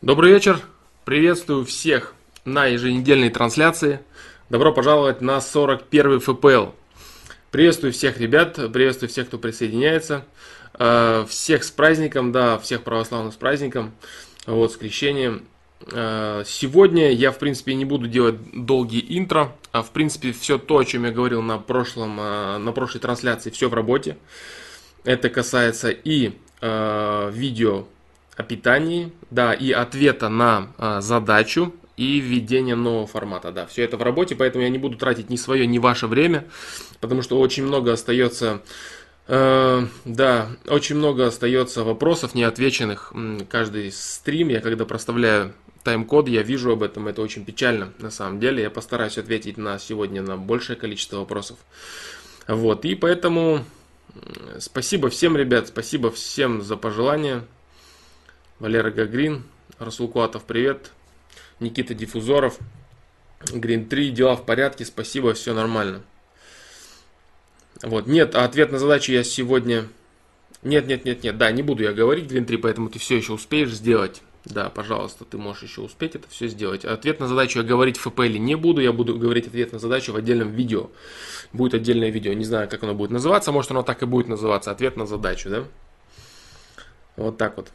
Добрый вечер, приветствую всех на еженедельной трансляции. Добро пожаловать на 41-й ФПЛ. Приветствую всех ребят, приветствую всех, кто присоединяется. Всех с праздником, да, всех православных с праздником, вот, с крещением. Сегодня я, в принципе, не буду делать долгие интро, а, в принципе, все то, о чем я говорил на прошлой трансляции, все в работе. Это касается и видео о питании, да, и ответа на задачу, и введения нового формата, да, все это в работе, поэтому я не буду тратить ни свое, ни ваше время, потому что очень много остается, да, очень много остается вопросов неотвеченных. Каждый стрим, я когда проставляю тайм-код, я вижу об этом, это очень печально, на самом деле, я постараюсь ответить сегодня на большее количество вопросов, вот, и поэтому спасибо всем, ребят, спасибо всем за пожелания. Валера Гагрин, Расул Куатов, привет. Никита Диффузоров, Green 3, дела в порядке, спасибо, все нормально. Вот, нет, ответ на задачу я сегодня... Нет, да, не буду я говорить Green 3, поэтому ты все еще успеешь сделать. Да, пожалуйста, ты можешь еще успеть это все сделать. Ответ на задачу я говорить в ФПЛ не буду, я буду говорить ответ на задачу в отдельном видео. Будет отдельное видео, не знаю, как оно будет называться, может оно так и будет называться, ответ на задачу, да? Вот так вот.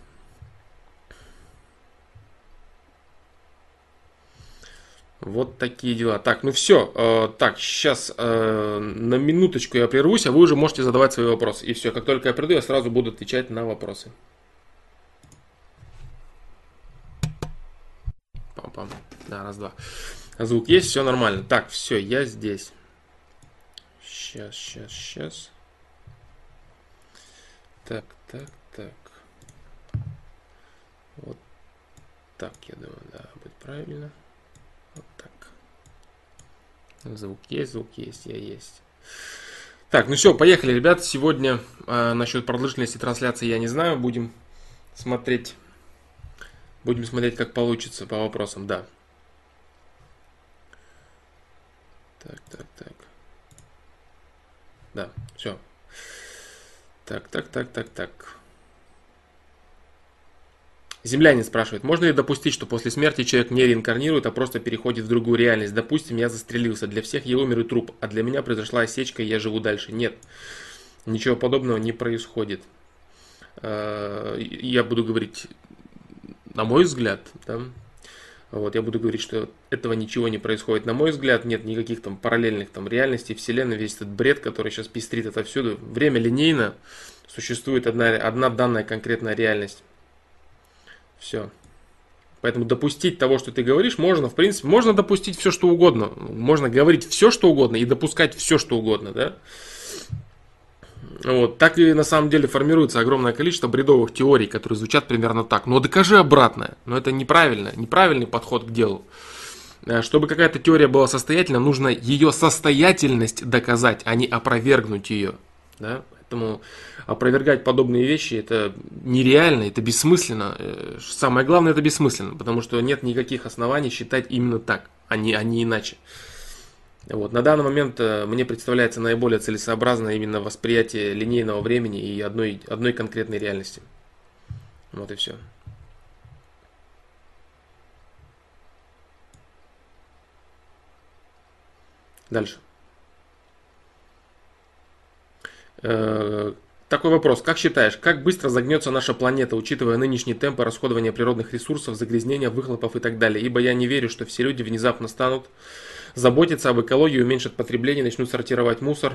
Вот такие дела. Так, ну все. Так, сейчас на минуточку я прервусь, а вы уже можете задавать свои вопросы. И все, как только я приду, я сразу буду отвечать на вопросы. Пам-пам. Да, раз-два. Звук есть, все нормально. Так, все, я здесь. Сейчас. Так. Вот так, я думаю, да, будет правильно. Вот так. Звук есть, я есть. Так, ну все, поехали, ребят. Сегодня насчет продолжительности трансляции я не знаю. Будем смотреть, как получится по вопросам, да. Так. Да, все. Так. Землянин спрашивает, можно ли допустить, что после смерти человек не реинкарнирует, а просто переходит в другую реальность? Допустим, я застрелился, для всех я умер и труп, а для меня произошла осечка, и я живу дальше. Нет, ничего подобного не происходит. Я буду говорить, на мой взгляд, да, вот, я буду говорить, что этого ничего не происходит. На мой взгляд, нет никаких там параллельных там реальностей, вселенной, весь этот бред, который сейчас пестрит отовсюду. Время линейно, существует одна данная конкретная реальность. Все. Поэтому допустить того, что ты говоришь, можно, в принципе, можно допустить все, что угодно. Можно говорить все, что угодно и допускать все, что угодно, да. Вот. Так и на самом деле формируется огромное количество бредовых теорий, которые звучат примерно так. Но докажи обратное. Но это неправильный подход к делу. Чтобы какая-то теория была состоятельна, нужно ее состоятельность доказать, а не опровергнуть ее. Да? Поэтому опровергать подобные вещи это нереально, это бессмысленно. Самое главное, это бессмысленно, потому что нет никаких оснований считать именно так, а не иначе. Вот. На данный момент мне представляется наиболее целесообразно именно восприятие линейного времени и одной конкретной реальности. Вот и все. Дальше. Такой вопрос. Как считаешь, как быстро загнется наша планета, учитывая нынешние темпы расходования природных ресурсов, загрязнения, выхлопов и так далее? Ибо я не верю, что все люди внезапно станут заботиться об экологии, уменьшат потребление, начнут сортировать мусор.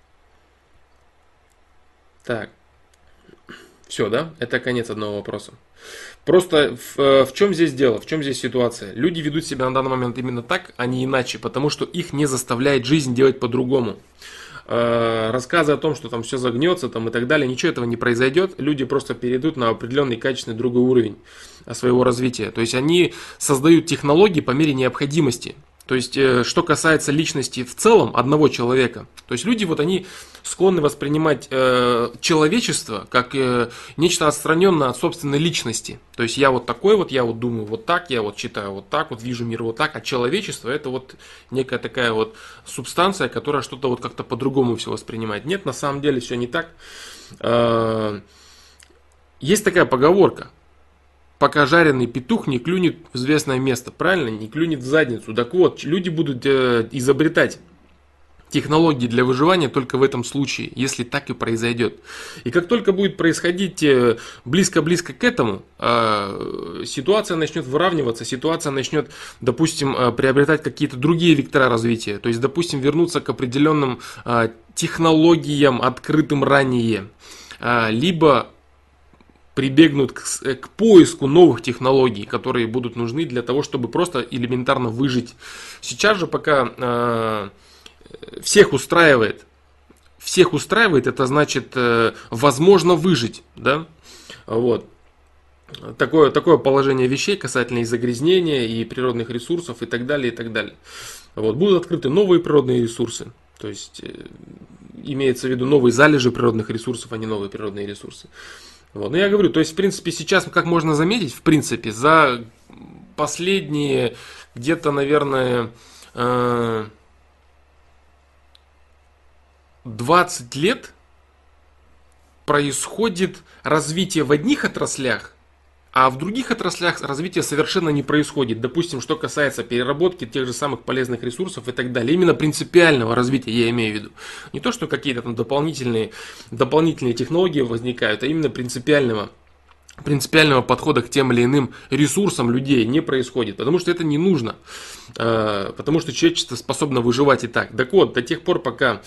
Так. Все, да? Это конец одного вопроса. Просто в чем здесь дело, в чем здесь ситуация? Люди ведут себя на данный момент именно так, а не иначе, потому что их не заставляет жизнь делать по-другому. Рассказы о том, что там все загнется там, и так далее, ничего этого не произойдет. Люди просто перейдут на определенный качественный другой уровень своего развития. То есть они создают технологии по мере необходимости. То есть, что касается личности в целом одного человека, то есть люди вот они склонны воспринимать человечество как нечто отстраненное от собственной личности. То есть я вот такой вот, я вот думаю вот так, я вот читаю вот так, вот вижу мир вот так, а человечество это вот некая такая вот субстанция, которая что-то вот как-то по-другому все воспринимает. Нет, на самом деле все не так. Есть такая поговорка. пока жареный петух не клюнет в известное место, правильно? Не клюнет в задницу. Так вот, люди будут изобретать технологии для выживания только в этом случае, если так и произойдет. И как только будет происходить близко-близко к этому, ситуация начнет выравниваться, ситуация начнет, допустим, приобретать какие-то другие вектора развития. То есть, допустим, вернуться к определенным технологиям, открытым ранее. Либо прибегнут к поиску новых технологий, которые будут нужны для того, чтобы просто элементарно выжить. Сейчас же пока всех устраивает, это значит возможно выжить, да, вот. Такое положение вещей касательно и загрязнения, и природных ресурсов, и так далее, и так далее. Вот. Будут открыты новые природные ресурсы, то есть имеется в виду новые залежи природных ресурсов, а не новые природные ресурсы. Вот. Но я говорю, то есть, в принципе, сейчас, как можно заметить, в принципе, за последние где-то, наверное, 20 лет происходит развитие в одних отраслях, а в других отраслях развитие совершенно не происходит. Допустим, что касается переработки тех же самых полезных ресурсов и так далее. Именно принципиального развития я имею в виду. Не то, что какие-то там дополнительные технологии возникают, а именно принципиального подхода к тем или иным ресурсам людей не происходит, потому что это не нужно, потому что человечество способно выживать и так. Так вот, до тех пор, пока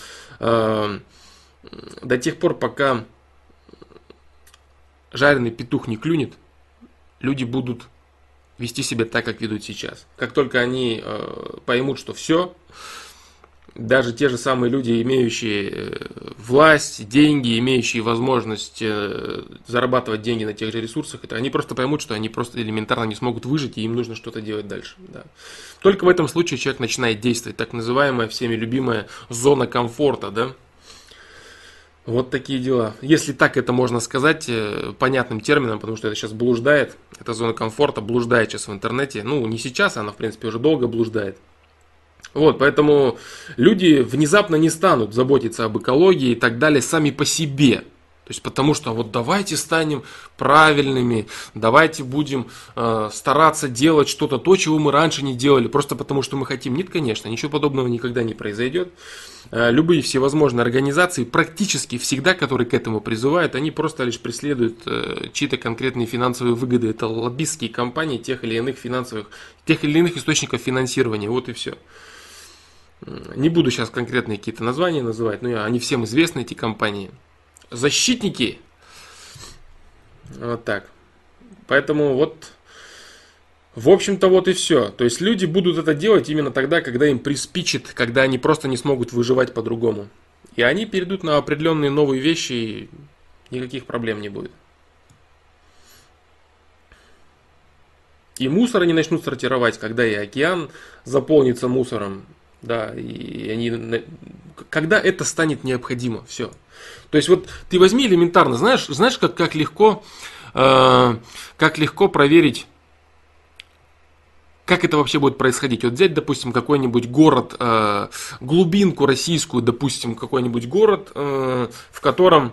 жареный петух не клюнет, люди будут вести себя так, как ведут сейчас. Как только они поймут, что все, даже те же самые люди, имеющие власть, деньги, имеющие возможность зарабатывать деньги на тех же ресурсах, они просто поймут, что они просто элементарно не смогут выжить, и им нужно что-то делать дальше. Да. Только в этом случае человек начинает действовать, так называемая всеми любимая зона комфорта. Да? Вот такие дела. Если так это можно сказать понятным термином, потому что это сейчас блуждает, эта зона комфорта блуждает сейчас в интернете. Ну, не сейчас, она, в принципе, уже долго блуждает. Вот, поэтому люди внезапно не станут заботиться об экологии и так далее сами по себе. То есть, потому что вот давайте станем правильными, давайте будем стараться делать что-то, то, чего мы раньше не делали, просто потому что мы хотим. Нет, конечно, ничего подобного никогда не произойдет. Любые всевозможные организации, практически всегда, которые к этому призывают, они просто лишь преследуют чьи-то конкретные финансовые выгоды. Это лоббистские компании тех или иных источников финансирования. Вот и все. Не буду сейчас конкретные какие-то названия называть, но они всем известны, эти компании. Защитники. Вот так. Поэтому вот, в общем-то, вот и все. То есть люди будут это делать именно тогда, когда им приспичит, когда они просто не смогут выживать по-другому. И они перейдут на определенные новые вещи, и никаких проблем не будет. И мусор они начнут сортировать, когда и океан заполнится мусором. Да, и когда это станет необходимо, все. То есть вот ты возьми элементарно, знаешь как легко проверить, как это вообще будет происходить. Вот взять, допустим, какой-нибудь город, глубинку российскую, допустим, какой-нибудь город, в котором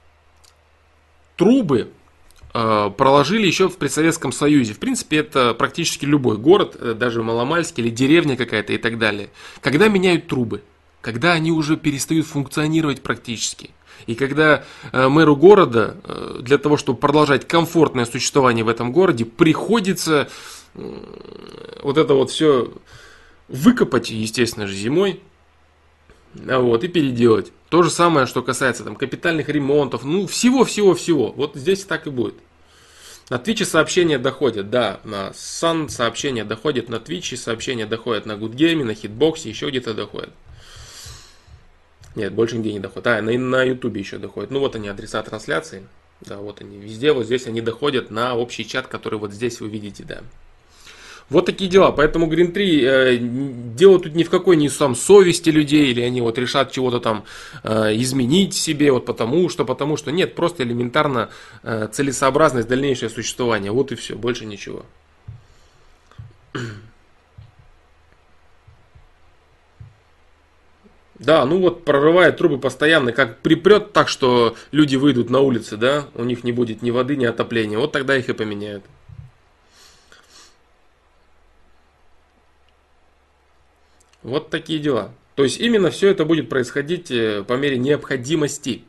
трубы проложили еще в Предсоветском Союзе. В принципе, это практически любой город, даже маломальский или деревня какая-то и так далее. Когда меняют трубы, когда они уже перестают функционировать практически, и когда мэру города для того, чтобы продолжать комфортное существование в этом городе, приходится вот это вот все выкопать, естественно же, зимой, вот, и переделать. То же самое, что касается там капитальных ремонтов, ну, всего. Вот здесь так и будет. На Твиче сообщения доходят, да, на Сан сообщения доходят, на Твиче сообщения доходят, на Good Game, на Хитбоксе, еще где-то доходят. Нет, больше нигде не доходят. На Ютубе еще доходят. Ну, вот они, адреса трансляции. Да, вот они, везде, вот здесь они доходят на общий чат, который вот здесь вы видите, да. Вот такие дела. Поэтому Green 3 дело тут ни в какой не сам совести людей, или они вот решат чего-то там изменить себе, вот потому что нет, просто элементарно целесообразность дальнейшее существование. Вот и все, больше ничего. Да, ну вот прорывает трубы постоянно, как припрет так, что люди выйдут на улицы, да, у них не будет ни воды, ни отопления, вот тогда их и поменяют. Вот такие дела. То есть именно все это будет происходить по мере необходимости.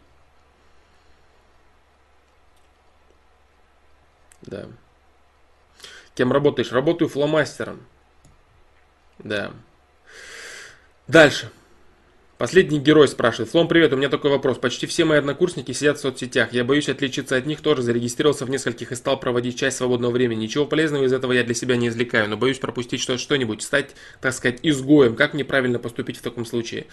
Да. Кем работаешь? Работаю фломастером. Да. Дальше. Последний герой спрашивает. Флом, привет, у меня такой вопрос. Почти все мои однокурсники сидят в соцсетях. Я боюсь отличиться от них тоже. Зарегистрировался в нескольких и стал проводить часть свободного времени. Ничего полезного из этого я для себя не извлекаю, но боюсь пропустить что-нибудь, стать, так сказать, изгоем. Как мне правильно поступить в таком случае?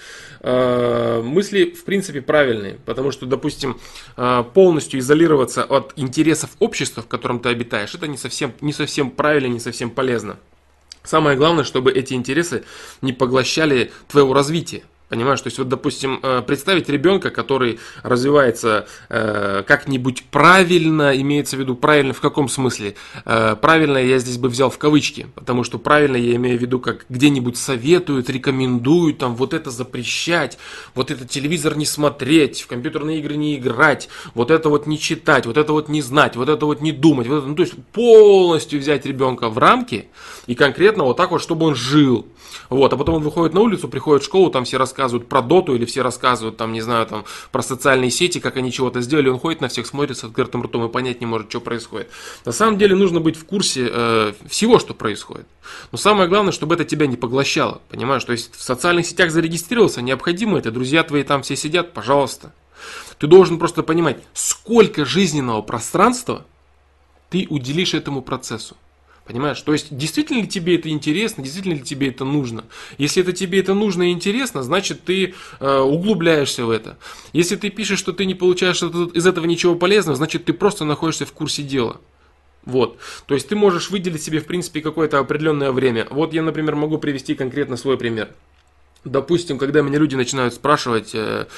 Мысли, в принципе, правильные. Потому что, допустим, полностью изолироваться от интересов общества, в котором ты обитаешь, это не совсем правильно, не совсем полезно. Самое главное, чтобы эти интересы не поглощали твоего развития. Понимаешь, то есть вот, допустим, представить ребенка, который развивается как-нибудь правильно, имеется в виду правильно в каком смысле? Правильно я здесь бы взял в кавычки, потому что правильно я имею в виду, как где-нибудь советуют, рекомендуют, там вот это запрещать, вот этот телевизор не смотреть, в компьютерные игры не играть, вот это вот не читать, вот это вот не знать, вот это вот не думать, вот это, ну, то есть полностью взять ребенка в рамки и конкретно вот так вот, чтобы он жил. Вот, а потом он выходит на улицу, приходит в школу, там все рассказывают про доту, или все рассказывают, там, не знаю, там, про социальные сети, как они чего-то сделали, он ходит на всех, смотрит с открытым ртом и понять не может, что происходит. На самом деле нужно быть в курсе всего, что происходит. Но самое главное, чтобы это тебя не поглощало, понимаешь? То есть в социальных сетях зарегистрировался, необходимо это, друзья твои там все сидят, пожалуйста. Ты должен просто понимать, сколько жизненного пространства ты уделишь этому процессу. Понимаешь? То есть, действительно ли тебе это интересно, действительно ли тебе это нужно? Если это тебе это нужно и интересно, значит, ты углубляешься в это. Если ты пишешь, что ты не получаешь из этого ничего полезного, значит, ты просто находишься в курсе дела. Вот. То есть, ты можешь выделить себе, в принципе, какое-то определенное время. Вот я, например, могу привести конкретно свой пример. Допустим, когда меня люди начинают спрашивать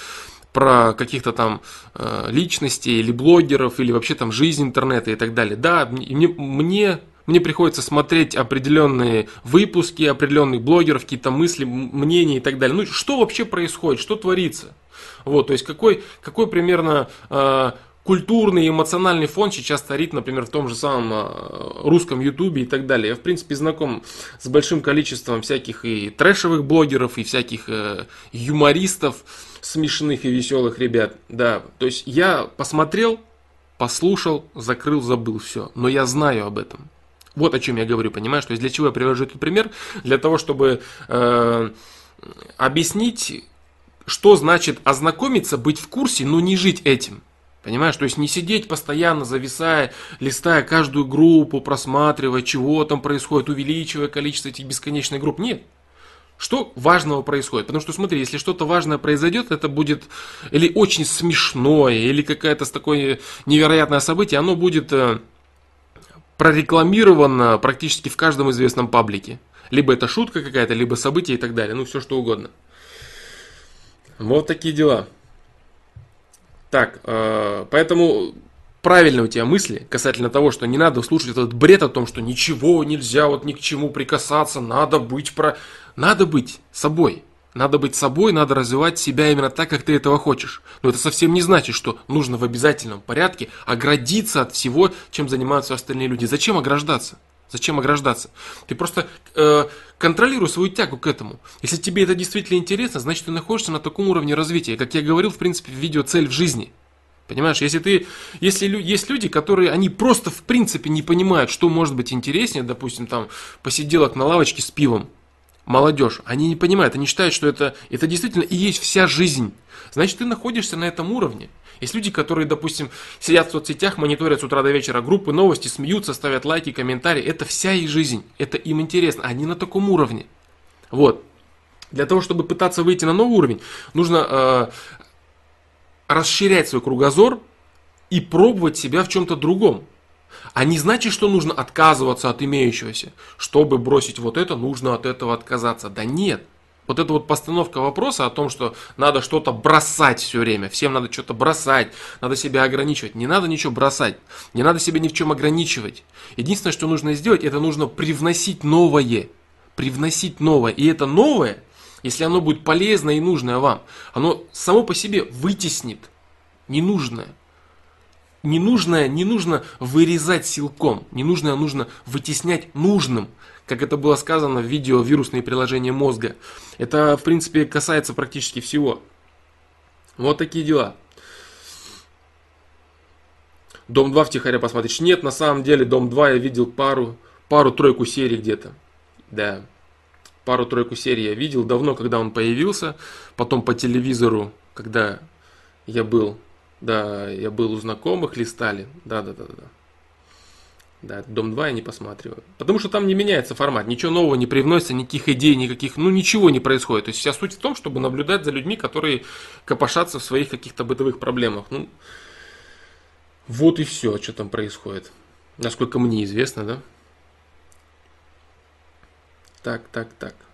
про каких-то там личностей или блогеров, или вообще там жизнь интернета и так далее. Да, мне приходится смотреть определенные выпуски, определенных блогеров, какие-то мысли, мнения и так далее. Ну, что вообще происходит, что творится? Вот, то есть, какой примерно культурный и эмоциональный фон сейчас царит, например, в том же самом русском ютубе и так далее. Я, в принципе, знаком с большим количеством всяких и трэшевых блогеров, и всяких юмористов, смешных и веселых ребят. Да, то есть, я посмотрел, послушал, закрыл, забыл, все. Но я знаю об этом. Вот о чем я говорю, понимаешь? То есть для чего я привожу этот пример? Для того, чтобы объяснить, что значит ознакомиться, быть в курсе, но не жить этим. Понимаешь? То есть не сидеть постоянно, зависая, листая каждую группу, просматривая, чего там происходит, увеличивая количество этих бесконечных групп. Нет. Что важного происходит? Потому что, смотри, если что-то важное произойдет, это будет или очень смешное, или какое-то такое невероятное событие, оно будет прорекламировано практически в каждом известном паблике. Либо это шутка какая-то, либо событие и так далее. Ну, все что угодно. Вот такие дела. Так, поэтому правильные у тебя мысли касательно того, что не надо слушать этот бред о том, что ничего нельзя вот ни к чему прикасаться, надо быть собой. Надо быть собой, надо развивать себя именно так, как ты этого хочешь. Но это совсем не значит, что нужно в обязательном порядке оградиться от всего, чем занимаются остальные люди. Зачем ограждаться? Зачем ограждаться? Ты просто контролируй свою тягу к этому. Если тебе это действительно интересно, значит ты находишься на таком уровне развития. Как я говорил, в принципе, в видео «Цель в жизни». Понимаешь, если есть люди, которые, они просто в принципе не понимают, что может быть интереснее, допустим, там, посиделок на лавочке с пивом, молодежь, они не понимают, они считают, что это действительно и есть вся жизнь. Значит, ты находишься на этом уровне. Есть люди, которые, допустим, сидят в соцсетях, мониторят с утра до вечера группы, новости, смеются, ставят лайки, комментарии. Это вся их жизнь, это им интересно, они на таком уровне. Вот. Для того, чтобы пытаться выйти на новый уровень, нужно расширять свой кругозор и пробовать себя в чем-то другом. А не значит, что нужно отказываться от имеющегося. Чтобы бросить вот это, нужно от этого отказаться. Да нет. Вот эта вот постановка вопроса о том, что надо что-то бросать все время. Всем надо что-то бросать, надо себя ограничивать. Не надо ничего бросать, не надо себя ни в чем ограничивать. Единственное, что нужно сделать, это нужно привносить новое. Привносить новое. И это новое, если оно будет полезно и нужное вам, оно само по себе вытеснит ненужное. не нужно вырезать силком, ненужное нужно вытеснять нужным, как это было сказано в видео «Вирусные приложения мозга». Это, в принципе, касается практически всего. Вот такие дела. Дом 2 втихаря посмотришь. Нет, на самом деле, Дом 2 я видел пару-тройку серий где-то. Да, пару-тройку серий я видел давно, когда он появился. Потом по телевизору, когда я был у знакомых, листали. Да. Да, Дом 2 я не посматриваю. Потому что там не меняется формат, ничего нового не привносится, никаких идей, никаких, ничего не происходит. То есть вся суть в том, чтобы наблюдать за людьми, которые копошатся в своих каких-то бытовых проблемах. Вот и все, что там происходит. Насколько мне известно, да? Так.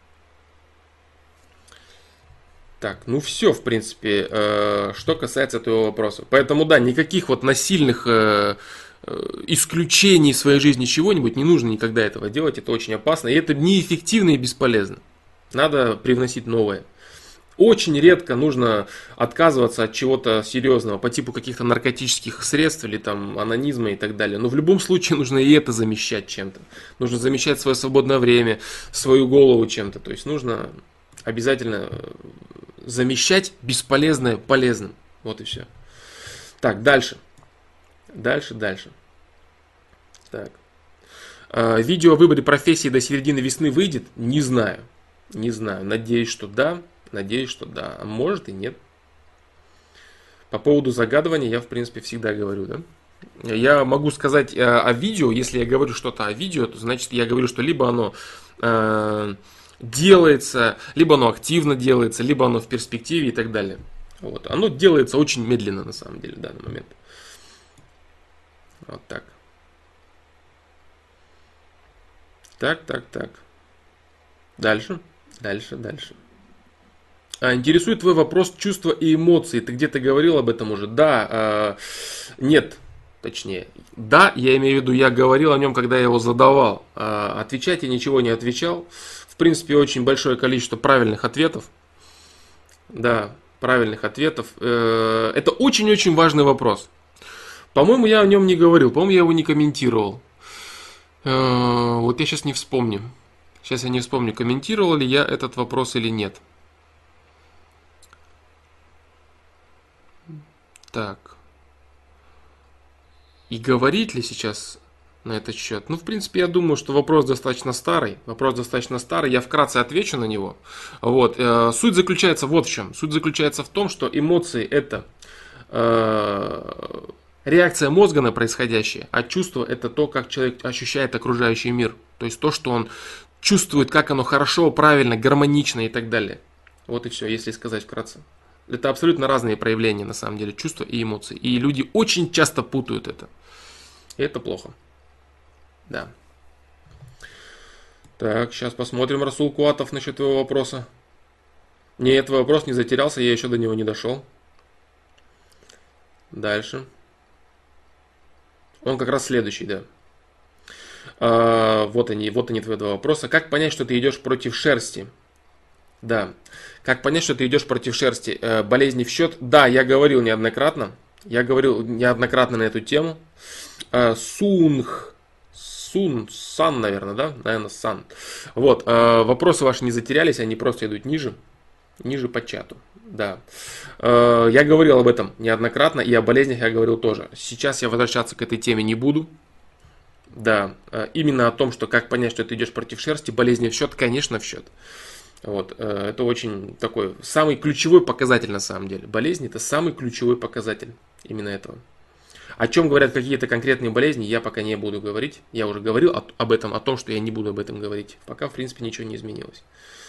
Так, все, в принципе, что касается этого вопроса. Поэтому, да, никаких вот насильных исключений в своей жизни чего-нибудь не нужно никогда этого делать. Это очень опасно. И это неэффективно и бесполезно. Надо привносить новое. Очень редко нужно отказываться от чего-то серьезного по типу каких-то наркотических средств или там анонизма и так далее. Но в любом случае нужно и это замещать чем-то. Нужно замещать свое свободное время, свою голову чем-то. То есть нужно обязательно замещать бесполезное полезным. Вот и все. Так, дальше. Так. Видео о выборе профессии до середины весны выйдет? Не знаю. Надеюсь, что да. А может и нет. По поводу загадывания я, в принципе, всегда говорю, да. Я могу сказать о видео, если я говорю что-то о видео, то значит я говорю, что либо оно делается, либо оно активно делается, либо оно в перспективе и так далее. Вот. Оно делается очень медленно, на самом деле, в данный момент. Вот так. Так. Дальше. Интересует твой вопрос чувства и эмоции. Ты где-то говорил об этом уже? Да, нет, точнее. Да, я имею в виду, я говорил о нем, когда я его задавал. Отвечать я ничего не отвечал. В принципе, очень большое количество правильных ответов. Да, правильных ответов. Это очень-очень важный вопрос. По-моему, я о нем не говорил, по-моему, я его не комментировал. Вот я сейчас не вспомню. Комментировал ли я этот вопрос или нет. Так. И говорить ли сейчас на этот счет? В принципе, я думаю, что вопрос достаточно старый. Я вкратце отвечу на него. Вот. Суть заключается вот в чем. Суть заключается в том, что эмоции это реакция мозга на происходящее, а чувство это то, как человек ощущает окружающий мир. То есть то, что он чувствует, как оно хорошо, правильно, гармонично и так далее. Вот и все, если сказать вкратце. Это абсолютно разные проявления, на самом деле, чувства и эмоции. И люди очень часто путают это. И это плохо. Да. Так, сейчас посмотрим, Расул Куатов, насчет твоего вопроса. Нет, твой вопрос не затерялся, я еще до него не дошел. Дальше. Он как раз следующий, да. Вот они твои два вопроса. Как понять, что ты идешь против шерсти? Да. Как понять, что ты идешь против шерсти? Болезни в счет? Да, я говорил неоднократно. На эту тему. Сан, наверное, да? Наверное, Сан. Вот. Вопросы ваши не затерялись, они просто идут ниже по чату. Да. Я говорил об этом неоднократно, и о болезнях я говорил тоже. Сейчас я возвращаться к этой теме не буду. Да. Именно о том, что как понять, что ты идешь против шерсти, болезни в счет, конечно, в счет. Вот, это очень такой самый ключевой показатель на самом деле. Болезнь это самый ключевой показатель именно этого. О чем говорят какие-то конкретные болезни, я пока не буду говорить. Я уже говорил об этом, о том, что я не буду об этом говорить. Пока, в принципе, ничего не изменилось.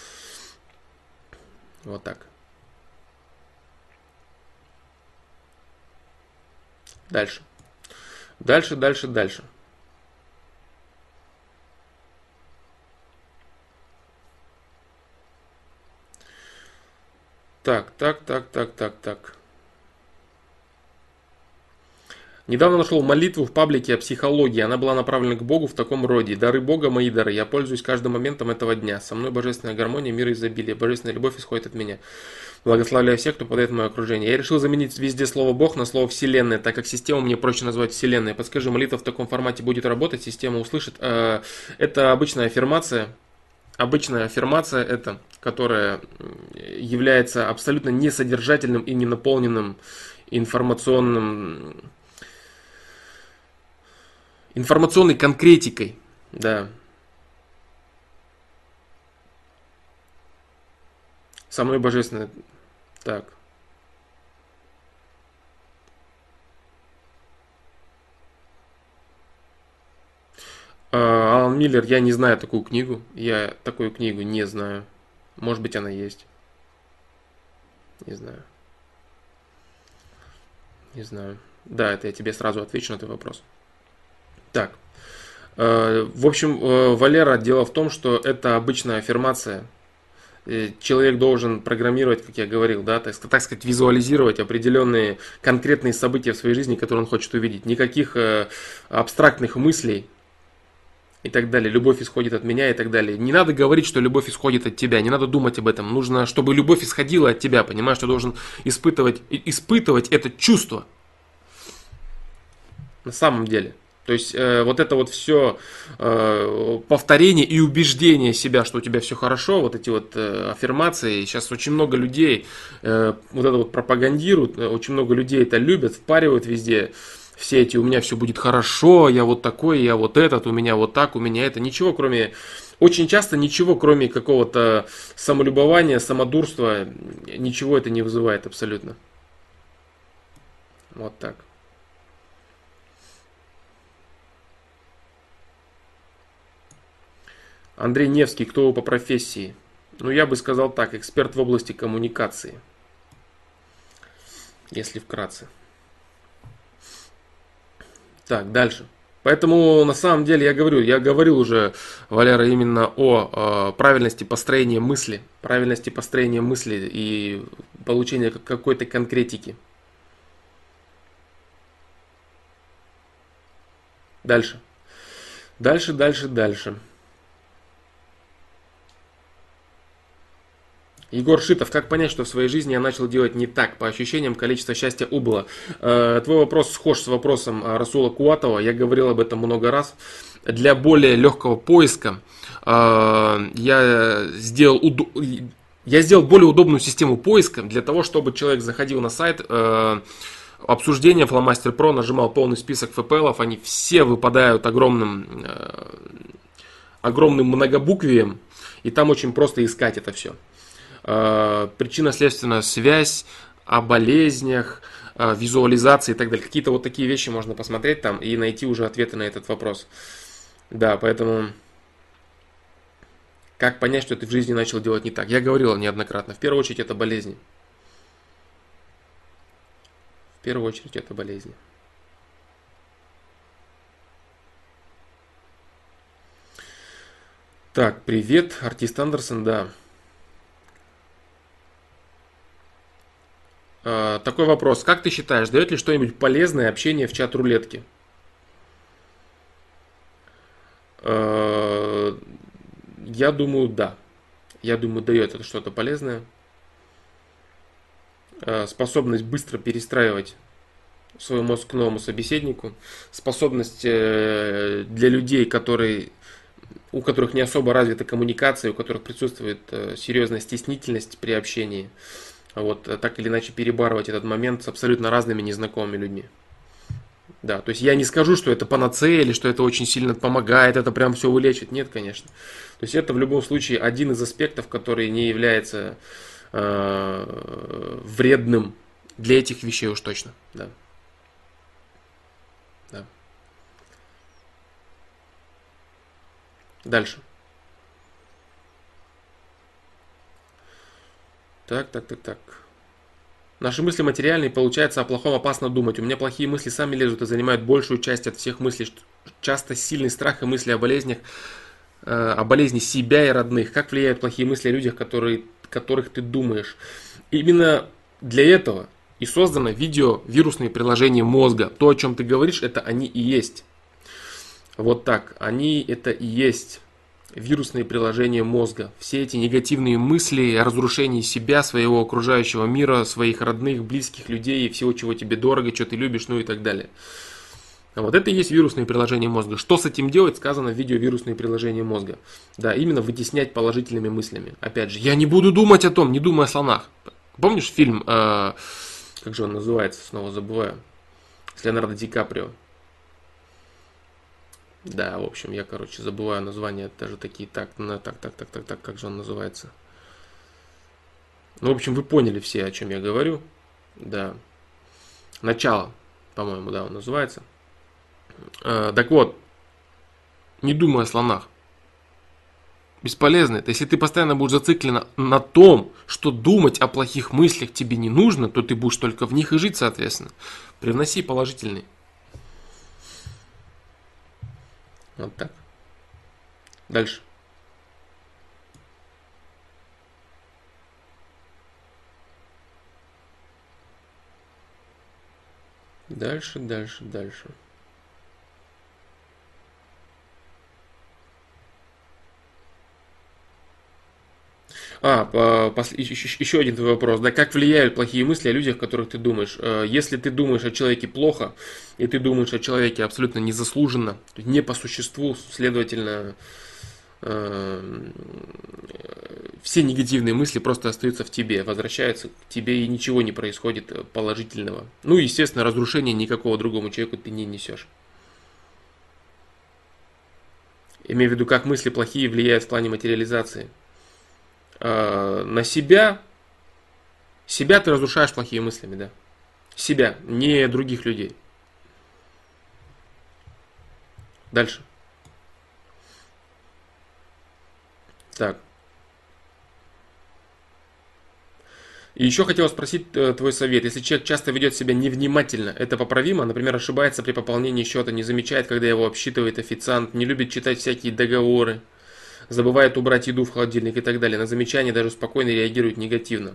Вот так. Дальше. Так. Недавно нашел молитву в паблике о психологии. Она была направлена к Богу в таком роде. Дары Бога, мои дары. Я пользуюсь каждым моментом этого дня. Со мной божественная гармония, мир и изобилие. Божественная любовь исходит от меня. Благословляю всех, кто попадает в мое окружение. Я решил заменить везде слово Бог на слово Вселенная, так как систему мне проще назвать Вселенной. Подскажи, молитва в таком формате будет работать? Система услышит. Это обычная аффирмация. Обычная аффирмация это, которая является абсолютно несодержательным и ненаполненным информационной конкретикой. Да. Со мной божественное. Так. Алан Миллер, я не знаю такую книгу. Я такую книгу не знаю. Может быть, она есть. Не знаю. Не знаю. Да, это я тебе сразу отвечу на твой вопрос. Так. В общем, Валера, дело в том, что это обычная аффирмация. Человек должен программировать, как я говорил, да, так сказать, визуализировать определенные конкретные события в своей жизни, которые он хочет увидеть. Никаких абстрактных мыслей и так далее. Любовь исходит от меня и так далее. Не надо говорить, что любовь исходит от тебя. Не надо думать об этом. Нужно, чтобы любовь исходила от тебя. Понимаешь, ты должен испытывать это чувство. На самом деле. То есть вот это вот все повторение и убеждение себя, что у тебя все хорошо, вот эти вот аффирмации, сейчас очень много людей вот это вот пропагандируют, очень много людей это любят, впаривают везде, все эти «у меня все будет хорошо», «я вот такой», «я вот этот», «у меня вот так», «у меня это», ничего кроме, очень часто ничего кроме какого-то самолюбования, самодурства, ничего это не вызывает абсолютно. Вот так. Андрей Невский, кто вы по профессии? Ну, я бы сказал так, эксперт в области коммуникации. Если вкратце. Так, дальше. Поэтому, на самом деле, я говорил уже, Валера, именно о правильности построения мысли. Правильности построения мысли и получения какой-то конкретики. Дальше. Дальше. Егор Шитов, как понять, что в своей жизни я начал делать не так? По ощущениям, количество счастья убыло. Твой вопрос схож с вопросом Расула Куатова. Я говорил об этом много раз. Для более легкого поиска я сделал более удобную систему поиска для того, чтобы человек заходил на сайт, обсуждение Flowmaster Pro, нажимал полный список FPL-ов, они все выпадают огромным многобуквием, и там очень просто искать это все. Причинно-следственная связь, о болезнях, визуализации и так далее. Какие-то вот такие вещи можно посмотреть там и найти уже ответы на этот вопрос. Да, поэтому как понять, что ты в жизни начал делать не так? Я говорил неоднократно. В первую очередь это болезни. В первую очередь это болезни. Так, привет, артист Андерсон, да. Такой вопрос. Как ты считаешь, дает ли что-нибудь полезное общение в чат-рулетке? Я думаю, да. Я думаю, дает это что-то полезное. Способность быстро перестраивать свой мозг к новому собеседнику. Способность для людей, у которых не особо развита коммуникация, у которых присутствует серьезная стеснительность при общении. Вот, так или иначе перебарывать этот момент с абсолютно разными незнакомыми людьми. Да, то есть я не скажу, что это панацея или что это очень сильно помогает, это прям все вылечит. Нет, конечно. То есть это в любом случае один из аспектов, который не является вредным для этих вещей уж точно. Да. Да. Дальше. Так. Наши мысли материальные, получается, о плохом опасно думать. У меня плохие мысли сами лезут и занимают большую часть от всех мыслей. Часто сильный страх и мысли о болезнях, о болезни себя и родных. Как влияют плохие мысли о людях, которых ты думаешь? Именно для этого И создано видеовирусные приложения мозга. То, о чем ты говоришь, это они и есть. Вот так. Они это и есть. Вирусные приложения мозга. Все эти негативные мысли о разрушении себя, своего окружающего мира, своих родных, близких людей, всего, чего тебе дорого, что ты любишь, ну и так далее. Вот это и есть вирусные приложения мозга. Что с этим делать, сказано в видеовирусные приложения мозга. Да, именно вытеснять положительными мыслями. Опять же, я не буду думать о том, не думай о слонах. Помнишь фильм, как же он называется, снова забываю, с Леонардо Ди Каприо? Да, в общем, я, забываю название, даже такие, так, как же он называется? Ну, в общем, вы поняли все, о чем я говорю. Да. Начало, по-моему, да, он называется. Так вот, не думай о слонах. Бесполезно это. Если ты постоянно будешь зациклен на том, что думать о плохих мыслях тебе не нужно, то ты будешь только в них и жить, соответственно. Привноси положительные. Вот так. Дальше. Дальше. Еще один твой вопрос. Да, как влияют плохие мысли о людях, о которых ты думаешь? Если ты думаешь о человеке плохо, и ты думаешь о человеке абсолютно незаслуженно, не по существу, следовательно, все негативные мысли просто остаются в тебе, возвращаются к тебе, и ничего не происходит положительного. Ну, естественно, разрушения никакого другому человеку ты не несешь. Имею в виду, как мысли плохие влияют в плане материализации. На себя ты разрушаешь плохими мыслями, да. Себя, не других людей. Дальше. Так. И еще хотел спросить твой совет. Если человек часто ведет себя невнимательно, это поправимо? Например, ошибается при пополнении счета, не замечает, когда его обсчитывает официант, не любит читать всякие договоры, забывает убрать еду в холодильник и так далее. На замечания даже спокойно реагирует негативно.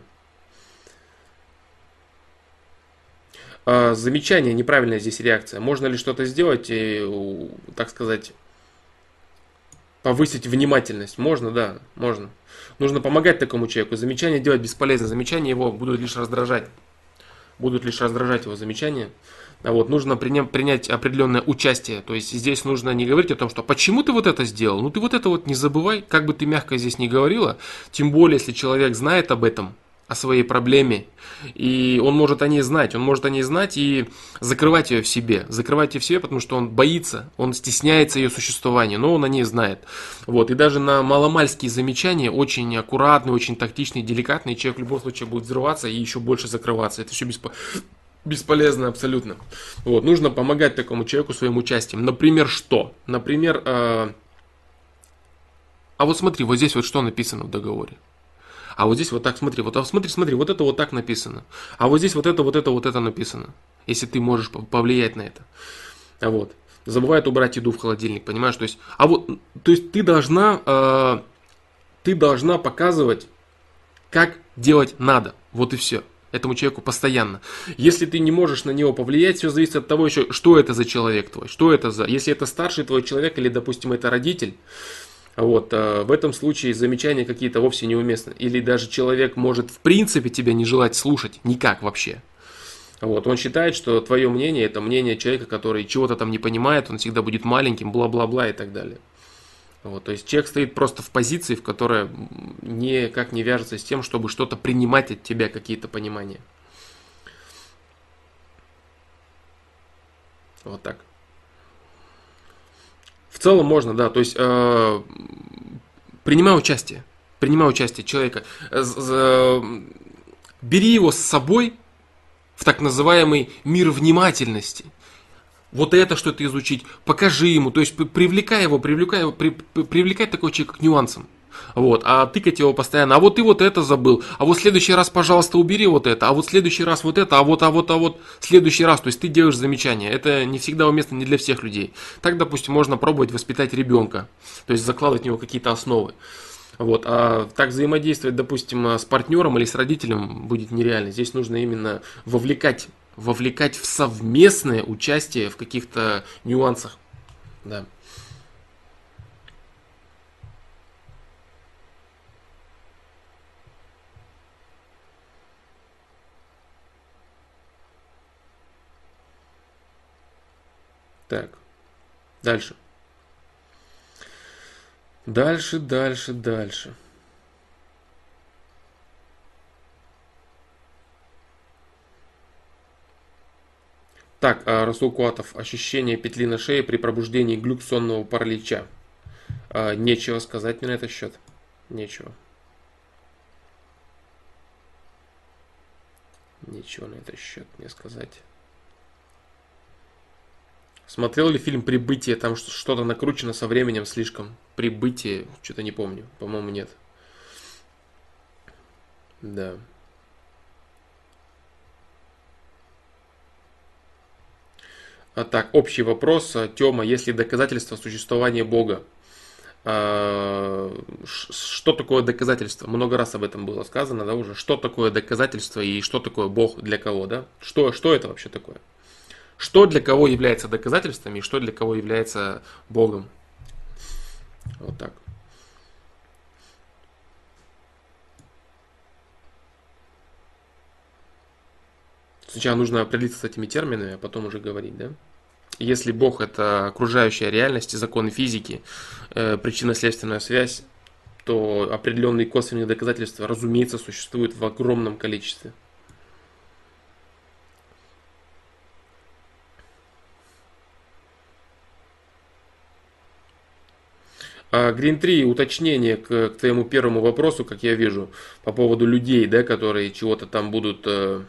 Замечание, неправильная здесь реакция. Можно ли что-то сделать и, так сказать, повысить внимательность? Можно, да, можно. Нужно помогать такому человеку. Замечания делать бесполезно. Замечания его будут лишь раздражать. Будут лишь раздражать его замечания. Вот, нужно принять определенное участие. То есть здесь нужно не говорить о том, что почему ты вот это сделал. Ну ты вот это вот не забывай, как бы ты мягко здесь не говорила. Тем более, если человек знает об этом, о своей проблеме, и он может о ней знать. Он может о ней знать и закрывать ее в себе. Закрывать ее в себе, потому что он боится, он стесняется ее существования, но он о ней знает. Вот, и даже на маломальские замечания, очень аккуратный, очень тактичный, деликатный, человек в любом случае будет взрываться и еще больше закрываться. Это все бесполезно абсолютно. Вот, нужно помогать такому человеку своим участием. Например, что? Например, а вот смотри, вот здесь вот что написано в договоре. А вот здесь вот так, смотри, вот это вот так написано. А вот здесь вот это написано. Если ты можешь повлиять на это. Вот. Забывает убрать еду в холодильник, понимаешь? То есть ты должна показывать, как делать надо. Вот и все. Этому человеку постоянно. Если ты не можешь на него повлиять, все зависит от того еще, что это за человек твой. Если это старший твой человек или, допустим, это родитель. Вот, в этом случае замечания какие-то вовсе неуместны. Или даже человек может в принципе тебя не желать слушать никак вообще. Вот, он считает, что твое мнение это мнение человека, который чего-то там не понимает, он всегда будет маленьким, бла-бла-бла и так далее. Вот, то есть человек стоит просто в позиции, в которой никак не вяжется с тем, чтобы что-то принимать от тебя, какие-то понимания. Вот так. В целом можно, да, то есть принимай участие человека, бери его с собой в так называемый мир внимательности. Вот это что-то изучить, покажи ему, то есть привлекай такого человека к нюансам. Вот, а тыкать его постоянно, а вот ты вот это забыл, а вот в следующий раз, пожалуйста, убери вот это, а вот в следующий раз вот это, а вот в следующий раз, то есть ты делаешь замечания, это не всегда уместно не для всех людей. Так, допустим, можно пробовать воспитать ребенка, то есть закладывать в него какие-то основы. Вот. А так взаимодействовать, допустим, с партнером или с родителем будет нереально. Здесь нужно именно вовлекать в совместное участие в каких-то нюансах. Да. Так, дальше. Дальше. Так, Расул Куатов. Ощущение петли на шее при пробуждении глюксонного паралича. Нечего сказать мне на этот счет. Нечего. Ничего на этот счет мне сказать. Смотрел ли фильм «Прибытие»? Там что-то накручено со временем слишком. «Прибытие», что-то не помню. По-моему, нет. Да. А так, общий вопрос. Тёма, есть ли доказательства существования Бога? Что такое доказательство? Много раз об этом было сказано, да, уже. Что такое доказательство и что такое Бог для кого, да? Что это вообще такое? Что для кого является доказательствами и что для кого является Богом? Вот так. Сначала нужно определиться с этими терминами, а потом уже говорить, да? Если Бог это окружающая реальность и законы физики, причинно-следственная связь, то определенные косвенные доказательства, разумеется, существуют в огромном количестве. Green 3, уточнение к твоему первому вопросу, как я вижу, по поводу людей, да, которые чего-то там будут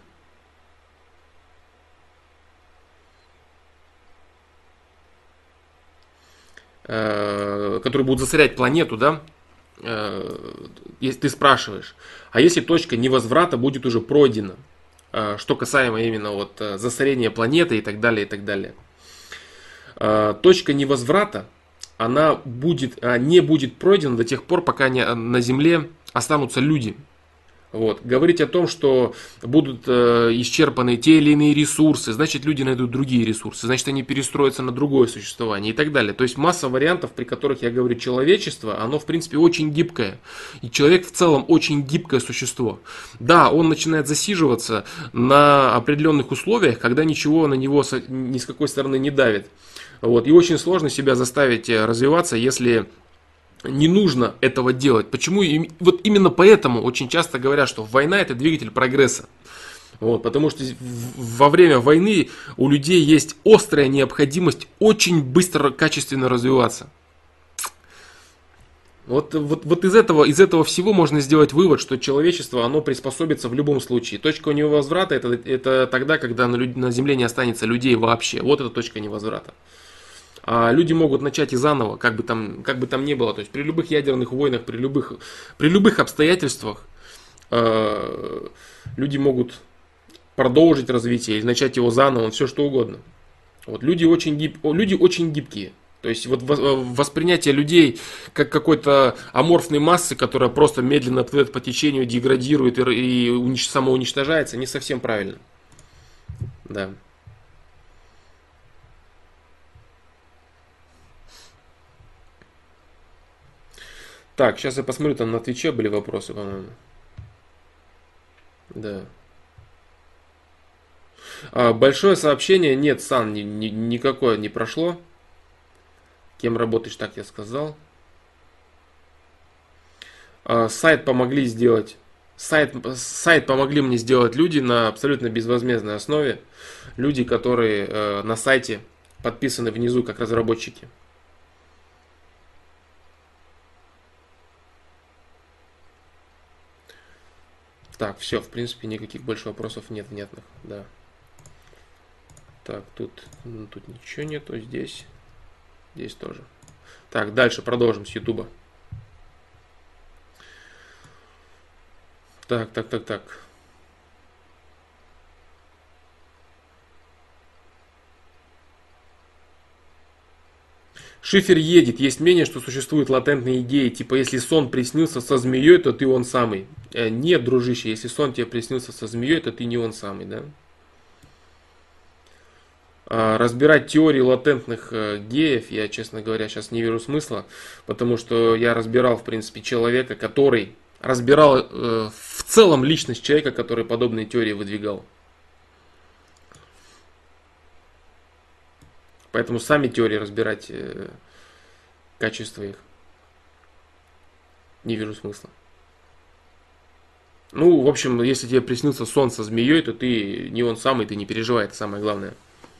которые будут засорять планету, да, если ты спрашиваешь, а если точка невозврата будет уже пройдена, что касаемо именно вот засорения планеты и так далее, и так далее. Точка невозврата, она не будет пройдена до тех пор, пока на Земле останутся люди. Вот. Говорить о том, что будут исчерпаны те или иные ресурсы, значит люди найдут другие ресурсы, значит они перестроятся на другое существование и так далее. То есть масса вариантов, при которых я говорю человечество, оно в принципе очень гибкое. И человек в целом очень гибкое существо. Да, он начинает засиживаться на определенных условиях, когда ничего на него ни с какой стороны не давит. Вот. И очень сложно себя заставить развиваться, если не нужно этого делать. Почему? Вот именно поэтому очень часто говорят, что война это двигатель прогресса. Вот, потому что во время войны у людей есть острая необходимость очень быстро, качественно развиваться. Вот из этого всего можно сделать вывод, что человечество, оно приспособится в любом случае. Точка невозврата это тогда, когда на Земле не останется людей вообще. Вот это точка невозврата. А люди могут начать и заново, как бы там ни было. То есть при любых ядерных войнах, при любых обстоятельствах люди могут продолжить развитие или начать его заново, все что угодно. Вот люди очень гибкие. То есть вот воспринятие людей как какой-то аморфной массы, которая просто медленно плывет по течению, деградирует и самоуничтожается, не совсем правильно. Да. Так, сейчас я посмотрю, там на Твиче были вопросы, по-моему. Да. Большое сообщение, нет, Сан, никакое не прошло. Кем работаешь, так я сказал. Сайт помогли сделать. Сайт помогли мне сделать люди на абсолютно безвозмездной основе. Люди, которые на сайте подписаны внизу как разработчики. Так, все, в принципе, никаких больше вопросов нет внятных, да. Так, тут ничего нету, здесь тоже. Так, дальше продолжим с Ютуба. Так. Шифер едет. Есть мнение, что существуют латентные идеи. Типа, если сон приснился со змеей, то ты он самый. Нет, дружище, если сон тебе приснился со змеей, то ты не он самый, да? Разбирать теории латентных геев, я, честно говоря, сейчас не вижу смысла, потому что я разбирал, в принципе, человека, который разбирал в целом личность человека, который подобные теории выдвигал. Поэтому сами теории разбирать, качество их, не вижу смысла. Ну, в общем, если тебе приснился сон со змеей, то ты не он самый, ты не переживай, это самое главное.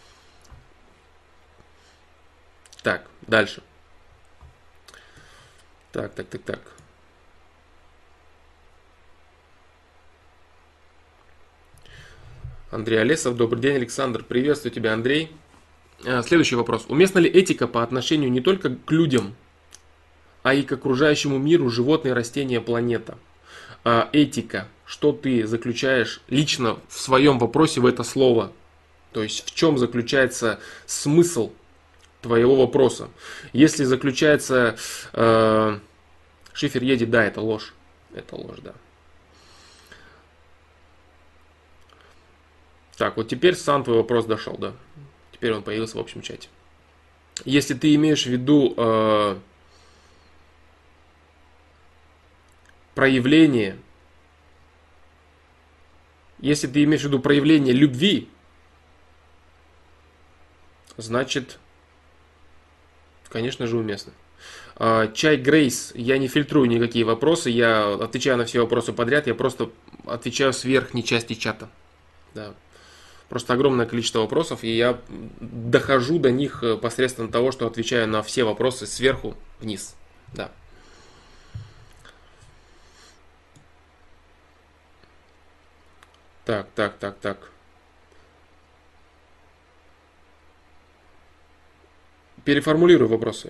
Так, дальше. Так. Андрей Олесов, добрый день, Александр, приветствую тебя, Андрей. Следующий вопрос. Уместна ли этика по отношению не только к людям, а и к окружающему миру, животные, растения, планета? Этика, что ты заключаешь лично в своем вопросе в это слово? То есть в чем заключается смысл твоего вопроса? Если заключается шифер едет, да, это ложь. Это ложь, да. Так, вот теперь сам твой вопрос дошел, да. Теперь он появился в общем чате. Если ты имеешь в виду проявление, если ты имеешь в виду проявление любви, значит, конечно же, уместно. Чай Грейс, я не фильтрую никакие вопросы, я отвечаю на все вопросы подряд, я просто отвечаю с верхней части чата. Да. Просто огромное количество вопросов, и я дохожу до них посредством того, что отвечаю на все вопросы сверху вниз. Да. Так. Переформулирую вопросы.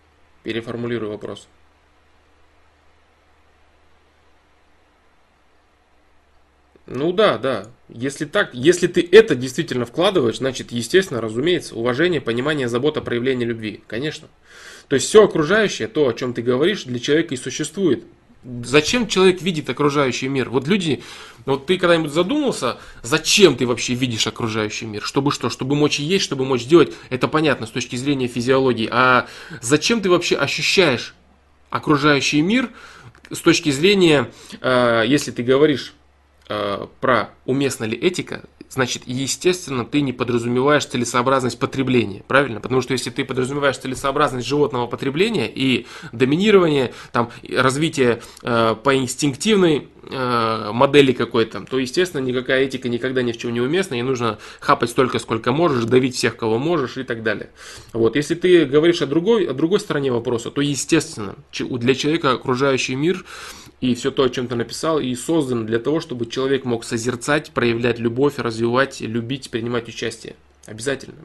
Ну да. Если так, если ты это действительно вкладываешь, значит, естественно, разумеется, уважение, понимание, забота, проявление любви. Конечно. То есть все окружающее, то, о чем ты говоришь, для человека и существует. Зачем человек видит окружающий мир? Вот люди, вот ты когда-нибудь задумался, зачем ты вообще видишь окружающий мир? Чтобы что? Чтобы мочь есть, чтобы мочь делать, это понятно с точки зрения физиологии. А зачем ты вообще ощущаешь окружающий мир с точки зрения, если ты говоришь про уместна ли этика, значит, естественно, ты не подразумеваешь целесообразность потребления, правильно? Потому что если ты подразумеваешь целесообразность животного потребления и доминирование, там, развитие по инстинктивной модели какой-то, то, естественно, никакая этика никогда ни в чем не уместна, и нужно хапать столько, сколько можешь, давить всех, кого можешь и так далее. Вот. Если ты говоришь о другой стороне вопроса, то, естественно, для человека окружающий мир и все то, о чем ты написал, и создано для того, чтобы человек мог созерцать, проявлять любовь, развивать, любить, принимать участие. Обязательно.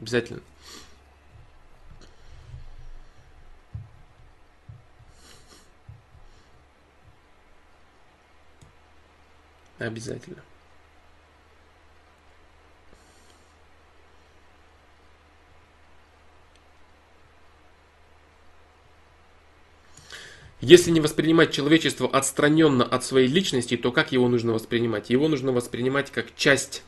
Обязательно. Если не воспринимать человечество отстраненно от своей личности, то как его нужно воспринимать? Его нужно воспринимать как часть.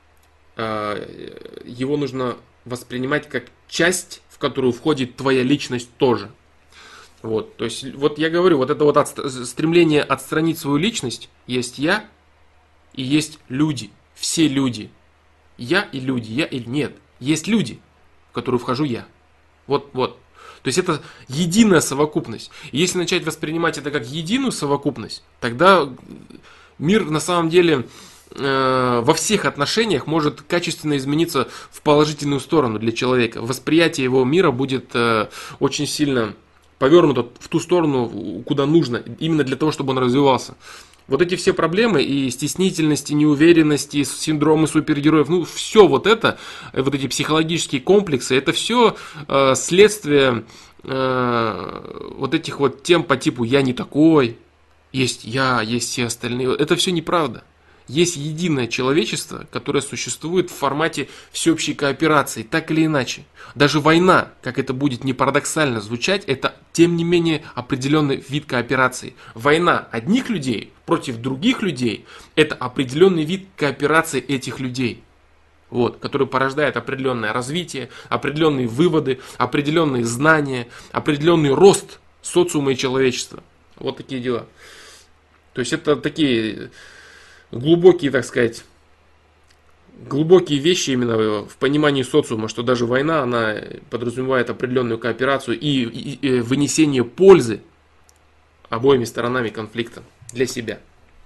Его нужно воспринимать как часть, в которую входит твоя личность тоже. Вот, то есть, вот я говорю, вот это вот стремление отстранить свою личность, есть я и есть люди, все люди. Я и люди, я и нет. Есть люди, в которые вхожу я. Вот. То есть это единая совокупность. И если начать воспринимать это как единую совокупность, тогда мир на самом деле во всех отношениях может качественно измениться в положительную сторону для человека. Восприятие его мира будет очень сильно повернуто в ту сторону, куда нужно, именно для того, чтобы он развивался. Вот эти все проблемы и стеснительность, и неуверенность, и синдромы супергероев, ну все вот это, вот эти психологические комплексы, это все следствие вот этих вот тем по типу «я не такой», есть я, есть все остальные. Это все неправда. Есть единое человечество, которое существует в формате всеобщей кооперации, так или иначе. Даже война, как это будет не парадоксально звучать, это тем не менее определенный вид кооперации. Война одних людей против других людей – это определенный вид кооперации этих людей. Вот, который порождает определенное развитие, определенные выводы, определенные знания, определенный рост социума и человечества. Вот такие дела. То есть это такие глубокие, так сказать, глубокие вещи именно в понимании социума, что даже война, она подразумевает определенную кооперацию и вынесение пользы обоими сторонами конфликта для себя.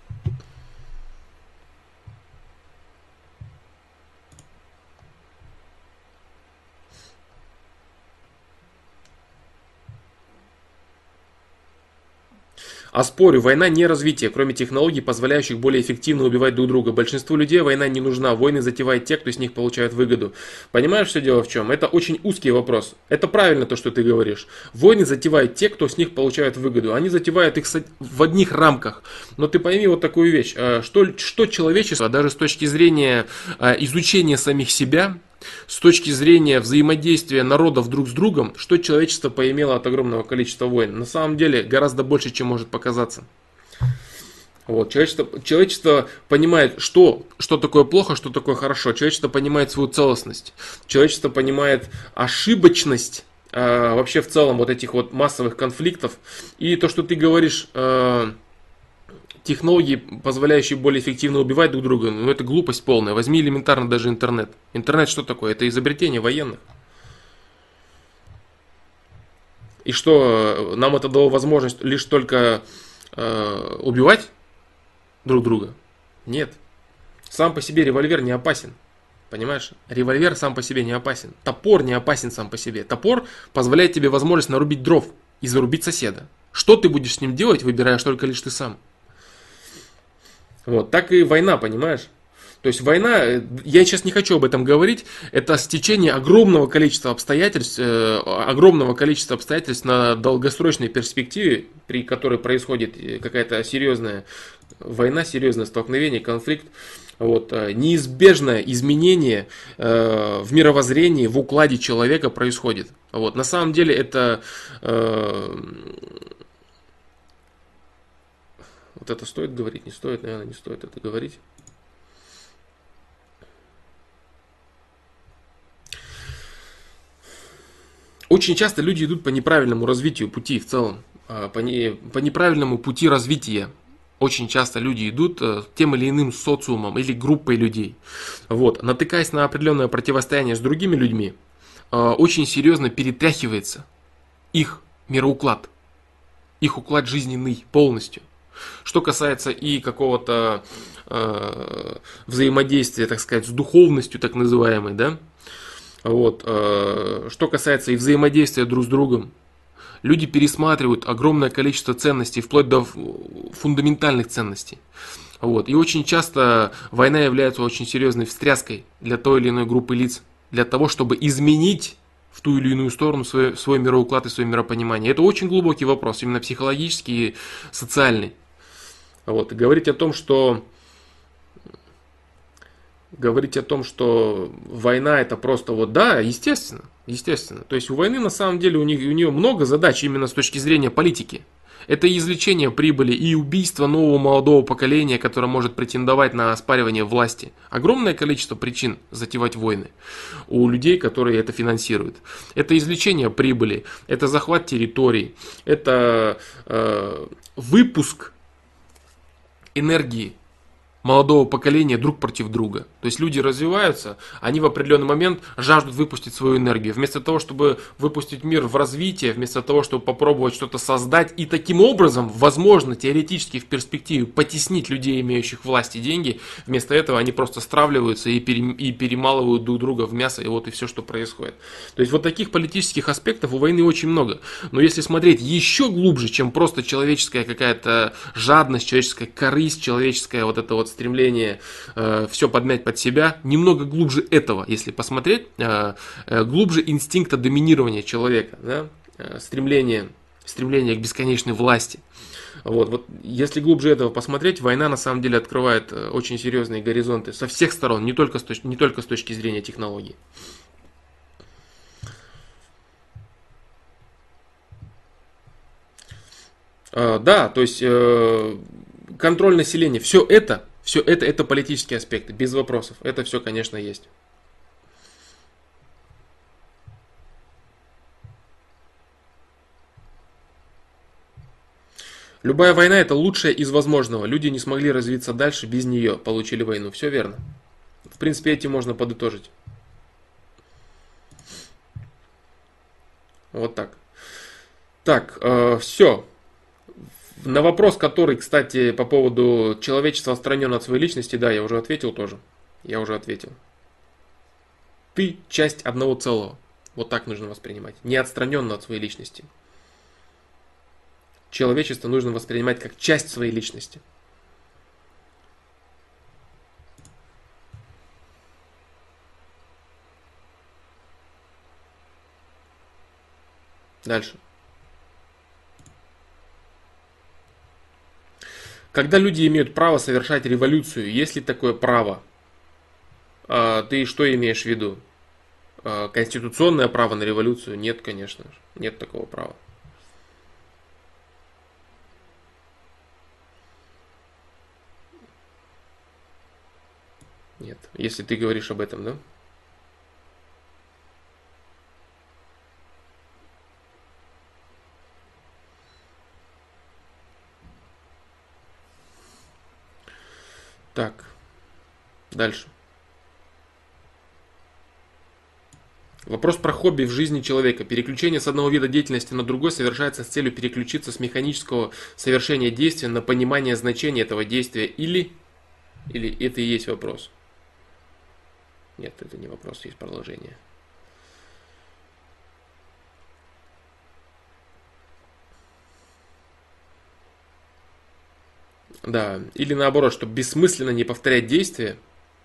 А спорю, война не развитие, кроме технологий, позволяющих более эффективно убивать друг друга. Большинству людей война не нужна, войны затевают те, кто с них получает выгоду. Понимаешь, все дело в чем? Это очень узкий вопрос. Это правильно то, что ты говоришь. Войны затевают те, кто с них получает выгоду. Они затевают их в одних рамках. Но ты пойми вот такую вещь, что человечество, даже с точки зрения изучения самих себя, с точки зрения взаимодействия народов друг с другом, что человечество поимело от огромного количества войн? На самом деле гораздо больше, чем может показаться. Вот. Человечество понимает, что такое плохо, что такое хорошо. Человечество понимает свою целостность. Человечество понимает ошибочность вообще в целом вот этих вот массовых конфликтов. И то, что ты говоришь, технологии, позволяющие более эффективно убивать друг друга, ну это глупость полная. Возьми элементарно даже интернет. Интернет что такое? Это изобретение военных. И что, нам это дало возможность лишь только убивать друг друга? Нет. Сам по себе револьвер не опасен. Понимаешь? Револьвер сам по себе не опасен. Топор не опасен сам по себе. Топор позволяет тебе возможность нарубить дров и зарубить соседа. Что ты будешь с ним делать, выбираешь только лишь ты сам. Вот, так и война, понимаешь? То есть война, я сейчас не хочу об этом говорить, это стечение огромного количества обстоятельств на долгосрочной перспективе, при которой происходит какая-то серьезная война, серьезное столкновение, конфликт. Вот, неизбежное изменение в мировоззрении, в укладе человека происходит. Вот, на самом деле это... Вот это стоит говорить, не стоит, наверное, не стоит это говорить. Очень часто люди идут по неправильному развитию пути в целом, по неправильному пути развития. Очень часто люди идут тем или иным социумом или группой людей. Вот, натыкаясь на определенное противостояние с другими людьми, очень серьезно перетряхивается их мироуклад, их уклад жизненный полностью. Что касается и какого-то взаимодействия, так сказать, с духовностью, так называемой, да, вот, что касается и взаимодействия друг с другом, люди пересматривают огромное количество ценностей, вплоть до фундаментальных ценностей. Вот, и очень часто война является очень серьезной встряской для той или иной группы лиц, для того, чтобы изменить в ту или иную сторону свой мироуклад и свое миропонимание. Это очень глубокий вопрос, именно психологический и социальный. Вот, и говорить о том, что война это просто вот, да, естественно. То есть у войны на самом деле у нее много задач именно с точки зрения политики. Это и извлечение прибыли, и убийство нового молодого поколения, которое может претендовать на оспаривание власти. Огромное количество причин затевать войны у людей, которые это финансируют. Это извлечение прибыли, это захват территорий, это выпуск энергии молодого поколения друг против друга. То есть люди развиваются, они в определенный момент жаждут выпустить свою энергию. Вместо того, чтобы выпустить мир в развитие, вместо того, чтобы попробовать что-то создать и таким образом, возможно, теоретически в перспективе потеснить людей, имеющих власть и деньги, вместо этого они просто стравливаются и перемалывают друг друга в мясо, и вот и все, что происходит. То есть вот таких политических аспектов у войны очень много. Но если смотреть еще глубже, чем просто человеческая какая-то жадность, человеческая корысть, человеческое вот это вот стремление все подмять под себя, немного глубже этого, если посмотреть, глубже инстинкта доминирования человека, да? Стремление стремление к бесконечной власти. Вот если глубже этого посмотреть, война на самом деле открывает очень серьезные горизонты со всех сторон, не только с точки зрения технологий. Да, то есть контроль населения, все это политические аспекты, без вопросов. Это все, конечно, есть. Любая война это лучшее из возможного. Люди не смогли развиться дальше без нее, получили войну. Все верно. В принципе, этим можно подытожить. Вот так. Так, все. На вопрос, который, кстати, по поводу человечества отстранено от своей личности, да, я уже ответил тоже. Я уже ответил. Ты часть одного целого. Вот так нужно воспринимать. Не отстраненно от своей личности. Человечество нужно воспринимать как часть своей личности. Дальше. Когда люди имеют право совершать революцию, есть ли такое право? Ты что имеешь в виду? Конституционное право на революцию? Нет, конечно же. Нет такого права. Нет. Если ты говоришь об этом, да? Так. Дальше. Вопрос про хобби в жизни человека. Переключение с одного вида деятельности на другой совершается с целью переключиться с механического совершения действия на понимание значения этого действия или это и есть вопрос? Нет, это не вопрос, есть продолжение. Да, или наоборот, чтобы бессмысленно не повторять действия.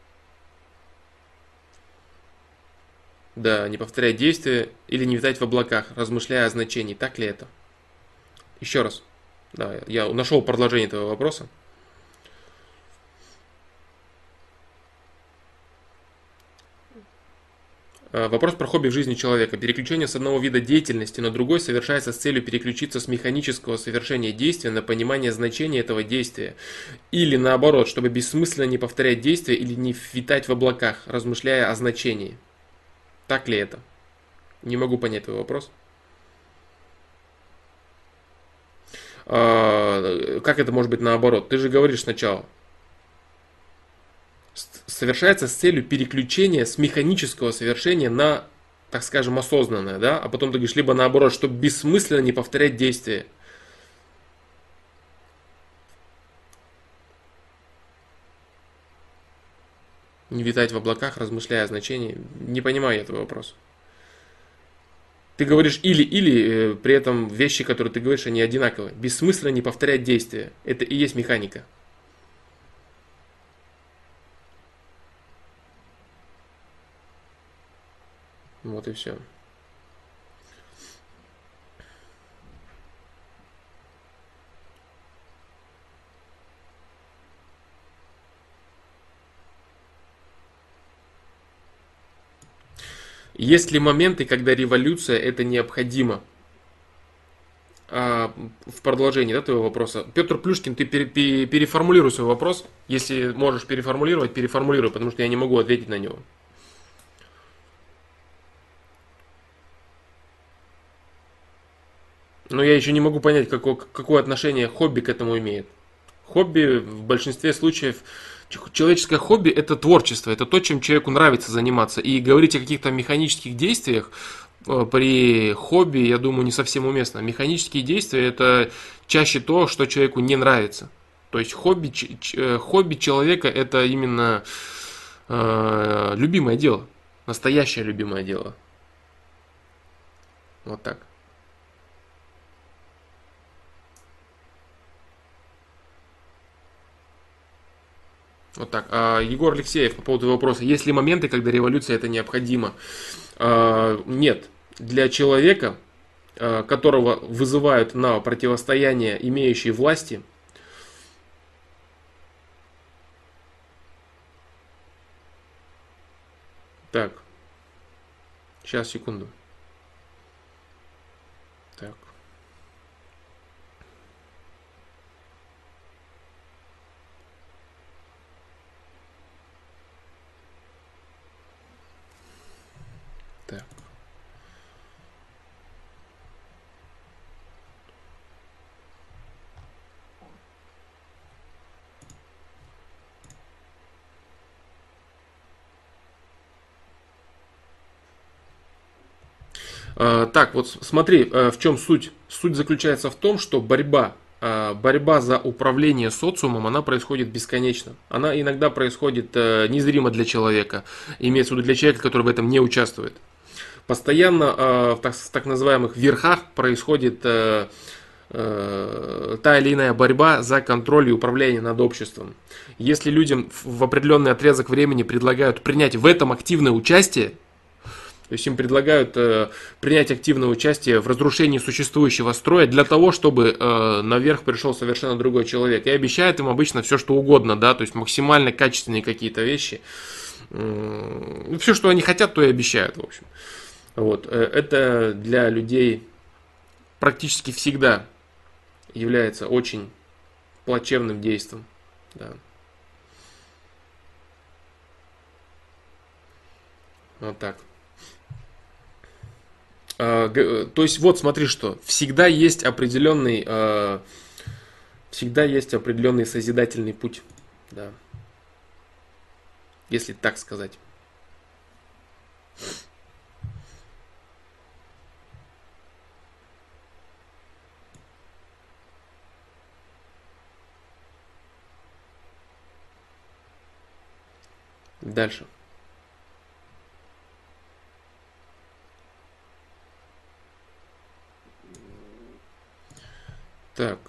Да, не повторять действия или не витать в облаках, размышляя о значении. Так ли это? Еще раз. Да, я нашел продолжение этого вопроса. Вопрос про хобби в жизни человека. Переключение с одного вида деятельности на другой совершается с целью переключиться с механического совершения действия на понимание значения этого действия. Или наоборот, чтобы бессмысленно не повторять действия или не витать в облаках, размышляя о значении. Так ли это? Не могу понять твой вопрос. Как это может быть наоборот? Ты же говоришь сначала. Совершается с целью переключения с механического совершения на, так скажем, осознанное, да? А потом ты говоришь, либо наоборот, чтобы бессмысленно не повторять действия. Не витать в облаках, размышляя о значении. Не понимаю я твой вопрос. Ты говоришь или, при этом вещи, которые ты говоришь, они одинаковые. Бессмысленно не повторять действия. Это и есть механика. Вот и все. Есть ли моменты, когда революция это необходимо? В продолжении, да, твоего вопроса. Петр Плюшкин, ты переформулируй свой вопрос. Если можешь переформулировать, переформулируй, потому что я не могу ответить на него. Но я еще не могу понять, какое отношение хобби к этому имеет. Хобби в большинстве случаев, человеческое хобби это творчество, это то, чем человеку нравится заниматься. И говорить о каких-то механических действиях при хобби, я думаю, не совсем уместно. Механические действия это чаще то, что человеку не нравится. То есть хобби человека это именно любимое дело, настоящее любимое дело. Вот так. Вот так. Егор Алексеев по поводу вопроса. Есть ли моменты, когда революция это необходимо? Нет. Для человека которого вызывают на противостояние имеющие власти. Так, сейчас, секунду. Так. Так. Так, вот смотри, в чем суть. Суть заключается в том, что борьба за управление социумом, она происходит бесконечно. Она иногда происходит незримо для человека, имеется в виду для человека, который в этом не участвует. Постоянно в так называемых верхах происходит та или иная борьба за контроль и управление над обществом. Если людям в определенный отрезок времени предлагают принять в этом активное участие, то есть им предлагают принять активное участие в разрушении существующего строя для того, чтобы наверх пришел совершенно другой человек. И обещают им обычно все, что угодно, да, то есть максимально качественные какие-то вещи. Все, что они хотят, то и обещают, в общем. Вот. Это для людей практически всегда является очень плачевным действием. Да. Вот так. То есть вот смотри, что всегда есть определенный созидательный путь, да, если так сказать. Дальше. Так.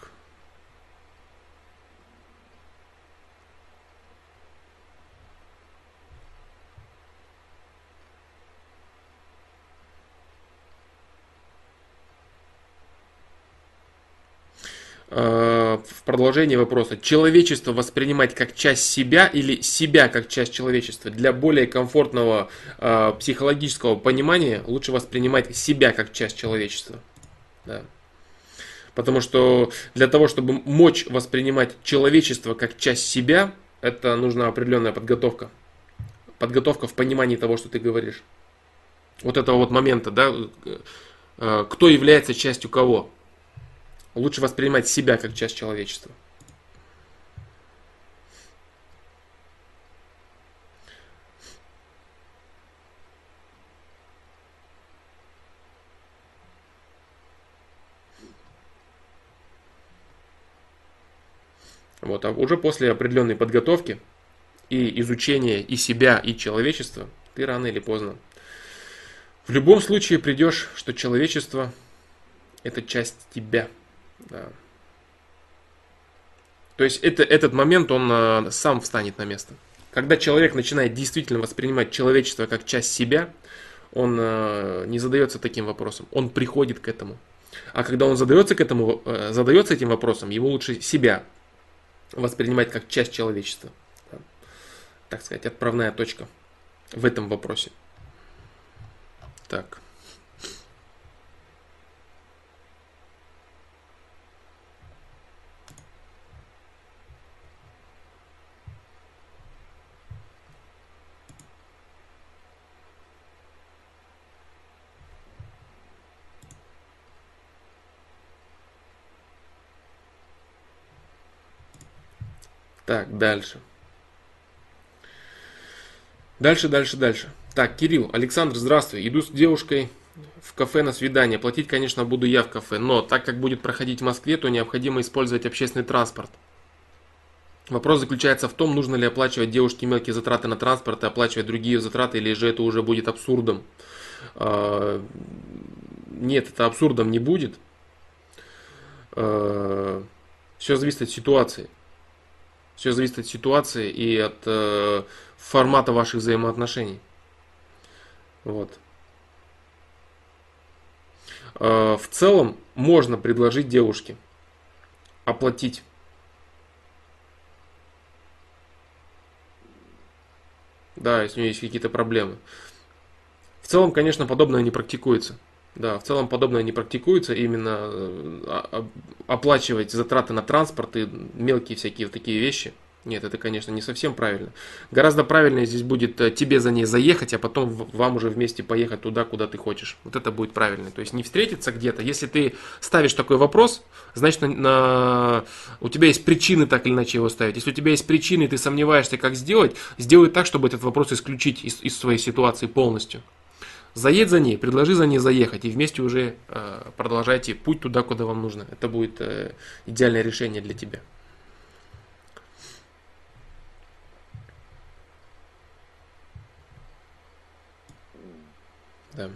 В продолжении вопроса. Человечество воспринимать как часть себя или себя как часть человечества? Для более комфортного психологического понимания лучше воспринимать себя как часть человечества. Да. Потому что для того, чтобы мочь воспринимать человечество как часть себя, это нужна определенная подготовка. Подготовка в понимании того, что ты говоришь. Вот этого вот момента, да, кто является частью кого. Лучше воспринимать себя как часть человечества. Вот, а уже после определенной подготовки и изучения и себя, и человечества, ты рано или поздно в любом случае придешь, что человечество – это часть тебя. Да. То есть этот момент, он сам встанет на место. Когда человек начинает действительно воспринимать человечество как часть себя, он не задается таким вопросом, он приходит к этому. А когда он задается этим вопросом, ему лучше себя воспринимать как часть человечества. Да. Так сказать, отправная точка в этом вопросе. Так. Так, дальше. Дальше. Так, Кирилл, Александр, здравствуй. Иду с девушкой в кафе на свидание. Платить, конечно, буду я в кафе, но так как будет проходить в Москве, то необходимо использовать общественный транспорт. Вопрос заключается в том, нужно ли оплачивать девушке мелкие затраты на транспорт и оплачивать другие затраты, или же это уже будет абсурдом. Нет, это абсурдом не будет. Все зависит от ситуации. Все зависит от ситуации и от формата ваших взаимоотношений. Вот. В целом можно предложить девушке оплатить. Да, если у нее есть какие-то проблемы. В целом, конечно, подобное не практикуется. Да, в целом подобное не практикуется, именно оплачивать затраты на транспорт и мелкие всякие вот такие вещи. Нет, это, конечно, не совсем правильно. Гораздо правильнее здесь будет тебе за ней заехать, а потом вам уже вместе поехать туда, куда ты хочешь. Вот это будет правильно. То есть не встретиться где-то. Если ты ставишь такой вопрос, значит у тебя есть причины так или иначе его ставить. Если у тебя есть причины, и ты сомневаешься, как сделать, сделай так, чтобы этот вопрос исключить из своей ситуации полностью. Заедь за ней, предложи за ней заехать, и вместе уже продолжайте путь туда, куда вам нужно. Это будет идеальное решение для тебя. Да.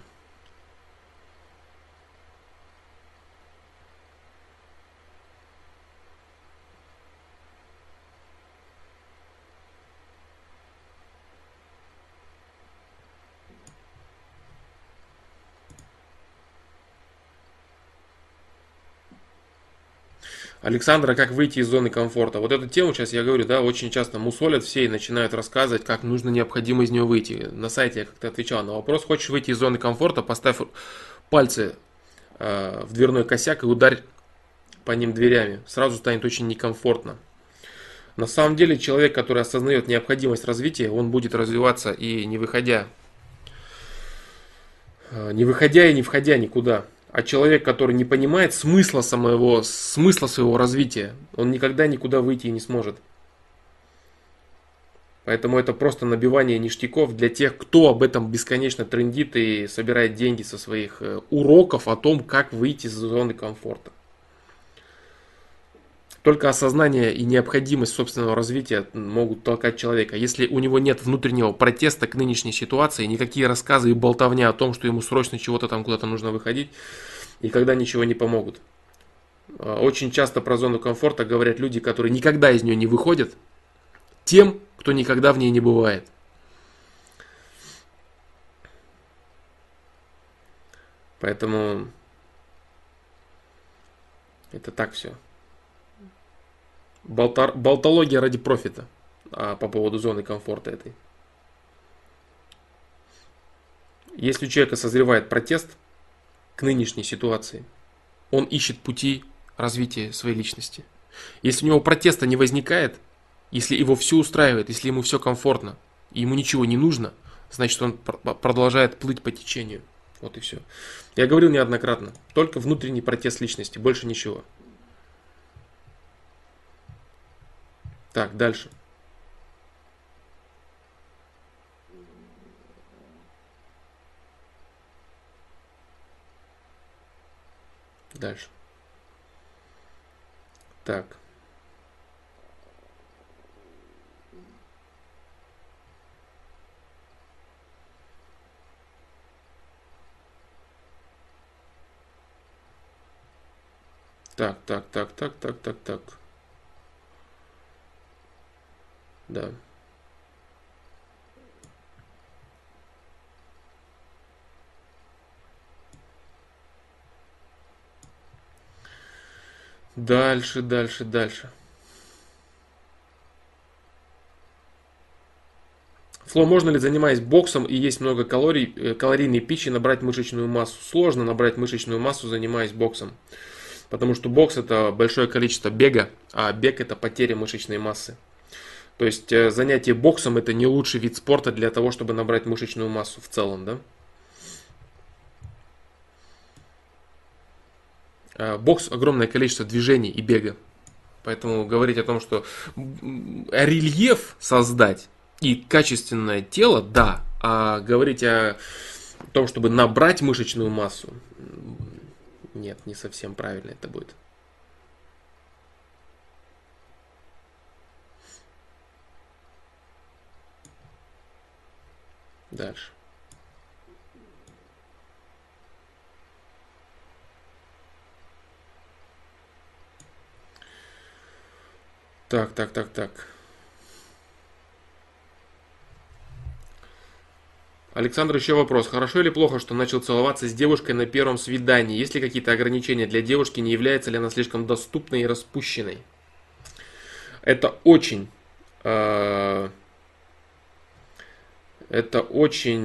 Александра, как выйти из зоны комфорта? Вот эту тему сейчас я говорю, да, очень часто мусолят все и начинают рассказывать, как нужно необходимо из нее выйти. На сайте я как-то отвечал на вопрос, хочешь выйти из зоны комфорта, поставь пальцы в дверной косяк и ударь по ним дверями. Сразу станет очень некомфортно. На самом деле человек, который осознает необходимость развития, он будет развиваться и не выходя и не входя никуда. А человек, который не понимает смысла своего развития, он никогда никуда выйти и не сможет. Поэтому это просто набивание ништяков для тех, кто об этом бесконечно трендит и собирает деньги со своих уроков о том, как выйти из зоны комфорта. Только осознание и необходимость собственного развития могут толкать человека. Если у него нет внутреннего протеста к нынешней ситуации, никакие рассказы и болтовня о том, что ему срочно чего-то там куда-то нужно выходить, никогда ничего не помогут. Очень часто про зону комфорта говорят люди, которые никогда из нее не выходят, тем, кто никогда в ней не бывает. Поэтому это так все. Болтология ради профита по поводу зоны комфорта этой. Если у человека созревает протест к нынешней ситуации, он ищет пути развития своей личности. Если у него протеста не возникает, если его все устраивает, если ему все комфортно, и ему ничего не нужно, значит он продолжает плыть по течению. Вот и все. Я говорил неоднократно, только внутренний протест личности, больше ничего. Так, дальше. Дальше. Так. Так. Да. Дальше. Фло, можно ли, занимаясь боксом и есть много калорийной пищи, набрать мышечную массу? Сложно набрать мышечную массу, занимаясь боксом. Потому что бокс это большое количество бега, а бег это потеря мышечной массы. То есть занятие боксом это не лучший вид спорта для того, чтобы набрать мышечную массу в целом, да? Бокс огромное количество движений и бега. Поэтому говорить о том, что рельеф создать и качественное тело, да. А говорить о том, чтобы набрать мышечную массу, нет, не совсем правильно это будет. Дальше. Так. Александр, еще вопрос. Хорошо или плохо, что начал целоваться с девушкой на первом свидании? Есть ли какие-то ограничения для девушки? Не является ли она слишком доступной и распущенной? Это очень, э, это очень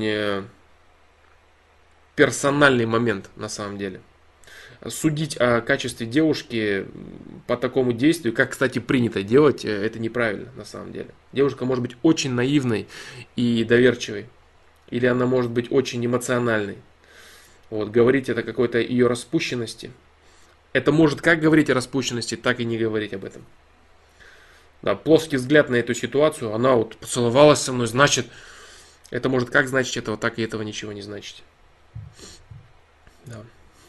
персональный момент на самом деле. Судить о качестве девушки по такому действию, как, кстати, принято делать, это неправильно на самом деле. Девушка может быть очень наивной и доверчивой. Или она может быть очень эмоциональной. Вот, говорить это какой-то ее распущенности. Это может как говорить о распущенности, так и не говорить об этом. Да, плоский взгляд на эту ситуацию, она вот поцеловалась со мной, значит, это может как значить этого, так и этого ничего не значить. Да.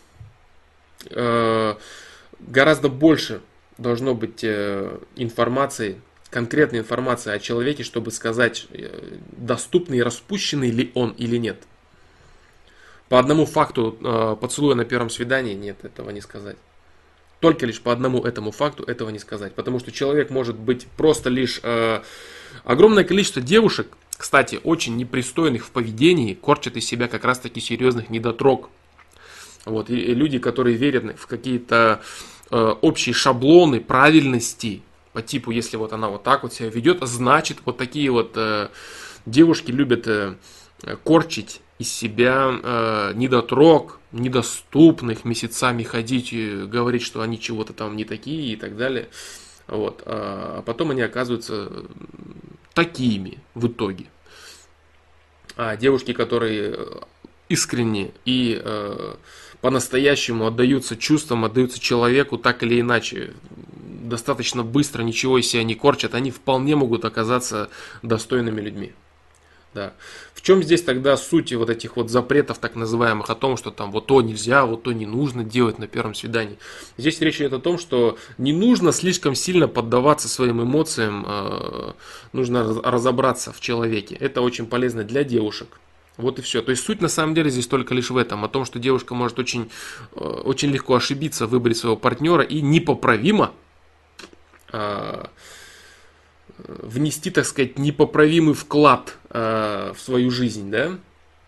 Гораздо больше должно быть информации, конкретной информации о человеке, чтобы сказать, доступный и распущенный ли он или нет. По одному факту поцелуя на первом свидании, нет, этого не сказать. Только лишь по одному этому факту этого не сказать. Потому что человек может быть просто лишь... огромное количество девушек, кстати, очень непристойных в поведении, корчат из себя как раз таки серьезных недотрог. Вот, и люди, которые верят в какие-то общие шаблоны правильности, по типу, если вот она вот так вот себя ведет, значит, вот такие вот девушки любят корчить из себя недотрог, недоступных, месяцами ходить и говорить, что они чего-то там не такие и так далее. Вот. А потом они оказываются такими в итоге. А девушки, которые искренне и по-настоящему отдаются чувствам, отдаются человеку так или иначе, достаточно быстро ничего из себя не корчат, они вполне могут оказаться достойными людьми. Да. В чем здесь тогда суть вот этих вот запретов так называемых о том, что там вот то нельзя, вот то не нужно делать на первом свидании? Здесь речь идет о том, что не нужно слишком сильно поддаваться своим эмоциям, нужно разобраться в человеке. Это очень полезно для девушек. Вот и все. То есть суть на самом деле здесь только лишь в этом, о том, что девушка может очень, очень легко ошибиться в выборе своего партнера и непоправимо внести, так сказать, непоправимый вклад в свою жизнь, да?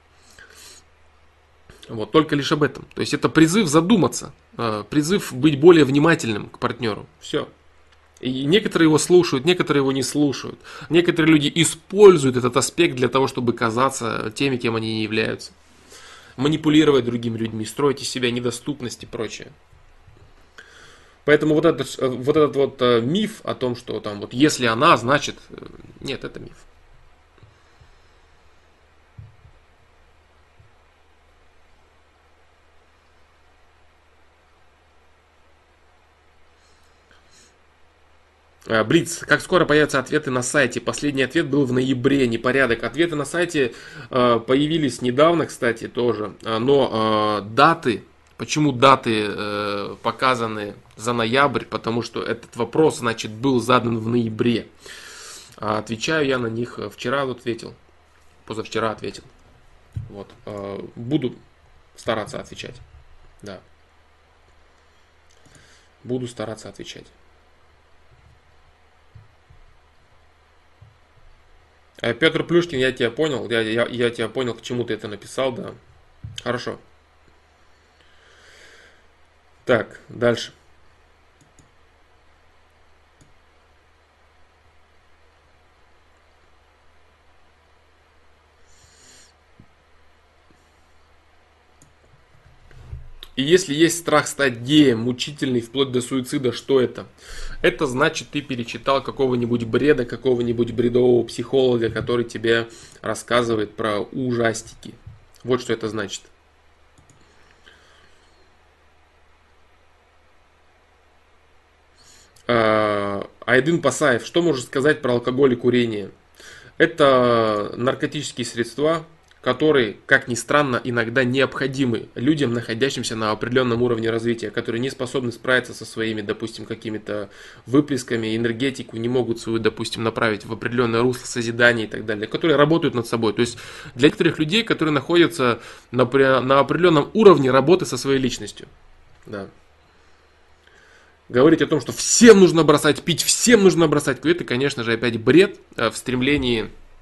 Вот, только лишь об этом. То есть это призыв задуматься, призыв быть более внимательным к партнеру. Все. И некоторые его слушают, некоторые его не слушают. Некоторые люди используют этот аспект для того, чтобы казаться теми, кем они не являются. Манипулировать другими людьми, строить из себя недоступность и прочее. Поэтому вот этот миф о том, что там вот если она, значит... Нет, это миф. Блиц, как скоро появятся ответы на сайте? Последний ответ был в ноябре, непорядок. Ответы на сайте появились недавно, кстати, тоже. Но даты, почему даты показаны за ноябрь? Потому что этот вопрос, значит, был задан в ноябре. Отвечаю я на них вчера ответил, позавчера ответил. Вот. Буду стараться отвечать. Да. Буду стараться отвечать. Петр Плюшкин, я тебя понял, я тебя понял, к чему ты это написал, да. Хорошо. Так, дальше. И если есть страх стать геем, мучительный вплоть до суицида, что это? Это значит, ты перечитал какого-нибудь бреда, какого-нибудь бредового психолога, который тебе рассказывает про ужастики. Вот что это значит. Айдын Пасаев, что можешь сказать про алкоголь и курение? Это наркотические средства, которые, как ни странно, иногда необходимы людям, находящимся на определенном уровне развития, которые не способны справиться со своими, допустим, какими-то выплесками, энергетику, не могут свою, допустим, направить в определенное русло созидания и так далее, которые работают над собой. То есть для некоторых людей, которые находятся на определенном уровне работы со своей личностью. Да. Говорить о том, что всем нужно бросать пить, всем нужно бросать курить, это, конечно же, опять бред в стремлении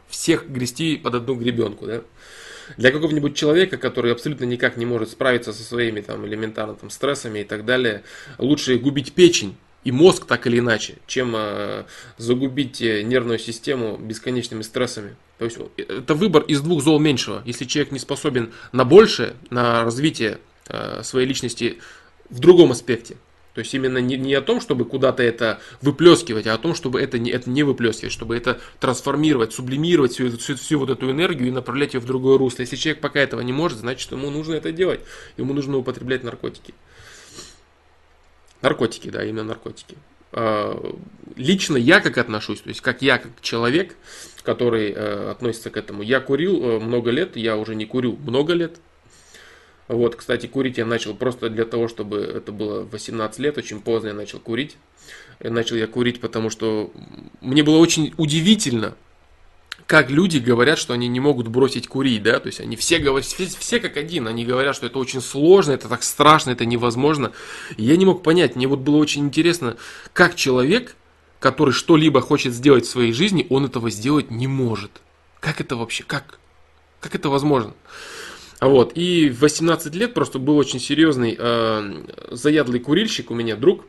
всех грести под одну гребенку, да. Для какого-нибудь человека, который абсолютно никак не может справиться со своими там элементарно там стрессами и так далее, лучше губить печень и мозг так или иначе, чем загубить нервную систему бесконечными стрессами. То есть это выбор из двух зол меньшего. Если человек не способен на большее, на развитие своей личности в другом аспекте. То есть именно не о том, чтобы куда-то это выплескивать, а о том, чтобы это не выплескивать, чтобы это трансформировать, сублимировать всю вот эту энергию и направлять ее в другое русло. Если человек пока этого не может, значит ему нужно это делать. Ему нужно употреблять наркотики. Наркотики, да, именно наркотики. Лично я как отношусь, то есть как я, как человек, который относится к этому. Я курил много лет, я уже не курю много лет. Вот, кстати, курить я начал просто для того, чтобы это было 18 лет, очень поздно я начал курить. Начал я курить, потому что мне было очень удивительно, как люди говорят, что они не могут бросить курить, да, то есть они все говорят, все как один, они говорят, что это очень сложно, это так страшно, это невозможно. И я не мог понять, мне вот было очень интересно, как человек, который что-либо хочет сделать в своей жизни, он этого сделать не может. Как это вообще, как это возможно? Вот, и в 18 лет просто был очень серьезный заядлый курильщик у меня, друг.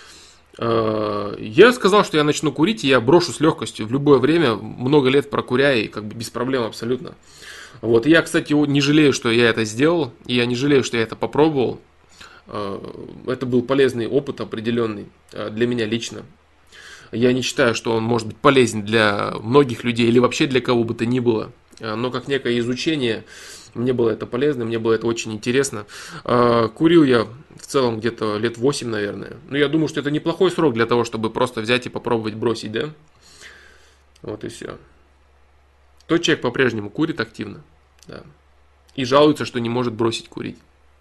Я сказал, что я начну курить, и я брошу с легкостью в любое время, много лет прокуряя, и как бы без проблем абсолютно. Вот, и я, кстати, не жалею, что я это сделал, и я не жалею, что я это попробовал. Это был полезный опыт определенный для меня лично. Я не считаю, что он может быть полезен для многих людей или вообще для кого бы то ни было. Но как некое изучение, мне было это полезно, мне было это очень интересно. Курил я в целом где-то лет 8, наверное. Но я думаю, что это неплохой срок для того, чтобы просто взять и попробовать бросить, да? Вот и все. Тот человек по-прежнему курит активно, да. И жалуется, что не может бросить курить.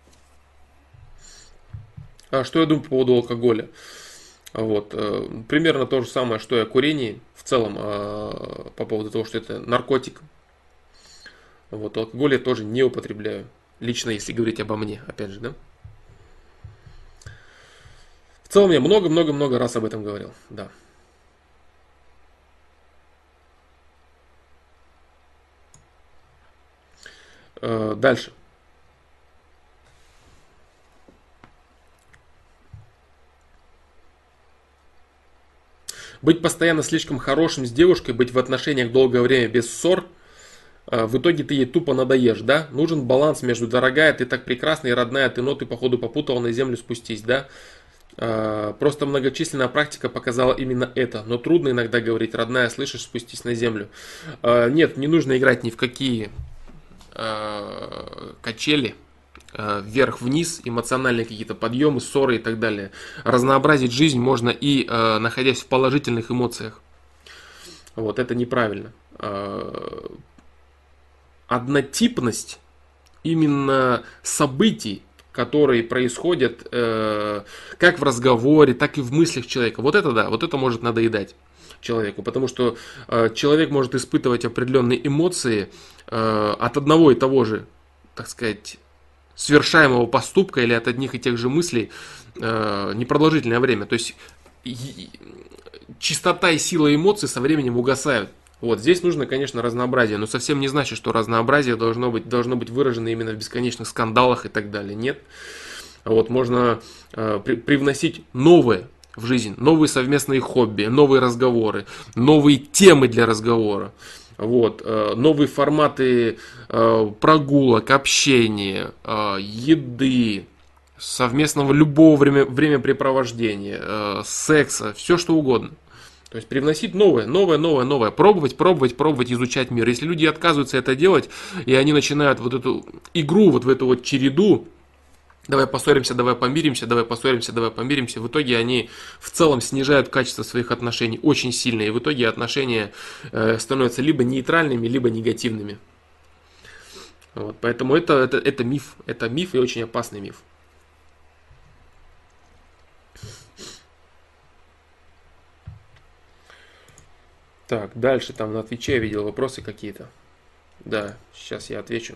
А что я думаю по поводу алкоголя? Вот, примерно то же самое, что и о курении. В целом, по поводу того, что это наркотик. Вот, алкоголь я тоже не употребляю. Лично, если говорить обо мне, опять же, да. В целом, я много-много-много раз об этом говорил, да. Дальше. Быть постоянно слишком хорошим с девушкой, быть в отношениях долгое время без ссор, в итоге ты ей тупо надоешь, да? Нужен баланс между дорогая, ты так прекрасна и родная, ты ноты походу попутал, на землю спустись, да? Просто многочисленная практика показала именно это, но трудно иногда говорить, родная, слышишь, спустись на землю. Нет, не нужно играть ни в какие качели, вверх-вниз, эмоциональные какие-то подъемы, ссоры и так далее. Разнообразить жизнь можно и находясь в положительных эмоциях. Вот это неправильно. Однотипность именно событий, которые происходят как в разговоре, так и в мыслях человека. Вот это да, вот это может надоедать человеку, потому что человек может испытывать определенные эмоции от одного и того же, так сказать, совершаемого поступка или от одних и тех же мыслей непродолжительное время. То есть чистота и сила эмоций со временем угасают. Вот здесь нужно, конечно, разнообразие, но совсем не значит, что разнообразие должно быть выражено именно в бесконечных скандалах и так далее. Нет. Вот можно привносить новое в жизнь, новые совместные хобби, новые разговоры, новые темы для разговора. Вот, новые форматы прогулок, общения, еды, совместного любого времяпрепровождения, секса, все что угодно. То есть привносить новое, пробовать, изучать мир. Если люди отказываются это делать, и они начинают вот эту игру, вот в эту вот череду, давай поссоримся, давай помиримся, давай поссоримся, давай помиримся, в итоге они в целом снижают качество своих отношений очень сильно, и в итоге отношения становятся либо нейтральными, либо негативными. Вот, поэтому это миф и очень опасный миф. Так, дальше там на Твиче я видел вопросы какие-то. Да, сейчас я отвечу.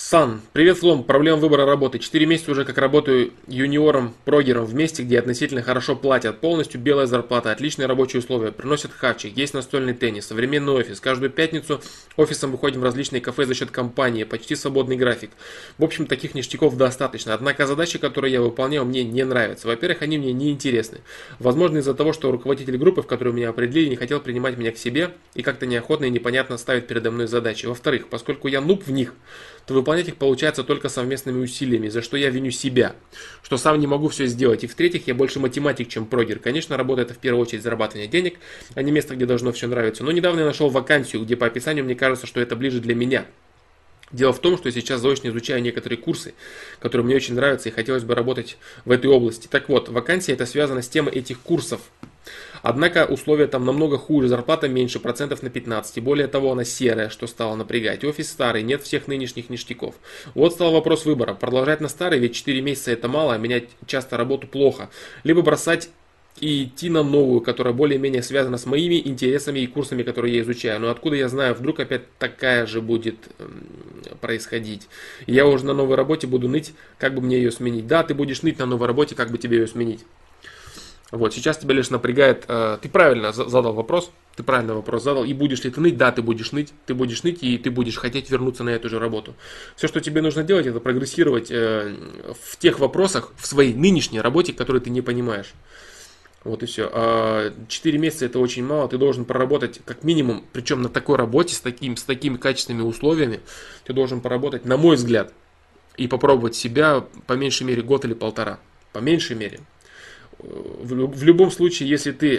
Сан, привет, Флом. Проблема выбора работы. 4 месяца уже как работаю юниором, прогером в месте, где относительно хорошо платят. Полностью белая зарплата, отличные рабочие условия, приносят хавчик, есть настольный теннис, современный офис. Каждую пятницу офисом выходим в различные кафе за счет компании, почти свободный график. В общем, таких ништяков достаточно. Однако задачи, которые я выполнял, мне не нравятся. Во-первых, они мне не интересны. Возможно, из-за того, что руководитель группы, в которую меня определили, не хотел принимать меня к себе и как-то неохотно и непонятно ставит передо мной задачи. Во-вторых, поскольку я нуб в них, то выполнять их получается только совместными усилиями, за что я виню себя, что сам не могу все сделать. И в-третьих, я больше математик, чем прогер. Конечно, работа это в первую очередь зарабатывание денег, а не место, где должно все нравиться. Но недавно я нашел вакансию, где по описанию мне кажется, что это ближе для меня. Дело в том, что я сейчас заочно изучаю некоторые курсы, которые мне очень нравятся и хотелось бы работать в этой области. Так вот, вакансия это связана с темой этих курсов. Однако условия там намного хуже, зарплата меньше, процентов на 15. И более того, она серая, что стало напрягать. Офис старый, нет всех нынешних ништяков. Вот стал вопрос выбора. Продолжать на старый, ведь 4 месяца это мало, а менять часто работу плохо. Либо бросать и идти на новую, которая более-менее связана с моими интересами и курсами, которые я изучаю. Но откуда я знаю, вдруг опять такая же будет происходить. И я уже на новой работе буду ныть, как бы мне ее сменить. Да, ты будешь ныть на новой работе, как бы тебе ее сменить. Вот, сейчас тебя лишь напрягает, ты правильно задал вопрос, ты правильно вопрос задал, и будешь ли ты ныть, да, ты будешь ныть, и ты будешь хотеть вернуться на эту же работу. Все, что тебе нужно делать, это прогрессировать в тех вопросах, в своей нынешней работе, которые ты не понимаешь. Вот и все. 4 месяца это очень мало, ты должен проработать как минимум, причем на такой работе, с такими качественными условиями, ты должен поработать, на мой взгляд, и попробовать себя по меньшей мере год или полтора, по меньшей мере. В любом случае, если ты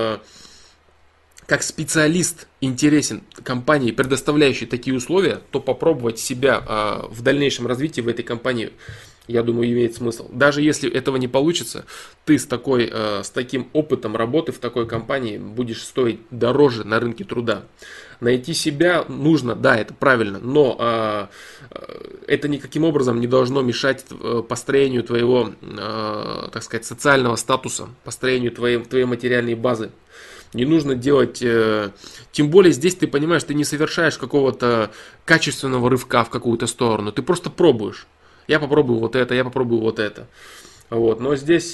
как специалист интересен компании, предоставляющей такие условия, то попробовать себя в дальнейшем развитии в этой компании, я думаю, имеет смысл. Даже если этого не получится, ты с таким опытом работы в такой компании будешь стоить дороже на рынке труда. Найти себя нужно, да, это правильно, но это никаким образом не должно мешать построению твоего, так сказать, социального статуса, построению твоей материальной базы. Не нужно делать, тем более здесь ты понимаешь, ты не совершаешь какого-то качественного рывка в какую-то сторону, ты просто пробуешь. Я попробую вот это, я попробую вот это. Вот, но здесь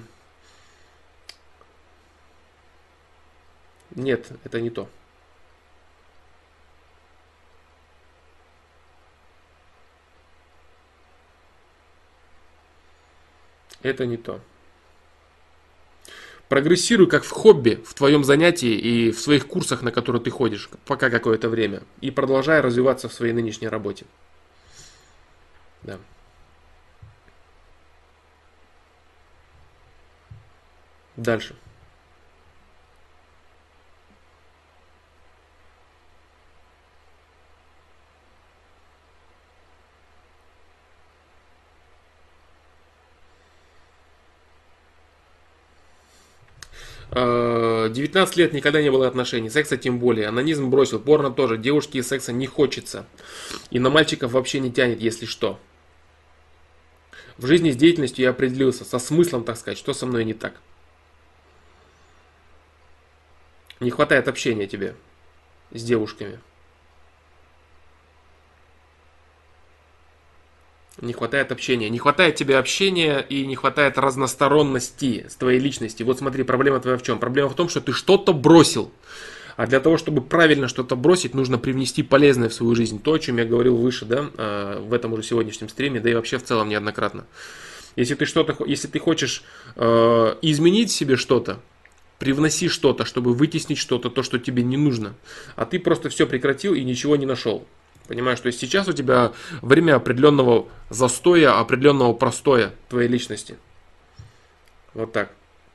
нет, это не то. Это не то. Прогрессируй как в хобби, в твоем занятии и в своих курсах, на которые ты ходишь, пока какое-то время. И продолжай развиваться в своей нынешней работе. Да. Дальше. 19 лет никогда не было отношений, секса тем более, анонизм бросил, порно тоже, девушки из секса не хочется. И на мальчиков вообще не тянет, если что. В жизни с деятельностью я определился, со смыслом, так сказать, что со мной не так. Не хватает общения тебе с девушками. Не хватает общения. Не хватает тебе общения и не хватает разносторонности с твоей личности. Вот смотри, проблема твоя в чем? Проблема в том, что ты что-то бросил. А для того, чтобы правильно что-то бросить, нужно привнести полезное в свою жизнь. То, о чем я говорил выше, да, в этом уже сегодняшнем стриме, да и вообще в целом неоднократно. Если ты хочешь изменить себе что-то, привноси что-то, чтобы вытеснить что-то, то, что тебе не нужно. А ты просто все прекратил и ничего не нашел. Понимаешь, то есть сейчас у тебя время определенного застоя, определенного простоя твоей личности. Вот так.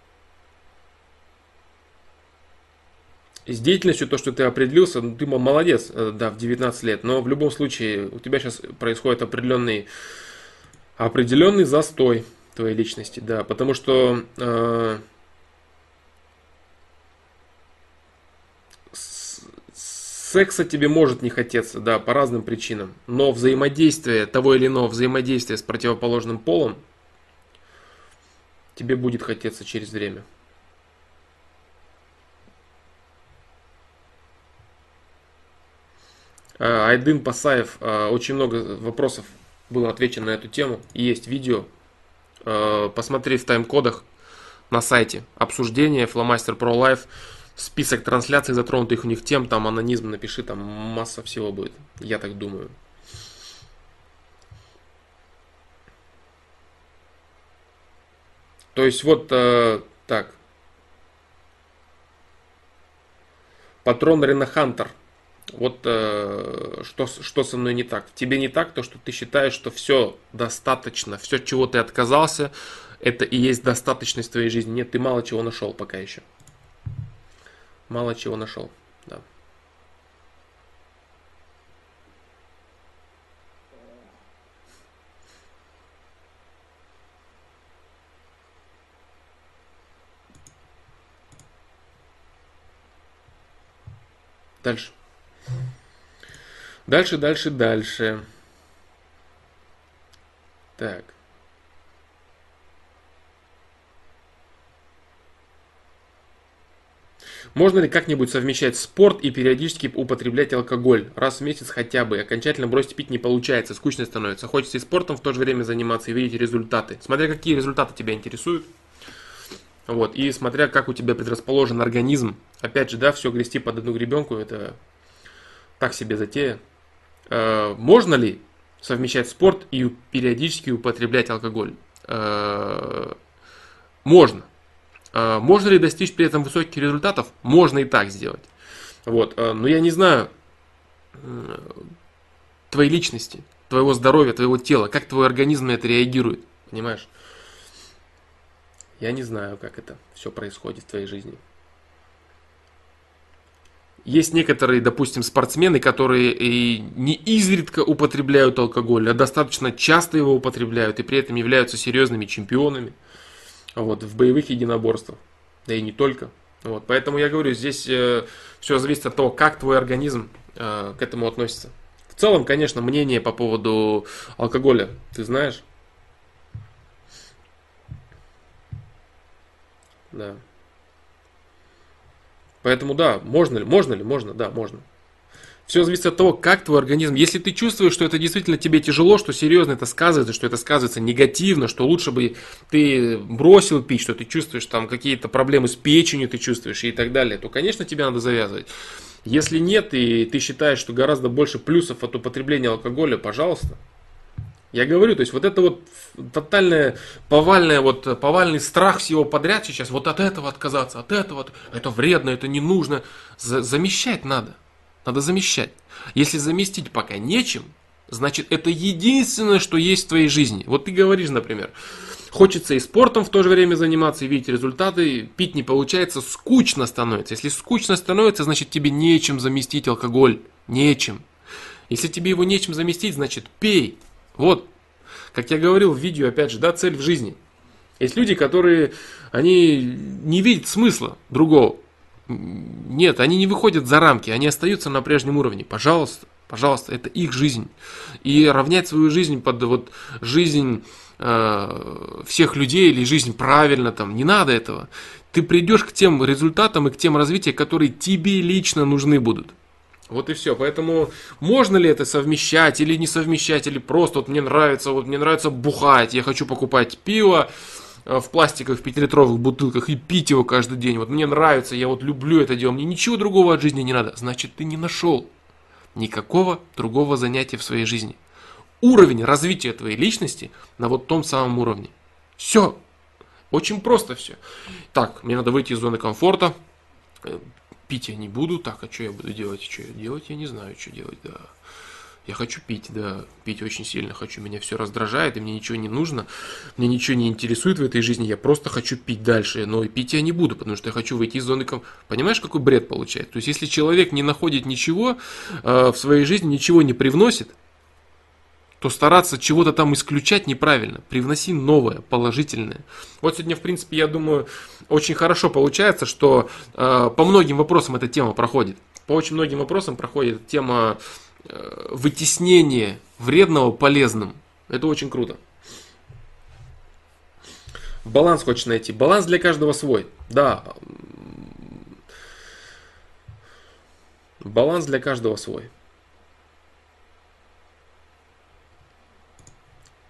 И с деятельностью, то, что ты определился, ну, ты молодец, да, в 19 лет, но в любом случае у тебя сейчас происходит определенный застой твоей личности, да, потому что секса тебе может не хотеться, да, по разным причинам, но взаимодействие, того или иного взаимодействия с противоположным полом тебе будет хотеться через время. Айдын Пасаев, очень много вопросов было отвечено на эту тему. И есть видео. Посмотри в тайм-кодах на сайте. Обсуждение, Flowmaster Pro Live, список трансляций затронутых у них тем, там анонизм напиши, там масса всего будет. Я так думаю. То есть вот так. Патрон Рена Хантер. Вот что со мной не так. Тебе не так, то что ты считаешь, что все достаточно, все, от чего ты отказался, это и есть достаточность в твоей жизни. Нет, ты мало чего нашел пока еще. Мало чего нашел. Да. Дальше. Дальше. Так. Можно ли как-нибудь совмещать спорт и периодически употреблять алкоголь? Раз в месяц хотя бы. Окончательно бросить пить не получается, скучно становится. Хочется и спортом в то же время заниматься и видеть результаты. Смотря какие результаты тебя интересуют. Вот, и смотря как у тебя предрасположен организм. Опять же, да, все грести под одну гребенку, это так себе затея. Можно ли совмещать спорт и периодически употреблять алкоголь? Можно. Можно ли достичь при этом высоких результатов? Можно и так сделать. Вот. Но я не знаю твоей личности, твоего здоровья, твоего тела, как твой организм на это реагирует. Понимаешь? Я не знаю, как это все происходит в твоей жизни. Есть некоторые, допустим, спортсмены, которые и не изредка употребляют алкоголь, а достаточно часто его употребляют и при этом являются серьезными чемпионами. Вот, в боевых единоборствах, да и не только. Вот, поэтому я говорю, здесь все зависит от того, как твой организм к этому относится. В целом, конечно, мнение по поводу алкоголя, ты знаешь? Да. Поэтому да, можно, да, можно. Все зависит от того, как твой организм. Если ты чувствуешь, что это действительно тебе тяжело, что серьезно это сказывается, что это сказывается негативно, что лучше бы ты бросил пить, что ты чувствуешь там какие-то проблемы с печенью, ты чувствуешь и так далее, то, конечно, тебе надо завязывать. Если нет, и ты считаешь, что гораздо больше плюсов от употребления алкоголя, пожалуйста. Я говорю, то есть вот это вот тотальное, повальный страх всего подряд сейчас, вот от этого отказаться, от этого, это вредно, это не нужно. Замещать надо. Надо замещать. Если заместить пока нечем, значит это единственное, что есть в твоей жизни. Вот ты говоришь, например, хочется и спортом в то же время заниматься, и видеть результаты, пить не получается, скучно становится. Если скучно становится, значит тебе нечем заместить алкоголь. Нечем. Если тебе его нечем заместить, значит пей. Вот, как я говорил в видео, опять же, да, цель в жизни. Есть люди, которые, они не видят смысла другого. Нет, они не выходят за рамки, они остаются на прежнем уровне. Пожалуйста, пожалуйста, это их жизнь. И равнять свою жизнь под вот жизнь всех людей или жизнь правильно, там, не надо этого. Ты придешь к тем результатам и к тем развитиям, которые тебе лично нужны будут. Вот и все. Поэтому можно ли это совмещать или не совмещать, или просто вот мне нравится бухать, я хочу покупать пиво в пластиковых 5-литровых бутылках и пить его каждый день. Вот мне нравится, я вот люблю это дело, мне ничего другого от жизни не надо. Значит, ты не нашел никакого другого занятия в своей жизни. Уровень развития твоей личности на вот том самом уровне. Все. Очень просто все. Так, мне надо выйти из зоны комфорта. Пить я не буду. Так, а что я буду делать? Что я делать? Я не знаю, что делать, да. Я хочу пить, да, пить очень сильно хочу, меня все раздражает, и мне ничего не нужно, мне ничего не интересует в этой жизни, я просто хочу пить дальше, но и пить я не буду, потому что я хочу выйти из зоны комфорта. Понимаешь, какой бред получается? То есть, если человек не находит ничего в своей жизни, ничего не привносит, то стараться чего-то там исключать неправильно. Привноси новое, положительное. Вот сегодня, в принципе, я думаю, очень хорошо получается, что по многим вопросам эта тема проходит. По очень многим вопросам проходит тема вытеснения вредного полезным. Это очень круто. Баланс хочешь найти. Баланс для каждого свой. Да. Баланс для каждого свой.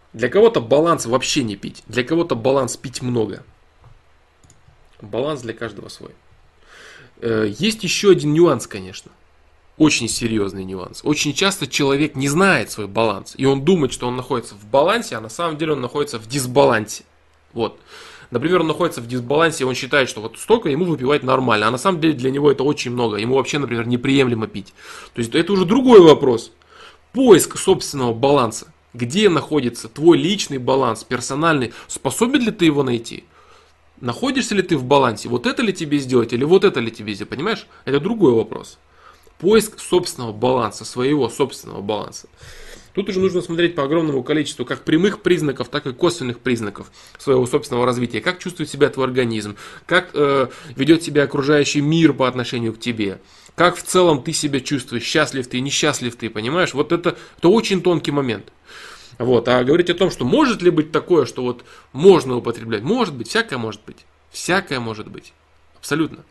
Для кого-то баланс вообще не пить, для кого-то баланс пить много. Баланс для каждого свой. Есть еще один нюанс, конечно. Очень серьезный нюанс. Очень часто человек не знает свой баланс. И он думает, что он находится в балансе, а на самом деле он находится в дисбалансе. Вот. Например, он находится в дисбалансе, и он считает, что вот столько ему выпивать нормально. А на самом деле для него это очень много. Ему вообще, например, неприемлемо пить. То есть это уже другой вопрос. Поиск собственного баланса. Где находится твой личный баланс, персональный. Способен ли ты его найти? Находишься ли ты в балансе? Вот это ли тебе сделать или вот это ли тебе сделать? Понимаешь? Это другой вопрос. Поиск собственного баланса, своего собственного баланса. Тут уже нужно смотреть по огромному количеству как прямых признаков, так и косвенных признаков своего собственного развития. Как чувствует себя твой организм, как ведет себя окружающий мир по отношению к тебе, как в целом ты себя чувствуешь, счастлив ты, несчастлив ты, понимаешь? Вот это очень тонкий момент. Вот. А говорить о том, что может ли быть такое, что вот можно употреблять, может быть, всякое может быть. Всякое может быть. Абсолютно.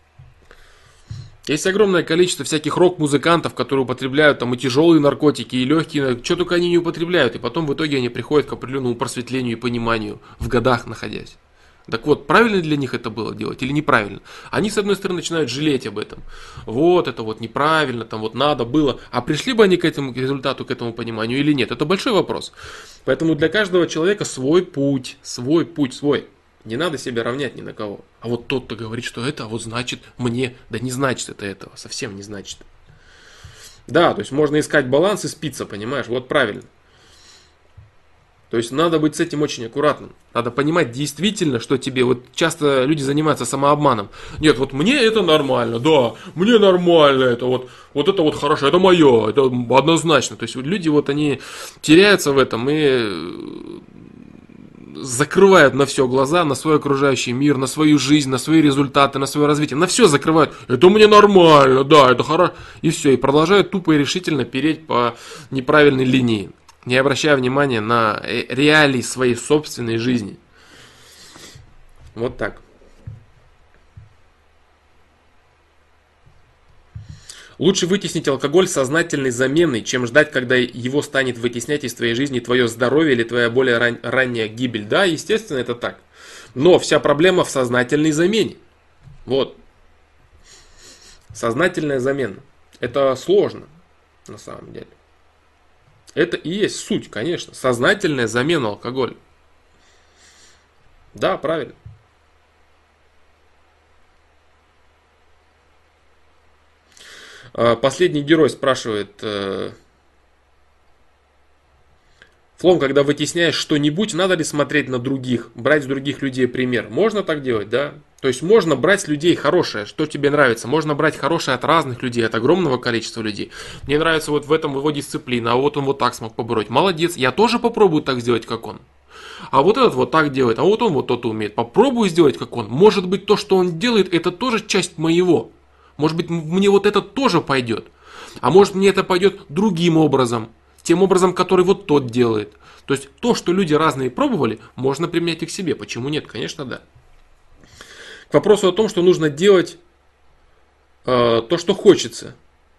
Есть огромное количество всяких рок-музыкантов, которые употребляют там и тяжелые наркотики, и легкие, что только они не употребляют, и потом в итоге они приходят к определенному просветлению и пониманию, в годах находясь. Так вот, правильно для них это было делать или неправильно? Они, с одной стороны, начинают жалеть об этом. Вот, это вот неправильно, там вот надо было. А пришли бы они к этому результату, к этому пониманию или нет? Это большой вопрос. Поэтому для каждого человека свой путь, свой. Не надо себя равнять ни на кого. А вот тот-то говорит, что это, а вот значит мне. Да не значит это этого, совсем не значит. Да, то есть можно искать баланс и спиться, понимаешь? Вот правильно. То есть надо быть с этим очень аккуратным. Надо понимать действительно, что тебе... Вот часто люди занимаются самообманом. Нет, вот мне это нормально, да, мне нормально это, вот это вот хорошо, это мое, это однозначно. То есть люди вот они теряются в этом и закрывают на все глаза, на свой окружающий мир, на свою жизнь, на свои результаты, на свое развитие. На все закрывают. Это мне нормально, да, это хорошо. И все, и продолжают тупо и решительно переть по неправильной линии, не обращая внимания на реалии своей собственной жизни. Вот так. Лучше вытеснить алкоголь сознательной заменой, чем ждать, когда его станет вытеснять из твоей жизни твое здоровье или твоя более ранняя гибель. Да, естественно, это так. Но вся проблема в сознательной замене. Вот. Сознательная замена. Это сложно, на самом деле. Это и есть суть, конечно. Сознательная замена алкоголя. Да, правильно. Последний герой спрашивает: Флом, когда вытесняешь что-нибудь, надо ли смотреть на других, брать с других людей пример? Можно так делать, да? То есть можно брать с людей хорошее, что тебе нравится. Можно брать хорошее от разных людей, от огромного количества людей. Мне нравится вот в этом его дисциплина, а вот он вот так смог побороть. Молодец, я тоже попробую так сделать, как он. А вот этот вот так делает, а вот он вот то-то умеет. Попробую сделать, как он. Может быть, то, что он делает, это тоже часть моего. Может быть, мне вот это тоже пойдет. А может, мне это пойдет другим образом. Тем образом, который вот тот делает. То есть, то, что люди разные пробовали, можно применять и к себе. Почему нет? Конечно, да. К вопросу о том, что нужно делать то, что хочется.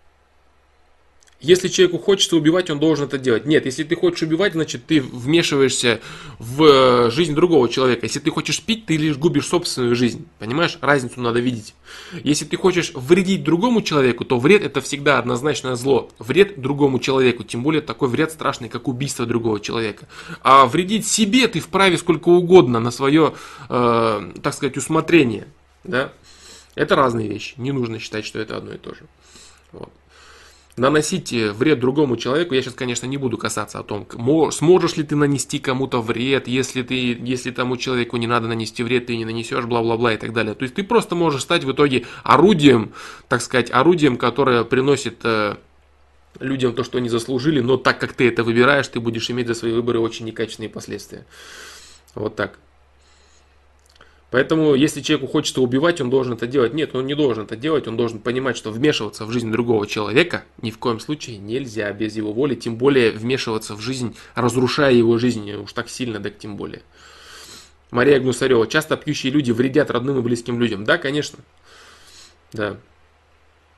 Если человеку хочется убивать, он должен это делать. Нет, если ты хочешь убивать, значит ты вмешиваешься в жизнь другого человека. Если ты хочешь пить, ты лишь губишь собственную жизнь. Понимаешь? Разницу надо видеть. Если ты хочешь вредить другому человеку, то вред это всегда однозначное зло. Вред другому человеку, тем более такой вред страшный, как убийство другого человека. А вредить себе ты вправе сколько угодно на свое, так сказать, усмотрение. Да? Это разные вещи. Не нужно считать, что это одно и то же. Вот. Наносить вред другому человеку, я сейчас, конечно, не буду касаться о том, сможешь ли ты нанести кому-то вред, если тому человеку не надо нанести вред, ты не нанесешь, бла-бла-бла и так далее. То есть ты просто можешь стать в итоге орудием, так сказать, орудием, которое приносит людям то, что они заслужили, но так как ты это выбираешь, ты будешь иметь за свои выборы очень некачественные последствия. Вот так. Поэтому, если человеку хочется убивать, он должен это делать. Нет, он не должен это делать. Он должен понимать, что вмешиваться в жизнь другого человека ни в коем случае нельзя без его воли. Тем более вмешиваться в жизнь, разрушая его жизнь, уж так сильно, так тем более. Мария Гнусарева. Часто пьющие люди вредят родным и близким людям. Да, конечно. Да.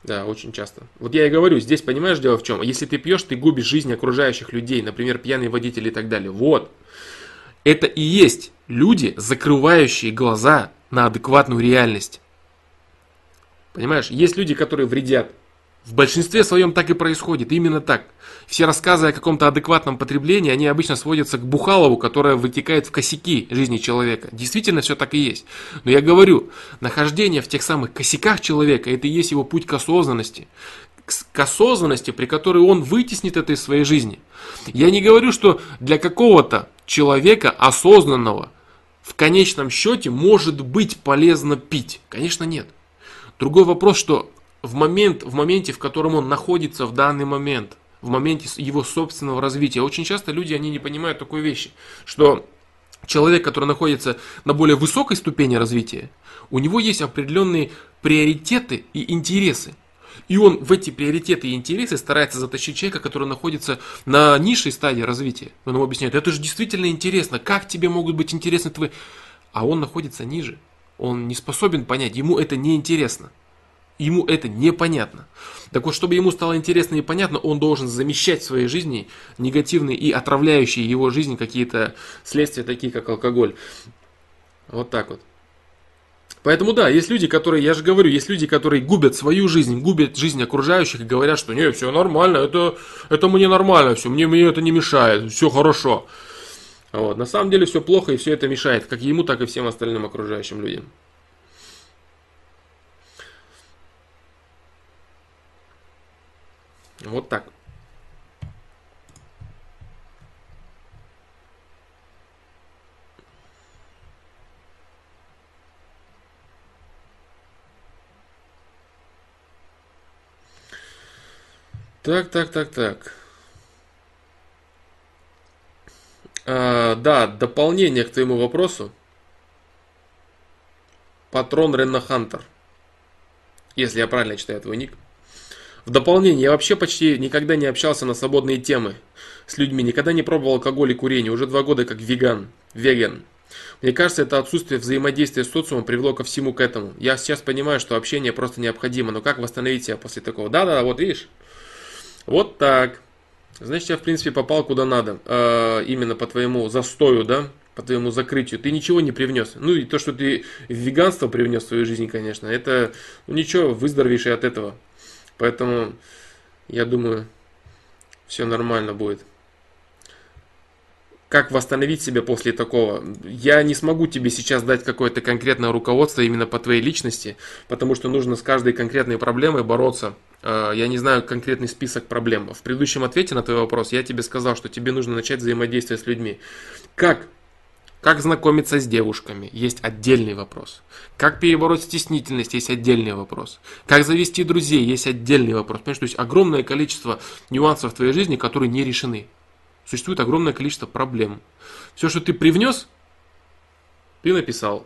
Да, очень часто. Вот я и говорю, здесь понимаешь, дело в чем? Если ты пьешь, ты губишь жизнь окружающих людей, например, пьяный водитель и так далее. Вот. Это и есть люди, закрывающие глаза на адекватную реальность. Понимаешь, есть люди, которые вредят. В большинстве своем так и происходит, именно так. Все рассказы о каком-то адекватном потреблении, они обычно сводятся к Бухалову, которое вытекает в косяки жизни человека. Действительно, все так и есть. Но я говорю, нахождение в тех самых косяках человека, это и есть его путь к осознанности. К осознанности, при которой он вытеснит это из своей жизни. Я не говорю, что для какого-то человека осознанного в конечном счете может быть полезно пить. Конечно, нет. Другой вопрос, что в моменте, в котором он находится в данный момент, в моменте его собственного развития, очень часто люди, они не понимают такой вещи, что человек, который находится на более высокой ступени развития, у него есть определенные приоритеты и интересы. И он в эти приоритеты и интересы старается затащить человека, который находится на низшей стадии развития. Он ему объясняет, это же действительно интересно, как тебе могут быть интересны твои... А он находится ниже. Он не способен понять, ему это не интересно. Ему это непонятно. Так вот, чтобы ему стало интересно и понятно, он должен замещать в своей жизни негативные и отравляющие его жизнь какие-то следствия, такие как алкоголь. Вот так вот. Поэтому да, есть люди, которые, я же говорю, есть люди, которые губят свою жизнь, губят жизнь окружающих и говорят, что не, все нормально, это мне нормально, все, мне это не мешает, все хорошо. Вот. На самом деле все плохо и все это мешает, как ему, так и всем остальным окружающим людям. Вот так. Так. Да, дополнение к твоему вопросу. Патрон Ренна Хантер. Если я правильно читаю твой ник. В дополнение, я вообще почти никогда не общался на свободные темы с людьми. Никогда не пробовал алкоголь и курение. Уже 2 года как веган. Мне кажется, это отсутствие взаимодействия с социумом привело ко всему к этому. Я сейчас понимаю, что общение просто необходимо. Но как восстановить себя после такого? Да, вот видишь. Вот так. Значит, я в принципе попал куда надо. Именно по твоему застою, да? По твоему закрытию. Ты ничего не привнес. Ну и то, что ты веганство привнес в свою жизнь, конечно, это ничего, выздоровеешь и от этого. Поэтому я думаю, все нормально будет. Как восстановить себя после такого? Я не смогу тебе сейчас дать какое-то конкретное руководство именно по твоей личности, потому что нужно с каждой конкретной проблемой бороться. Я не знаю конкретный список проблем. В предыдущем ответе на твой вопрос я тебе сказал, что тебе нужно начать взаимодействие с людьми. Как знакомиться с девушками? Есть отдельный вопрос. Как перебороть стеснительность? Есть отдельный вопрос. Как завести друзей? Есть отдельный вопрос. Понимаешь, то есть огромное количество нюансов в твоей жизни, которые не решены. Существует огромное количество проблем. Все, что ты привнес, ты написал.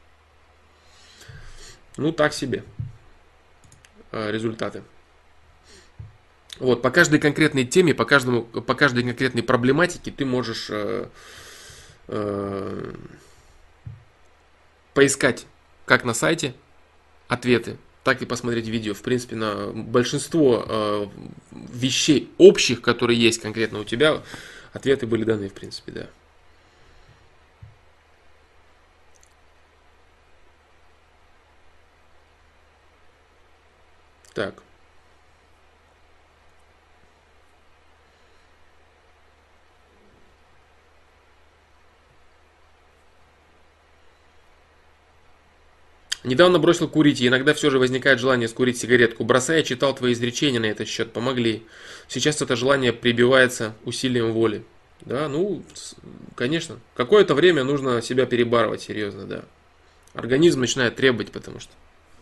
Ну, так себе. Результаты. Вот, по каждой конкретной теме, по каждой конкретной проблематике ты можешь поискать как на сайте ответы, так и посмотреть видео. В принципе, на большинство вещей общих, которые есть конкретно у тебя, ответы были даны, в принципе, да. Так. Недавно бросил курить, и иногда все же возникает желание скурить сигаретку. Бросая, читал твои изречения на этот счет, помогли. Сейчас это желание прибивается усилием воли. Да, ну, конечно. Какое-то время нужно себя перебарывать, серьезно, да. Организм начинает требовать, потому что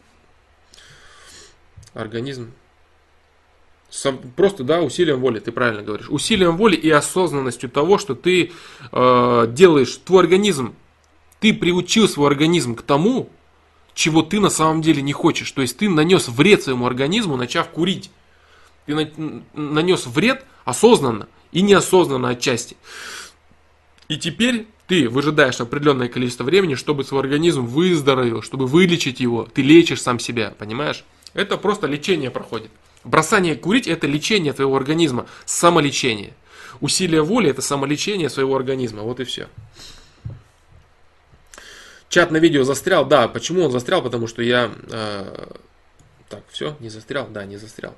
организм просто, да, усилием воли, ты правильно говоришь. Усилием воли и осознанностью того, что ты делаешь, твой организм, ты приучил свой организм к тому, чего ты на самом деле не хочешь. То есть ты нанес вред своему организму, начав курить. Ты нанес вред осознанно и неосознанно отчасти. И теперь ты выжидаешь определенное количество времени, чтобы свой организм выздоровел, чтобы вылечить его. Ты лечишь сам себя, понимаешь? Это просто лечение проходит. Бросание курить – это лечение твоего организма, самолечение. Усилие воли – это самолечение своего организма. Вот и все. Чат на видео застрял. Да, почему он застрял? Потому что я... Так, все, не застрял? Да, не застрял.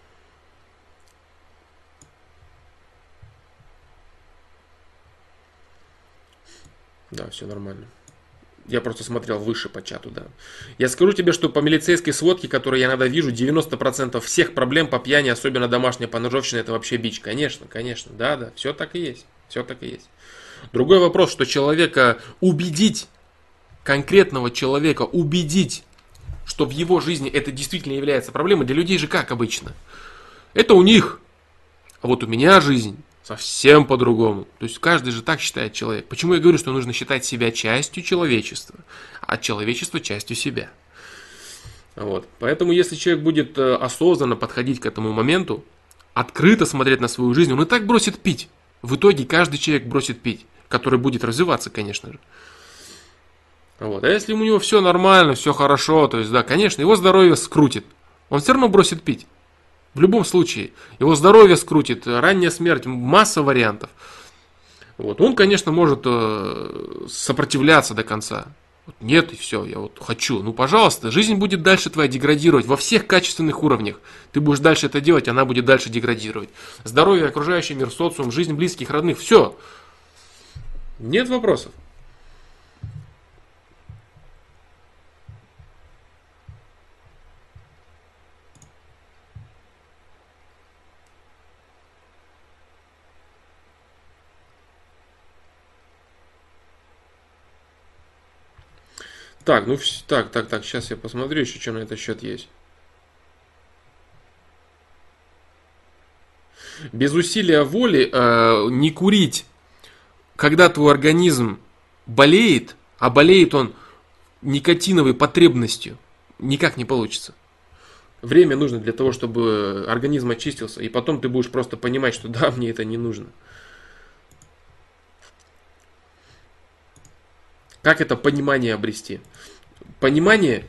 Да, все нормально. Я просто смотрел выше по чату, да. Я скажу тебе, что по милицейской сводке, которую я иногда вижу, 90% всех проблем по пьяни, особенно домашняя поножовщина, это вообще бич. Конечно, конечно, да, все так и есть. Все так и есть. Другой вопрос, что человека убедить, конкретного человека убедить, что в его жизни это действительно является проблемой, для людей же как обычно? Это у них. А вот у меня жизнь совсем по-другому. То есть каждый же так считает человек. Почему я говорю, что нужно считать себя частью человечества, а человечество частью себя? Вот. Поэтому если человек будет осознанно подходить к этому моменту, открыто смотреть на свою жизнь, он и так бросит пить. В итоге каждый человек бросит пить, который будет развиваться, конечно же. Вот. А если у него все нормально, все хорошо, то есть, да, конечно, его здоровье скрутит. Он все равно бросит пить. В любом случае, его здоровье скрутит, ранняя смерть, масса вариантов. Вот. Он, конечно, может сопротивляться до конца. Вот нет, и все, я вот хочу. Ну, пожалуйста, жизнь будет дальше твоя деградировать во всех качественных уровнях. Ты будешь дальше это делать, она будет дальше деградировать. Здоровье, окружающий мир, социум, жизнь близких, родных, все. Нет вопросов. Так, ну так, сейчас я посмотрю еще, что на этот счет есть. Без усилия воли не курить, когда твой организм болеет, а болеет он никотиновой потребностью, никак не получится. Время нужно для того, чтобы организм очистился, и потом ты будешь просто понимать, что да, мне это не нужно. Как это понимание обрести? Понимание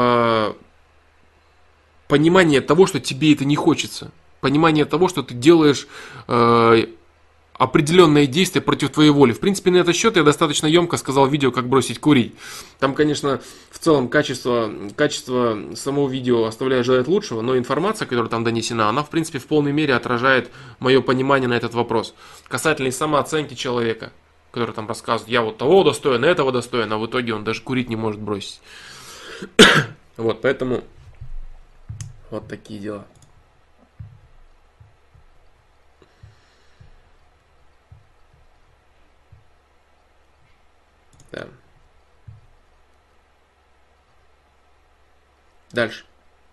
того, что тебе это не хочется. Понимание того, что ты делаешь определенные действия против твоей воли. В принципе, на этот счет я достаточно емко сказал в видео, как бросить курить. Там, конечно, в целом качество самого видео оставляет желать лучшего, но информация, которая там донесена, она, в принципе, в полной мере отражает мое понимание на этот вопрос. Касательно самооценки человека, который там рассказывает, я вот того достоин, этого достоин, а в итоге он даже курить не может бросить. Вот, поэтому вот такие дела. Да. Дальше.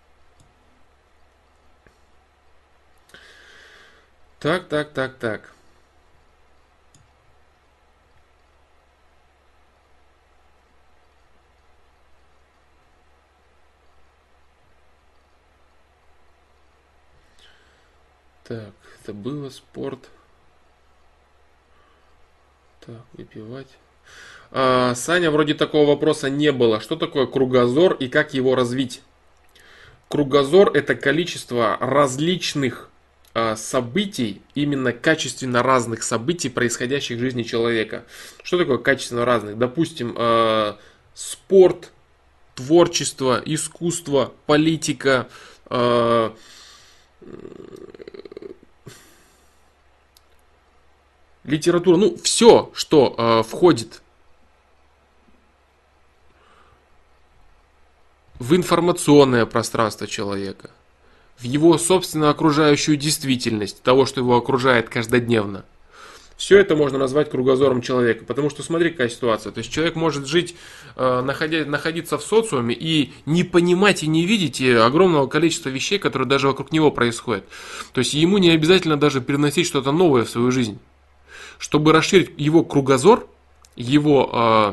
Так. Так, это было спорт. Так, выпивать. Саня, вроде такого вопроса не было. Что такое кругозор и как его развить? Кругозор – это количество различных событий, именно качественно разных событий, происходящих в жизни человека. Что такое качественно разных? Допустим, спорт, творчество, искусство, политика, литература, ну все, что входит в информационное пространство человека, в его собственную окружающую действительность, того, что его окружает каждодневно. Все это можно назвать кругозором человека, потому что смотри, какая ситуация. То есть человек может жить, находиться в социуме и не понимать и не видеть огромного количества вещей, которые даже вокруг него происходят. То есть ему не обязательно даже переносить что-то новое в свою жизнь. Чтобы расширить его кругозор, его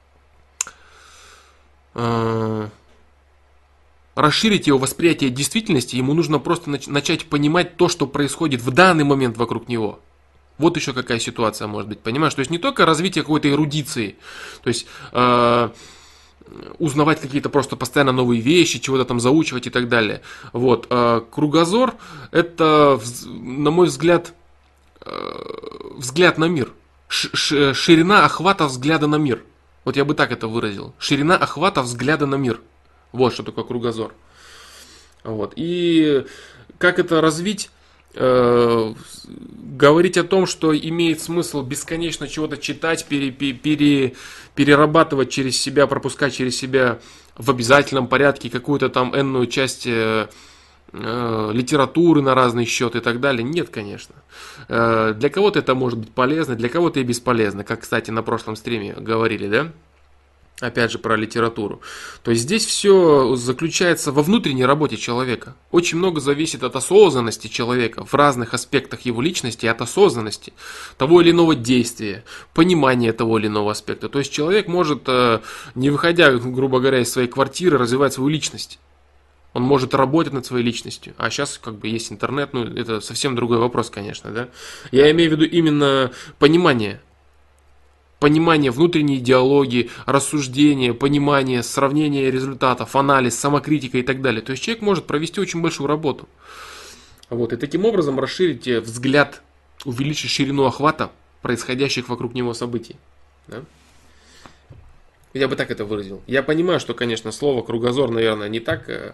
расширить его восприятие действительности, ему нужно просто начать понимать то, что происходит в данный момент вокруг него. Вот еще какая ситуация может быть, понимаешь? То есть не только развитие какой-то эрудиции, то есть узнавать какие-то просто постоянно новые вещи, чего-то там заучивать и так далее. Вот. Кругозор – это, на мой взгляд, взгляд на мир. Ширина охвата взгляда на мир. Вот я бы так это выразил. Ширина охвата взгляда на мир. Вот что такое кругозор. Вот. И как это развить? Говорить о том, что имеет смысл бесконечно чего-то читать, перерабатывать через себя, пропускать через себя в обязательном порядке какую-то там энную часть литературы на разный счет и так далее. Нет, конечно. Для кого-то это может быть полезно, для кого-то и бесполезно, как, кстати, на прошлом стриме говорили, да? Опять же, про литературу. То есть здесь все заключается во внутренней работе человека. Очень много зависит от осознанности человека в разных аспектах его личности, от осознанности того или иного действия, понимания того или иного аспекта. То есть человек может, не выходя, грубо говоря, из своей квартиры, развивать свою личность. Он может работать над своей личностью. А сейчас как бы есть интернет, ну это совсем другой вопрос, конечно, да. Я имею в виду именно понимание внутренней идеологии, рассуждение, понимание, сравнение результатов, анализ, самокритика и так далее. То есть человек может провести очень большую работу. Вот, и таким образом расширить взгляд, увеличить ширину охвата происходящих вокруг него событий. Да? Я бы так это выразил. Я понимаю, что, конечно, слово кругозор, наверное, не так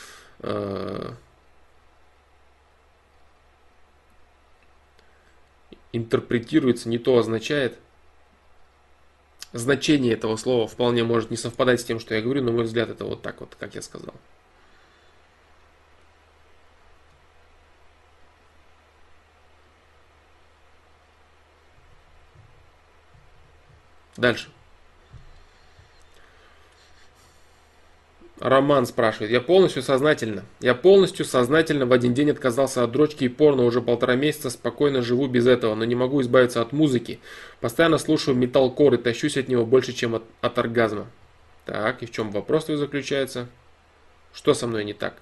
интерпретируется, не то означает. Значение этого слова вполне может не совпадать с тем, что я говорю, но, на мой взгляд, это вот так вот, как я сказал. Дальше. Роман спрашивает. Я полностью сознательно в один день отказался от дрочки и порно. Уже 1,5 месяца спокойно живу без этого, но не могу избавиться от музыки. Постоянно слушаю металкор и тащусь от него больше, чем от оргазма. Так, и в чем вопрос твой заключается? Что со мной не так?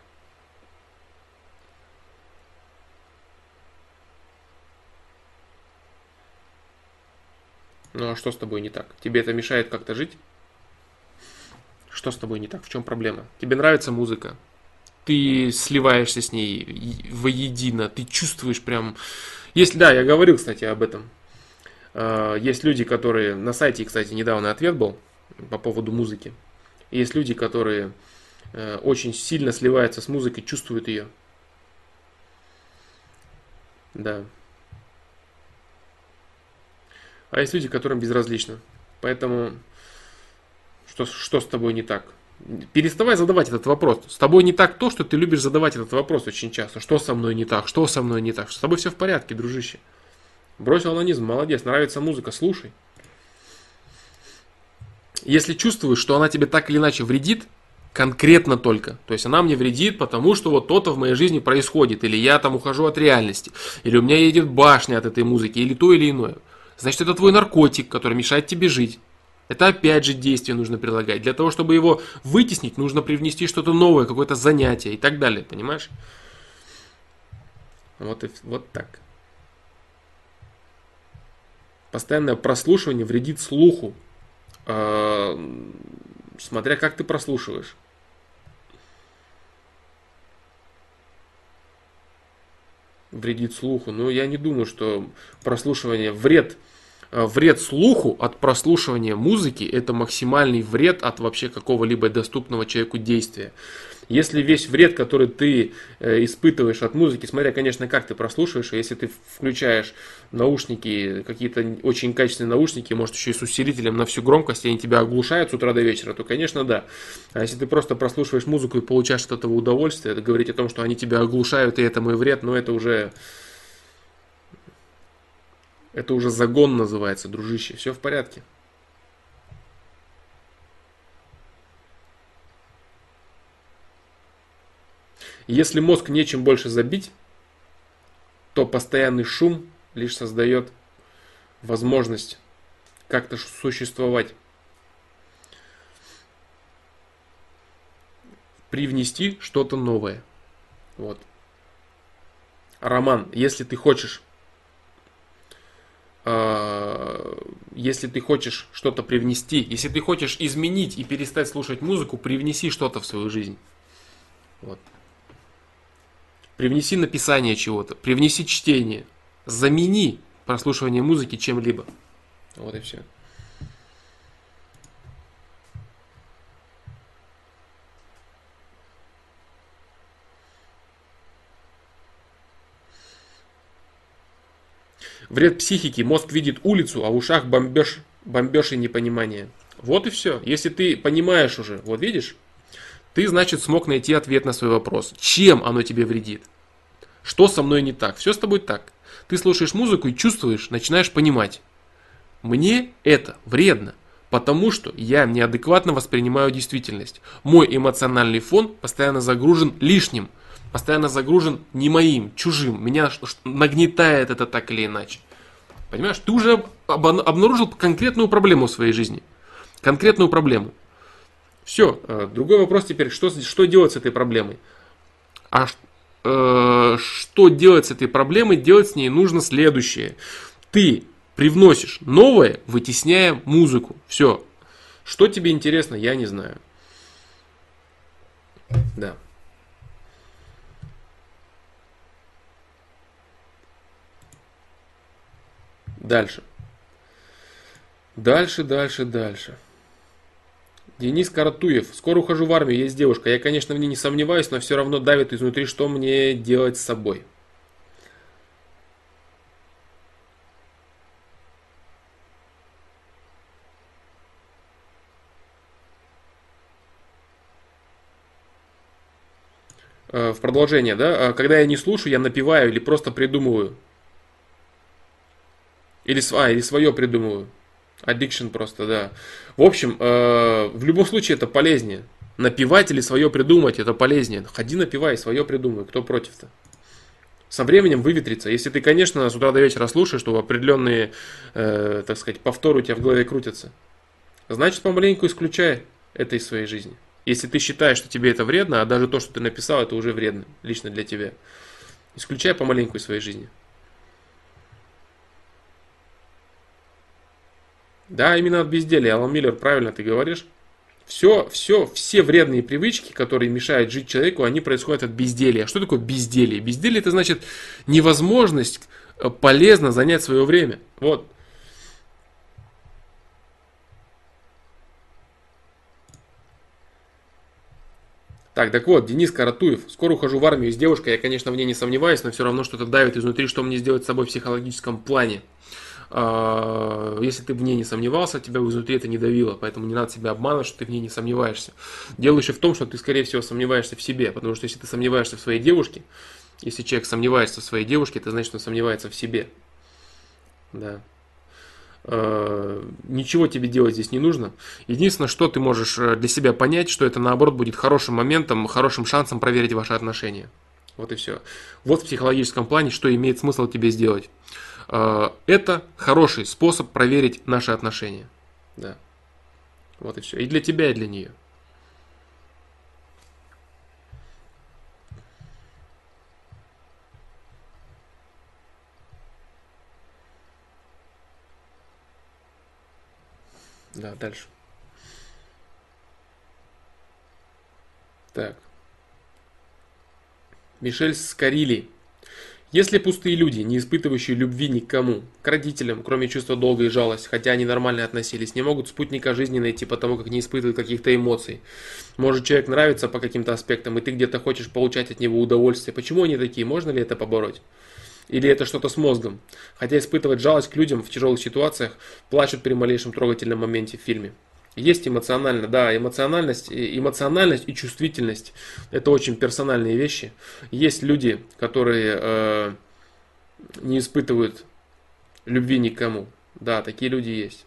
Ну а что с тобой не так? Тебе это мешает как-то жить? Что с тобой не так? В чем проблема? Тебе нравится музыка? Ты сливаешься с ней воедино, ты чувствуешь прям... Есть, да, я говорил, кстати, об этом. Есть люди, которые... На сайте, кстати, недавно ответ был по поводу музыки. Есть люди, которые очень сильно сливаются с музыкой, чувствуют ее. Да. А есть люди, которым безразлично. Поэтому... Что с тобой не так? Переставай задавать этот вопрос. С тобой не так то, что ты любишь задавать этот вопрос очень часто. Что со мной не так? Что со мной не так? С тобой все в порядке, дружище. Бросил анонизм, молодец, нравится музыка, слушай. Если чувствуешь, что она тебе так или иначе вредит, конкретно только. То есть она мне вредит, потому что вот то-то в моей жизни происходит. Или я там ухожу от реальности. Или у меня едет башня от этой музыки. Или то, или иное. Значит, это твой наркотик, который мешает тебе жить. Это опять же действие нужно прилагать. Для того, чтобы его вытеснить, нужно привнести что-то новое, какое-то занятие и так далее. Понимаешь? Вот так. Постоянное прослушивание вредит слуху. Смотря как ты прослушиваешь. Вредит слуху. Но я не думаю, что прослушивание вред слуху от прослушивания музыки – это максимальный вред от вообще какого-либо доступного человеку действия. Если весь вред, который ты испытываешь от музыки, смотря, конечно, как ты прослушиваешь, если ты включаешь наушники, какие-то очень качественные наушники, может еще и с усилителем на всю громкость, и они тебя оглушают с утра до вечера, то, конечно, да. А если ты просто прослушиваешь музыку и получаешь от этого удовольствие, это говорить о том, что они тебя оглушают, и это мой вред, но это уже загон называется, дружище. Все в порядке. Если мозг нечем больше забить, то постоянный шум лишь создает возможность как-то существовать. Привнести что-то новое. Вот. Роман, если ты хочешь если ты хочешь что-то привнести, если ты хочешь изменить и перестать слушать музыку, привнеси что-то в свою жизнь. Вот. Привнеси написание чего-то, привнеси чтение, замени прослушивание музыки чем-либо. Вот и все. Вред психики. Мозг видит улицу, а в ушах бомбеж и непонимание. Вот и все. Если ты понимаешь уже, вот видишь, ты, значит, смог найти ответ на свой вопрос. Чем оно тебе вредит? Что со мной не так? Все с тобой так. Ты слушаешь музыку и чувствуешь, начинаешь понимать. Мне это вредно, потому что я неадекватно воспринимаю действительность. Мой эмоциональный фон постоянно загружен лишним, постоянно загружен не моим, чужим. Меня нагнетает это так или иначе. Понимаешь, ты уже обнаружил конкретную проблему в своей жизни. Конкретную проблему. Все, другой вопрос теперь, что делать с этой проблемой? Что делать с этой проблемой? Делать с ней нужно следующее. Ты привносишь новое, вытесняя музыку. Все. Что тебе интересно, я не знаю. Да. Дальше. Дальше. Денис Каратуев. Скоро ухожу в армию, есть девушка. Я, конечно, в ней не сомневаюсь, но все равно давит изнутри, что мне делать с собой. В продолжение, да? Когда я не слушаю, я напеваю или просто придумываю. Или свое придумываю. Addiction просто, да. В общем, в любом случае это полезнее. Напевать или свое придумать, это полезнее. Ходи напевай, свое придумай. Кто против-то? Со временем выветрится. Если ты, конечно, с утра до вечера слушаешь, то определенные, так сказать, повторы у тебя в голове крутятся. Значит, помаленьку исключай это из своей жизни. Если ты считаешь, что тебе это вредно, а даже то, что ты написал, это уже вредно лично для тебя. Исключай помаленьку из своей жизни. Да, именно от безделия. Алан Миллер, правильно ты говоришь. Все вредные привычки, которые мешают жить человеку, они происходят от безделия. Что такое безделие? Безделие это значит невозможность полезно занять свое время. Вот. Так вот, Денис Каратуев. Скоро ухожу в армию с девушкой. Я, конечно, в ней не сомневаюсь, но все равно что-то давит изнутри, что мне сделать с собой в психологическом плане. Если ты в ней не сомневался, тебя изнутри это не давило, поэтому не надо себя обманывать, что ты в ней не сомневаешься. Дело еще в том, что ты, скорее всего, сомневаешься в себе, потому что если ты сомневаешься в своей девушке, если человек сомневается в своей девушке, это значит, что он сомневается в себе. Да. Ничего тебе делать здесь не нужно. Единственное, что ты можешь для себя понять, что это наоборот будет хорошим моментом, хорошим шансом проверить ваши отношения. Вот и все. Вот в психологическом плане, что имеет смысл тебе сделать. Это хороший способ проверить наши отношения. Да. Вот и все. И для тебя, и для нее. Да, дальше. Так. Мишель Скорили. Если пустые люди, не испытывающие любви никому, к родителям, кроме чувства долга и жалости, хотя они нормально относились, не могут спутника жизни найти, потому как не испытывают каких-то эмоций. Может, человек нравится по каким-то аспектам, и ты где-то хочешь получать от него удовольствие. Почему они такие? Можно ли это побороть? Или это что-то с мозгом? Хотя испытывать жалость к людям в тяжелых ситуациях, плачут при малейшем трогательном моменте в фильме. Есть эмоционально, да, эмоциональность и чувствительность – это очень персональные вещи. Есть люди, которые не испытывают любви никому. Да, такие люди есть.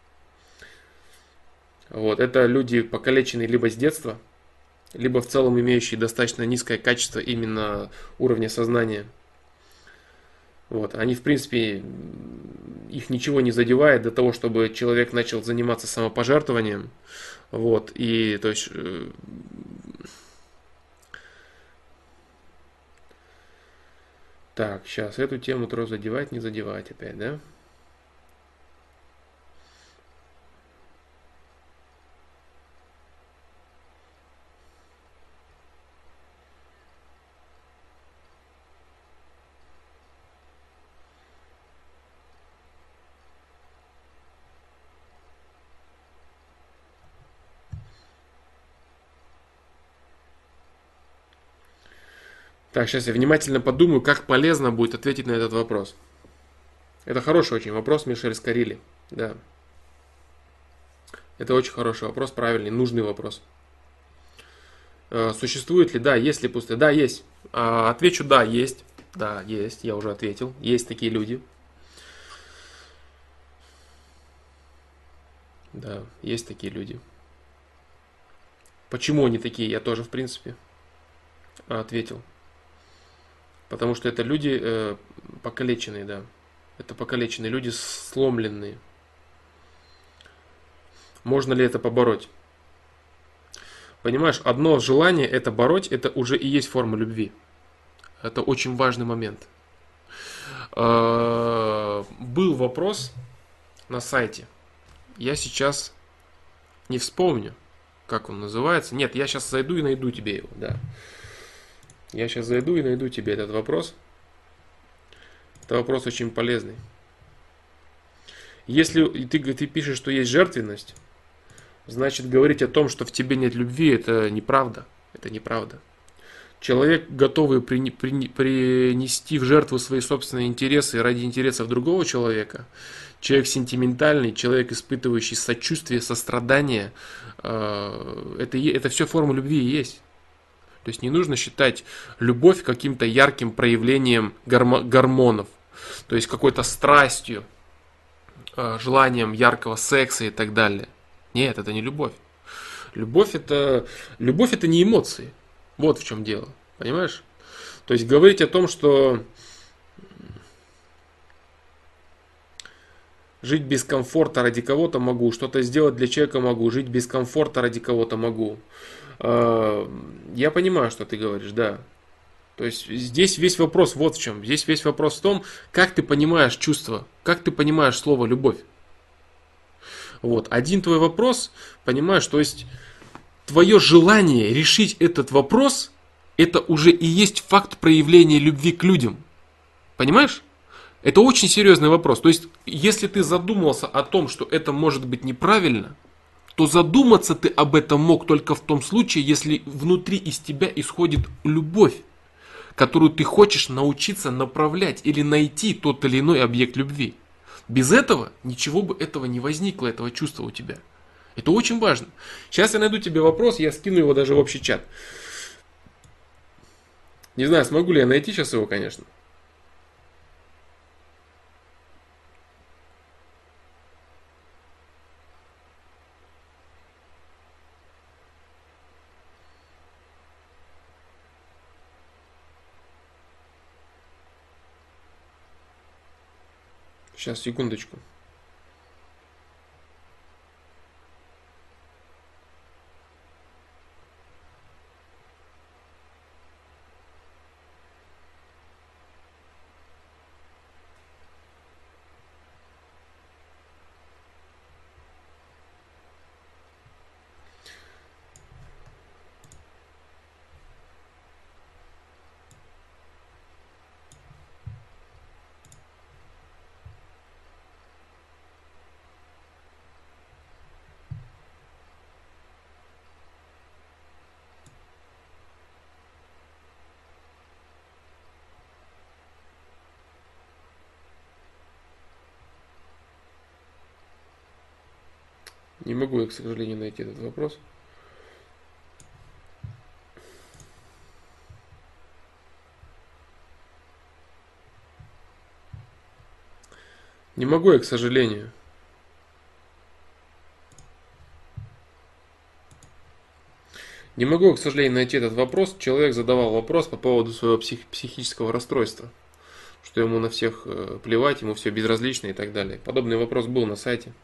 Вот, это люди, покалеченные либо с детства, либо в целом имеющие достаточно низкое качество именно уровня сознания. Вот, они, в принципе, их ничего не задевает до того, чтобы человек начал заниматься самопожертвованием. Вот, и, то есть, так, сейчас, эту тему трудно задевать, не задевать опять, да? Так, сейчас я внимательно подумаю, как полезно будет ответить на этот вопрос. Это хороший очень вопрос, Мишель Скорили. Да. Это очень хороший вопрос, правильный, нужный вопрос. Существует ли, да, есть ли пустые? Да, есть. Отвечу, да, есть. Да, есть, я уже ответил. Есть такие люди. Да, есть такие люди. Почему они такие, я тоже, в принципе, ответил. Потому что это люди покалеченные, да. Это покалеченные люди, сломленные. Можно ли это побороть? Понимаешь, одно желание это бороть, это уже и есть форма любви. Это очень важный момент. Был вопрос на сайте. Я сейчас не вспомню, как он называется. Нет, я сейчас зайду и найду тебе его, да. Я сейчас зайду и найду тебе этот вопрос. Это вопрос очень полезный. Если ты пишешь, что есть жертвенность, значит говорить о том, что в тебе нет любви, это неправда. Это неправда. Человек, готовый принести в жертву свои собственные интересы ради интересов другого человека, человек сентиментальный, человек, испытывающий сочувствие, сострадание, это все форма любви и есть. То есть не нужно считать любовь каким-то ярким проявлением гормонов, то есть какой-то страстью, желанием яркого секса и так далее. Нет, это не любовь. Любовь это не эмоции. Вот в чем дело. Понимаешь? То есть говорить о том, что жить без комфорта ради кого-то могу, что-то сделать для человека могу, жить без комфорта ради кого-то могу. Я понимаю, что ты говоришь, да. То есть здесь весь вопрос вот в чем. Здесь весь вопрос в том, как ты понимаешь чувство, как ты понимаешь слово любовь. Вот. Один твой вопрос, понимаешь, то есть твое желание решить этот вопрос, это уже и есть факт проявления любви к людям. Понимаешь? Это очень серьезный вопрос. То есть, если ты задумался о том, что это может быть неправильно, то задуматься ты об этом мог только в том случае, если внутри из тебя исходит любовь, которую ты хочешь научиться направлять или найти тот или иной объект любви. Без этого ничего бы этого не возникло, этого чувства у тебя. Это очень важно. Сейчас я найду тебе вопрос, я скину его даже в общий чат. Не знаю, смогу ли я найти сейчас его, конечно. Сейчас, секундочку. Не могу я, к сожалению, найти этот вопрос. Не могу я, к сожалению. Не могу, к сожалению, найти этот вопрос. Человек задавал вопрос по поводу своего психического расстройства. Что ему на всех плевать, ему все безразлично и так далее. Подобный вопрос был на сайте.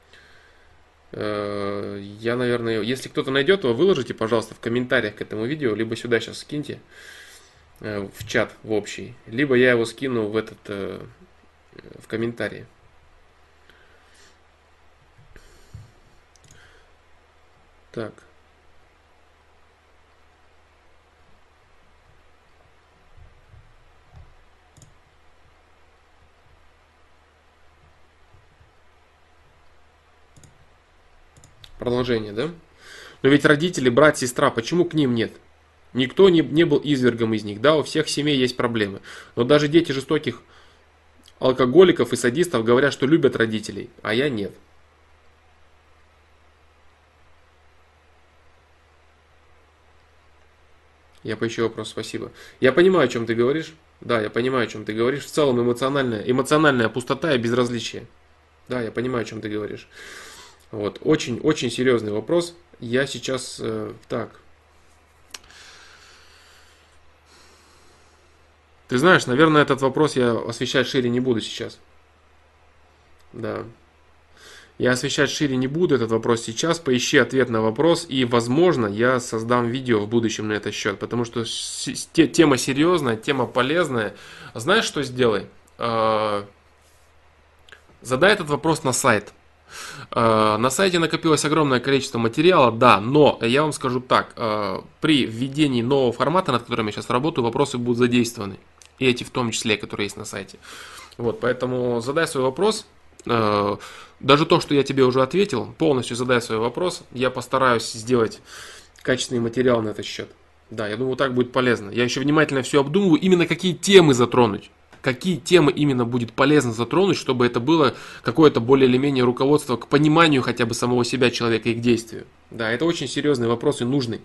Я, наверное, если кто-то найдет его, выложите, пожалуйста, в комментариях к этому видео, либо сюда сейчас скиньте в чат, в общий, либо я его скину в комментарии. Так. Продолжение, да? Но ведь родители, брат, сестра, почему к ним нет? Никто не был извергом из них. Да, у всех семей есть проблемы. Но даже дети жестоких алкоголиков и садистов говорят, что любят родителей, а я нет. Я поищу вопрос, спасибо. Я понимаю, о чем ты говоришь. Да, я понимаю, о чем ты говоришь. В целом эмоциональная пустота и безразличие. Да, я понимаю, о чем ты говоришь. Вот, очень серьезный вопрос. Я сейчас, так, ты знаешь, наверное, этот вопрос я освещать шире не буду сейчас. Да. Я освещать шире не буду этот вопрос сейчас. Поищи ответ на вопрос. И, возможно, я создам видео в будущем на этот счет. Потому что тема серьезная, тема полезная. Знаешь, что сделай? Задай этот вопрос на сайт. На сайте накопилось огромное количество материала, да, но я вам скажу так, при введении нового формата, над которым я сейчас работаю, вопросы будут задействованы. И эти в том числе, которые есть на сайте. Вот, поэтому задай свой вопрос. Даже то, что я тебе уже ответил, полностью задай свой вопрос. Я постараюсь сделать качественный материал на этот счет. Да, я думаю, так будет полезно. Я еще внимательно все обдумываю, именно какие темы затронуть. Какие темы именно будет полезно затронуть, чтобы это было какое-то более или менее руководство к пониманию хотя бы самого себя человека и к действию. Да, это очень серьезный вопрос и нужный.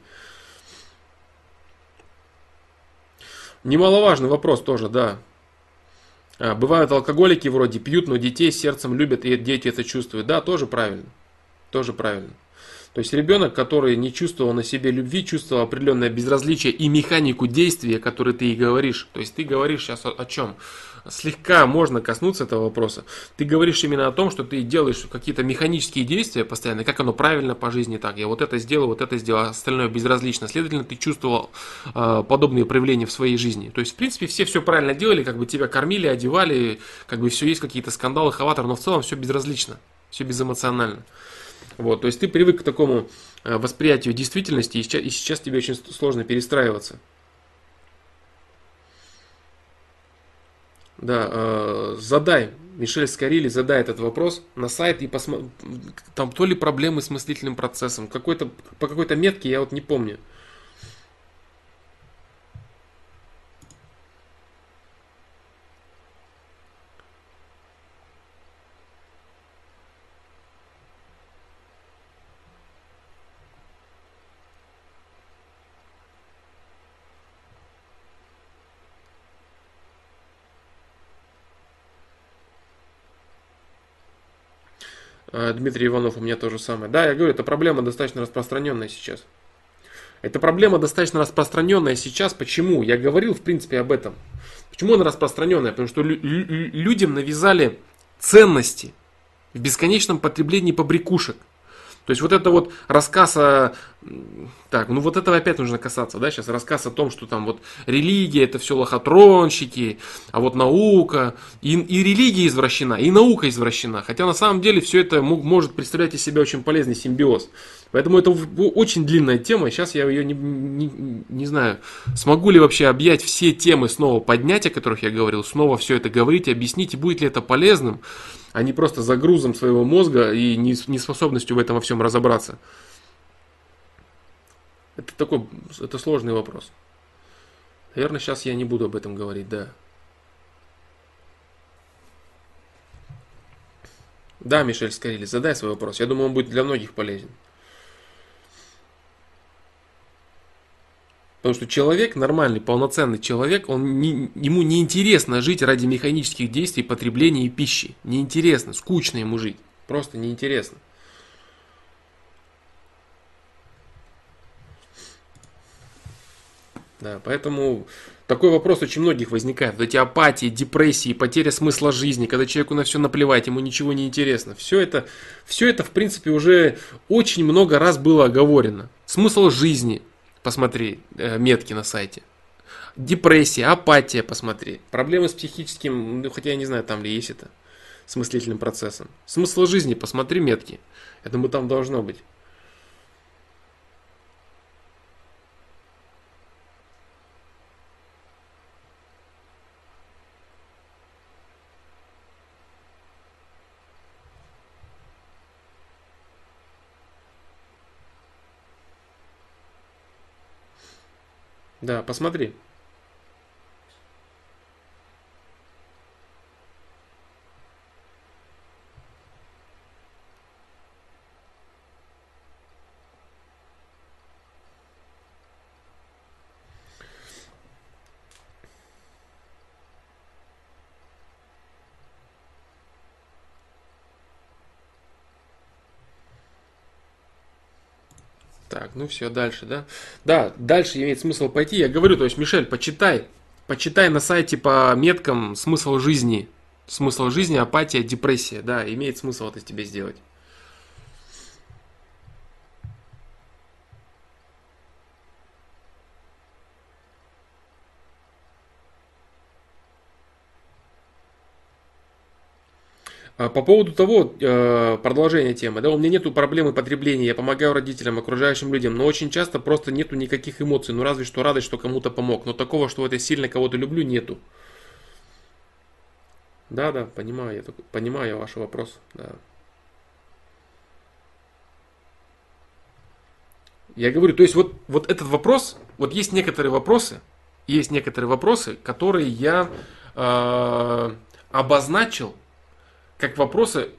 Немаловажный вопрос тоже, да. Бывают алкоголики вроде пьют, но детей сердцем любят, и дети это чувствуют. Да, тоже правильно. Тоже правильно. То есть ребенок, который не чувствовал на себе любви, чувствовал определенное безразличие и механику действия, о которой ты и говоришь. То есть ты говоришь сейчас о чем? Слегка можно коснуться этого вопроса. Ты говоришь именно о том, что ты делаешь какие-то механические действия постоянно, как оно правильно по жизни, так, я вот это сделал, а остальное безразлично. Следовательно, ты чувствовал подобные проявления в своей жизни. То есть, в принципе, все правильно делали, как бы тебя кормили, одевали, как бы все есть какие-то скандалы, хаватор, но в целом все безразлично, все безэмоционально. Вот, то есть ты привык к такому восприятию действительности, и сейчас тебе очень сложно перестраиваться. Да, задай, Мишель Скорили, задай этот вопрос на сайт и посмотри, там то ли проблемы с мыслительным процессом, по какой-то метке, я вот не помню. Дмитрий Иванов, у меня то же самое. Да, я говорю, это проблема достаточно распространенная сейчас. Это проблема достаточно распространенная сейчас. Почему? Я говорил, в принципе, об этом. Почему она распространенная? Потому что людям навязали ценности в бесконечном потреблении побрякушек. То есть вот это вот рассказ о... Так, ну вот этого опять нужно касаться, да, сейчас рассказ о том, что там вот религия это все лохотронщики, а вот наука, и религия извращена, и наука извращена. Хотя на самом деле все это может представлять из себя очень полезный симбиоз. Поэтому это очень длинная тема, сейчас я ее не знаю, смогу ли вообще объять все темы снова поднять, о которых я говорил, снова все это говорить, объяснить, и будет ли это полезным, а не просто загрузом своего мозга и неспособностью в этом во всем разобраться. Это сложный вопрос. Наверное, сейчас я не буду об этом говорить, да. Да, Мишель Скорили, задай свой вопрос. Я думаю, он будет для многих полезен. Потому что человек, нормальный, полноценный человек, ему не интересно жить ради механических действий, потребления и пищи. Неинтересно, скучно ему жить. Просто неинтересно. Да, поэтому такой вопрос очень многих возникает. Вот эти апатии, депрессии, потеря смысла жизни, когда человеку на все наплевать, ему ничего не интересно. Все это, в принципе, уже очень много раз было оговорено. Смысл жизни, посмотри, метки на сайте. Депрессия, апатия, посмотри. Проблемы с психическим, ну, хотя я не знаю, там ли есть это, с мыслительным процессом. Смысл жизни, посмотри метки. Я думаю, там должно быть. Да, посмотри. Так, ну все, дальше, да? Да, дальше имеет смысл пойти. Я говорю, то есть, Мишель, почитай. Почитай на сайте по меткам смысл жизни. Смысл жизни, апатия, депрессия. Да, имеет смысл это тебе сделать. По поводу того, продолжения темы, да, у меня нету проблемы потребления, я помогаю родителям, окружающим людям, но очень часто просто нету никаких эмоций, ну разве что радость, что кому-то помог, но такого, что вот я сильно кого-то люблю, нету. Да, да, понимаю, понимаю ваш вопрос, да. Я говорю, то есть вот этот вопрос, вот есть некоторые вопросы, которые я обозначил как вопросы,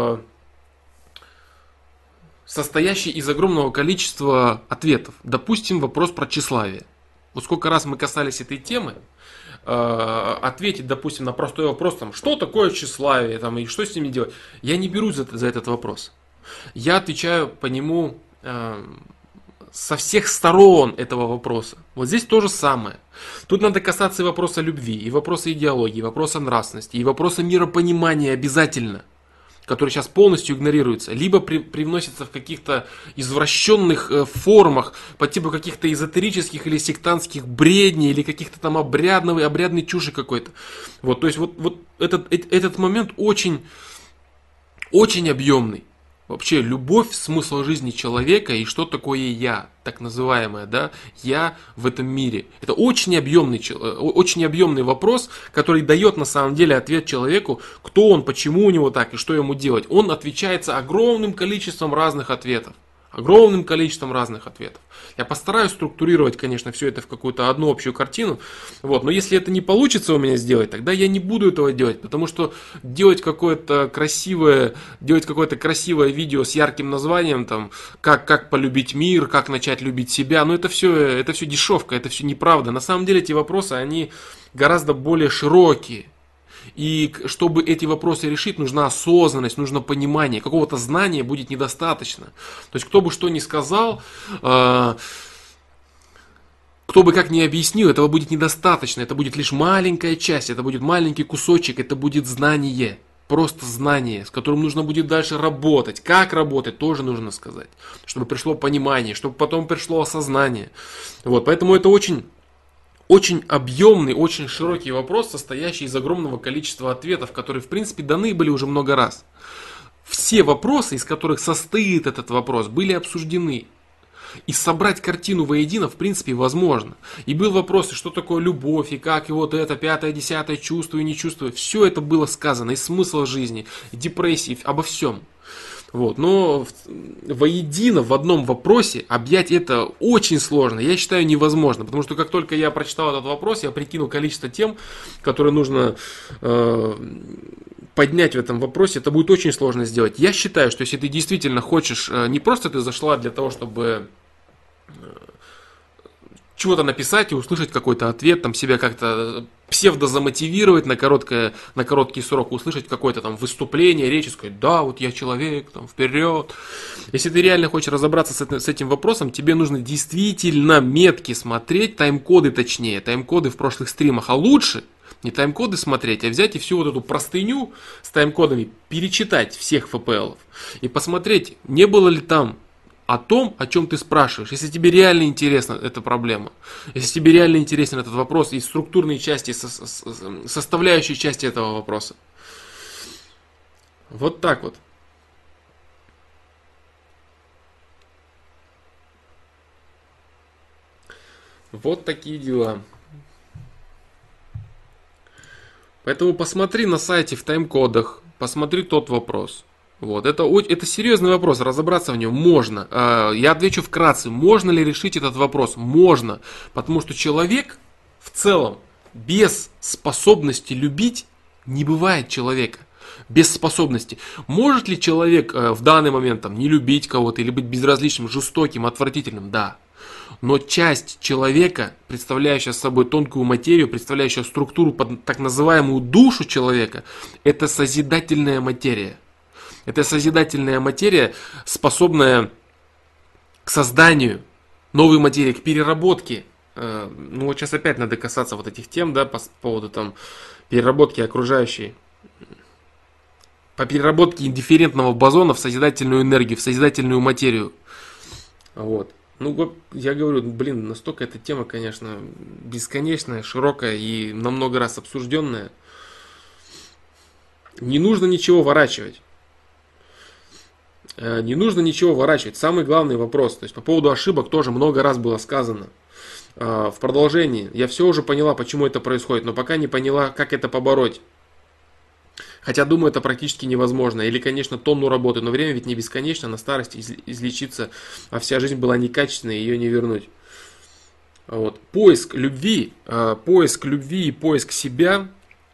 состоящие из огромного количества ответов. Допустим, вопрос про тщеславие. Вот сколько раз мы касались этой темы, ответить, допустим, на простой вопрос, там, что такое тщеславие, там, и что с ними делать, я не берусь за этот вопрос. Я отвечаю по нему со всех сторон этого вопроса. Вот здесь то же самое. Тут надо касаться и вопроса любви, и вопроса идеологии, и вопроса нравственности, и вопроса миропонимания обязательно, который сейчас полностью игнорируется, либо привносится в каких-то извращенных формах, по типу каких-то эзотерических или сектантских бредней, или каких-то там обрядной чуши какой-то. Вот, то есть вот этот момент очень, очень объемный. Вообще, любовь, смысл жизни человека и что такое я, так называемое, да, я в этом мире. Это очень объемный вопрос, который дает на самом деле ответ человеку, кто он, почему у него так и что ему делать. Он отвечается огромным количеством разных ответов. Огромным количеством разных ответов. Я постараюсь структурировать, конечно, все это в какую-то одну общую картину. Вот. Но если это не получится у меня сделать, тогда я не буду этого делать. Потому что делать какое-то красивое видео с ярким названием, там, как полюбить мир, как начать любить себя, ну это все дешевка, это все неправда. На самом деле эти вопросы, они гораздо более широкие. И чтобы эти вопросы решить, нужна осознанность, нужно понимание. Какого-то знания будет недостаточно. То есть, кто бы что ни сказал, кто бы как ни объяснил, этого будет недостаточно. Это будет лишь маленькая часть, это будет маленький кусочек, это будет знание. Просто знание, с которым нужно будет дальше работать. Как работать, тоже нужно сказать. Чтобы пришло понимание, чтобы потом пришло осознание. Вот, поэтому это очень объемный, очень широкий вопрос, состоящий из огромного количества ответов, которые, в принципе, даны были уже много раз. Все вопросы, из которых состоит этот вопрос, были обсуждены. И собрать картину воедино, в принципе, возможно. И был вопрос, что такое любовь, и как, и вот это, пятое, десятое, чувствую, не чувствую. Все это было сказано, и смысл жизни, и депрессии, обо всем. Вот. Но воедино в одном вопросе объять это очень сложно. Я считаю невозможно. Потому что как только я прочитал этот вопрос, я прикинул количество тем, которые нужно поднять в этом вопросе. Это будет очень сложно сделать. Я считаю, что если ты действительно хочешь, не просто ты зашла для того, чтобы чего-то написать и услышать какой-то ответ, там себя как-то псевдозамотивировать на короткий срок, услышать какое-то там выступление, речь и сказать, да, вот я человек, там, вперед. Если ты реально хочешь разобраться с этим вопросом, тебе нужно действительно метки смотреть, тайм-коды точнее, тайм-коды в прошлых стримах, а лучше не тайм-коды смотреть, а взять и всю вот эту простыню с тайм-кодами перечитать всех ФПЛов и посмотреть, не было ли там о том, о чем ты спрашиваешь. Если тебе реально интересна эта проблема, если тебе реально интересен этот вопрос и структурные части, составляющие части этого вопроса. Вот так вот. Вот такие дела. Поэтому посмотри на сайте в тайм-кодах, посмотри тот вопрос. Вот, это серьезный вопрос, разобраться в нем можно. Я отвечу вкратце, можно ли решить этот вопрос? Можно, потому что человек в целом без способности любить не бывает человека. Без способности. Может ли человек в данный момент там, не любить кого-то или быть безразличным, жестоким, отвратительным? Да. Но часть человека, представляющая собой тонкую материю, представляющая структуру под так называемую душу человека, это созидательная материя. Это созидательная материя, способная к созданию новой материи, к переработке. Ну вот сейчас опять надо касаться вот этих тем, да, по поводу там переработки окружающей. По переработке индифферентного бозона в созидательную энергию, в созидательную материю. Вот. Ну, вот я говорю, блин, настолько эта тема, конечно, бесконечная, широкая и на много раз обсужденная. Не нужно ничего ворачивать. Не нужно ничего ворачивать. Самый главный вопрос. То есть по поводу ошибок тоже много раз было сказано. В продолжении. Я все уже поняла, почему это происходит, но пока не поняла, как это побороть. Хотя, думаю, это практически невозможно. Или, конечно, тонну работы, но время ведь не бесконечно. На старости излечиться, а вся жизнь была некачественной, ее не вернуть. Вот. Поиск любви и поиск себя,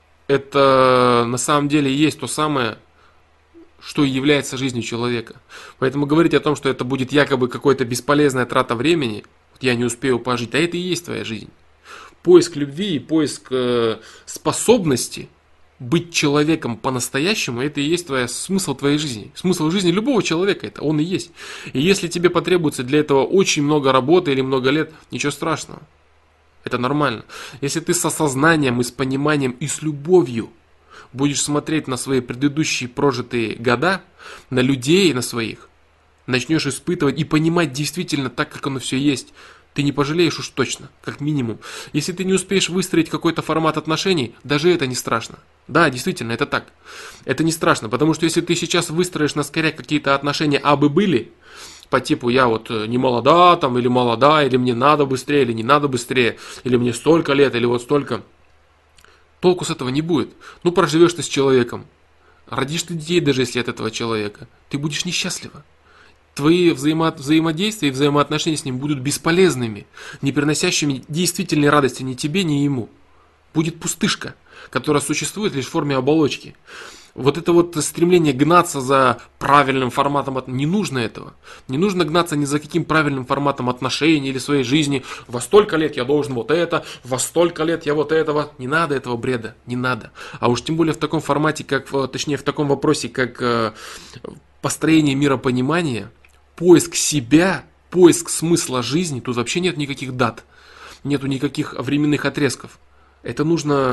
это на самом деле есть то самое, что и является жизнью человека. Поэтому говорить о том, что это будет якобы какая-то бесполезная трата времени, я не успею пожить, а это и есть твоя жизнь. Поиск любви и поиск способности быть человеком по-настоящему, это и есть смысл твоей жизни. Смысл жизни любого человека, это он и есть. И если тебе потребуется для этого очень много работы или много лет, ничего страшного. Это нормально. Если ты с осознанием и с пониманием и с любовью будешь смотреть на свои предыдущие прожитые года, на людей, на своих, начнешь испытывать и понимать действительно так, как оно все есть, ты не пожалеешь уж точно, как минимум. Если ты не успеешь выстроить какой-то формат отношений, даже это не страшно. Да, действительно, это так. Это не страшно, потому что если ты сейчас выстроишь на скорее какие-то отношения абы были, по типу я вот не молода там, или молода, или мне надо быстрее, или не надо быстрее, или мне столько лет, или вот столько, толку с этого не будет. Ну, проживешь ты с человеком, родишь ты детей даже если от этого человека, ты будешь несчастлива. Твои взаимодействия и взаимоотношения с ним будут бесполезными, не приносящими действительной радости ни тебе, ни ему. Будет пустышка, которая существует лишь в форме оболочки. Вот это вот стремление гнаться за правильным форматом, не нужно этого. Не нужно гнаться ни за каким правильным форматом отношений или своей жизни. Во столько лет я должен вот это, во столько лет я вот этого. Не надо этого бреда, не надо. А уж тем более в таком формате, точнее в таком вопросе, как построение миропонимания, поиск себя, поиск смысла жизни, тут вообще нет никаких дат, нету никаких временных отрезков. Это нужно,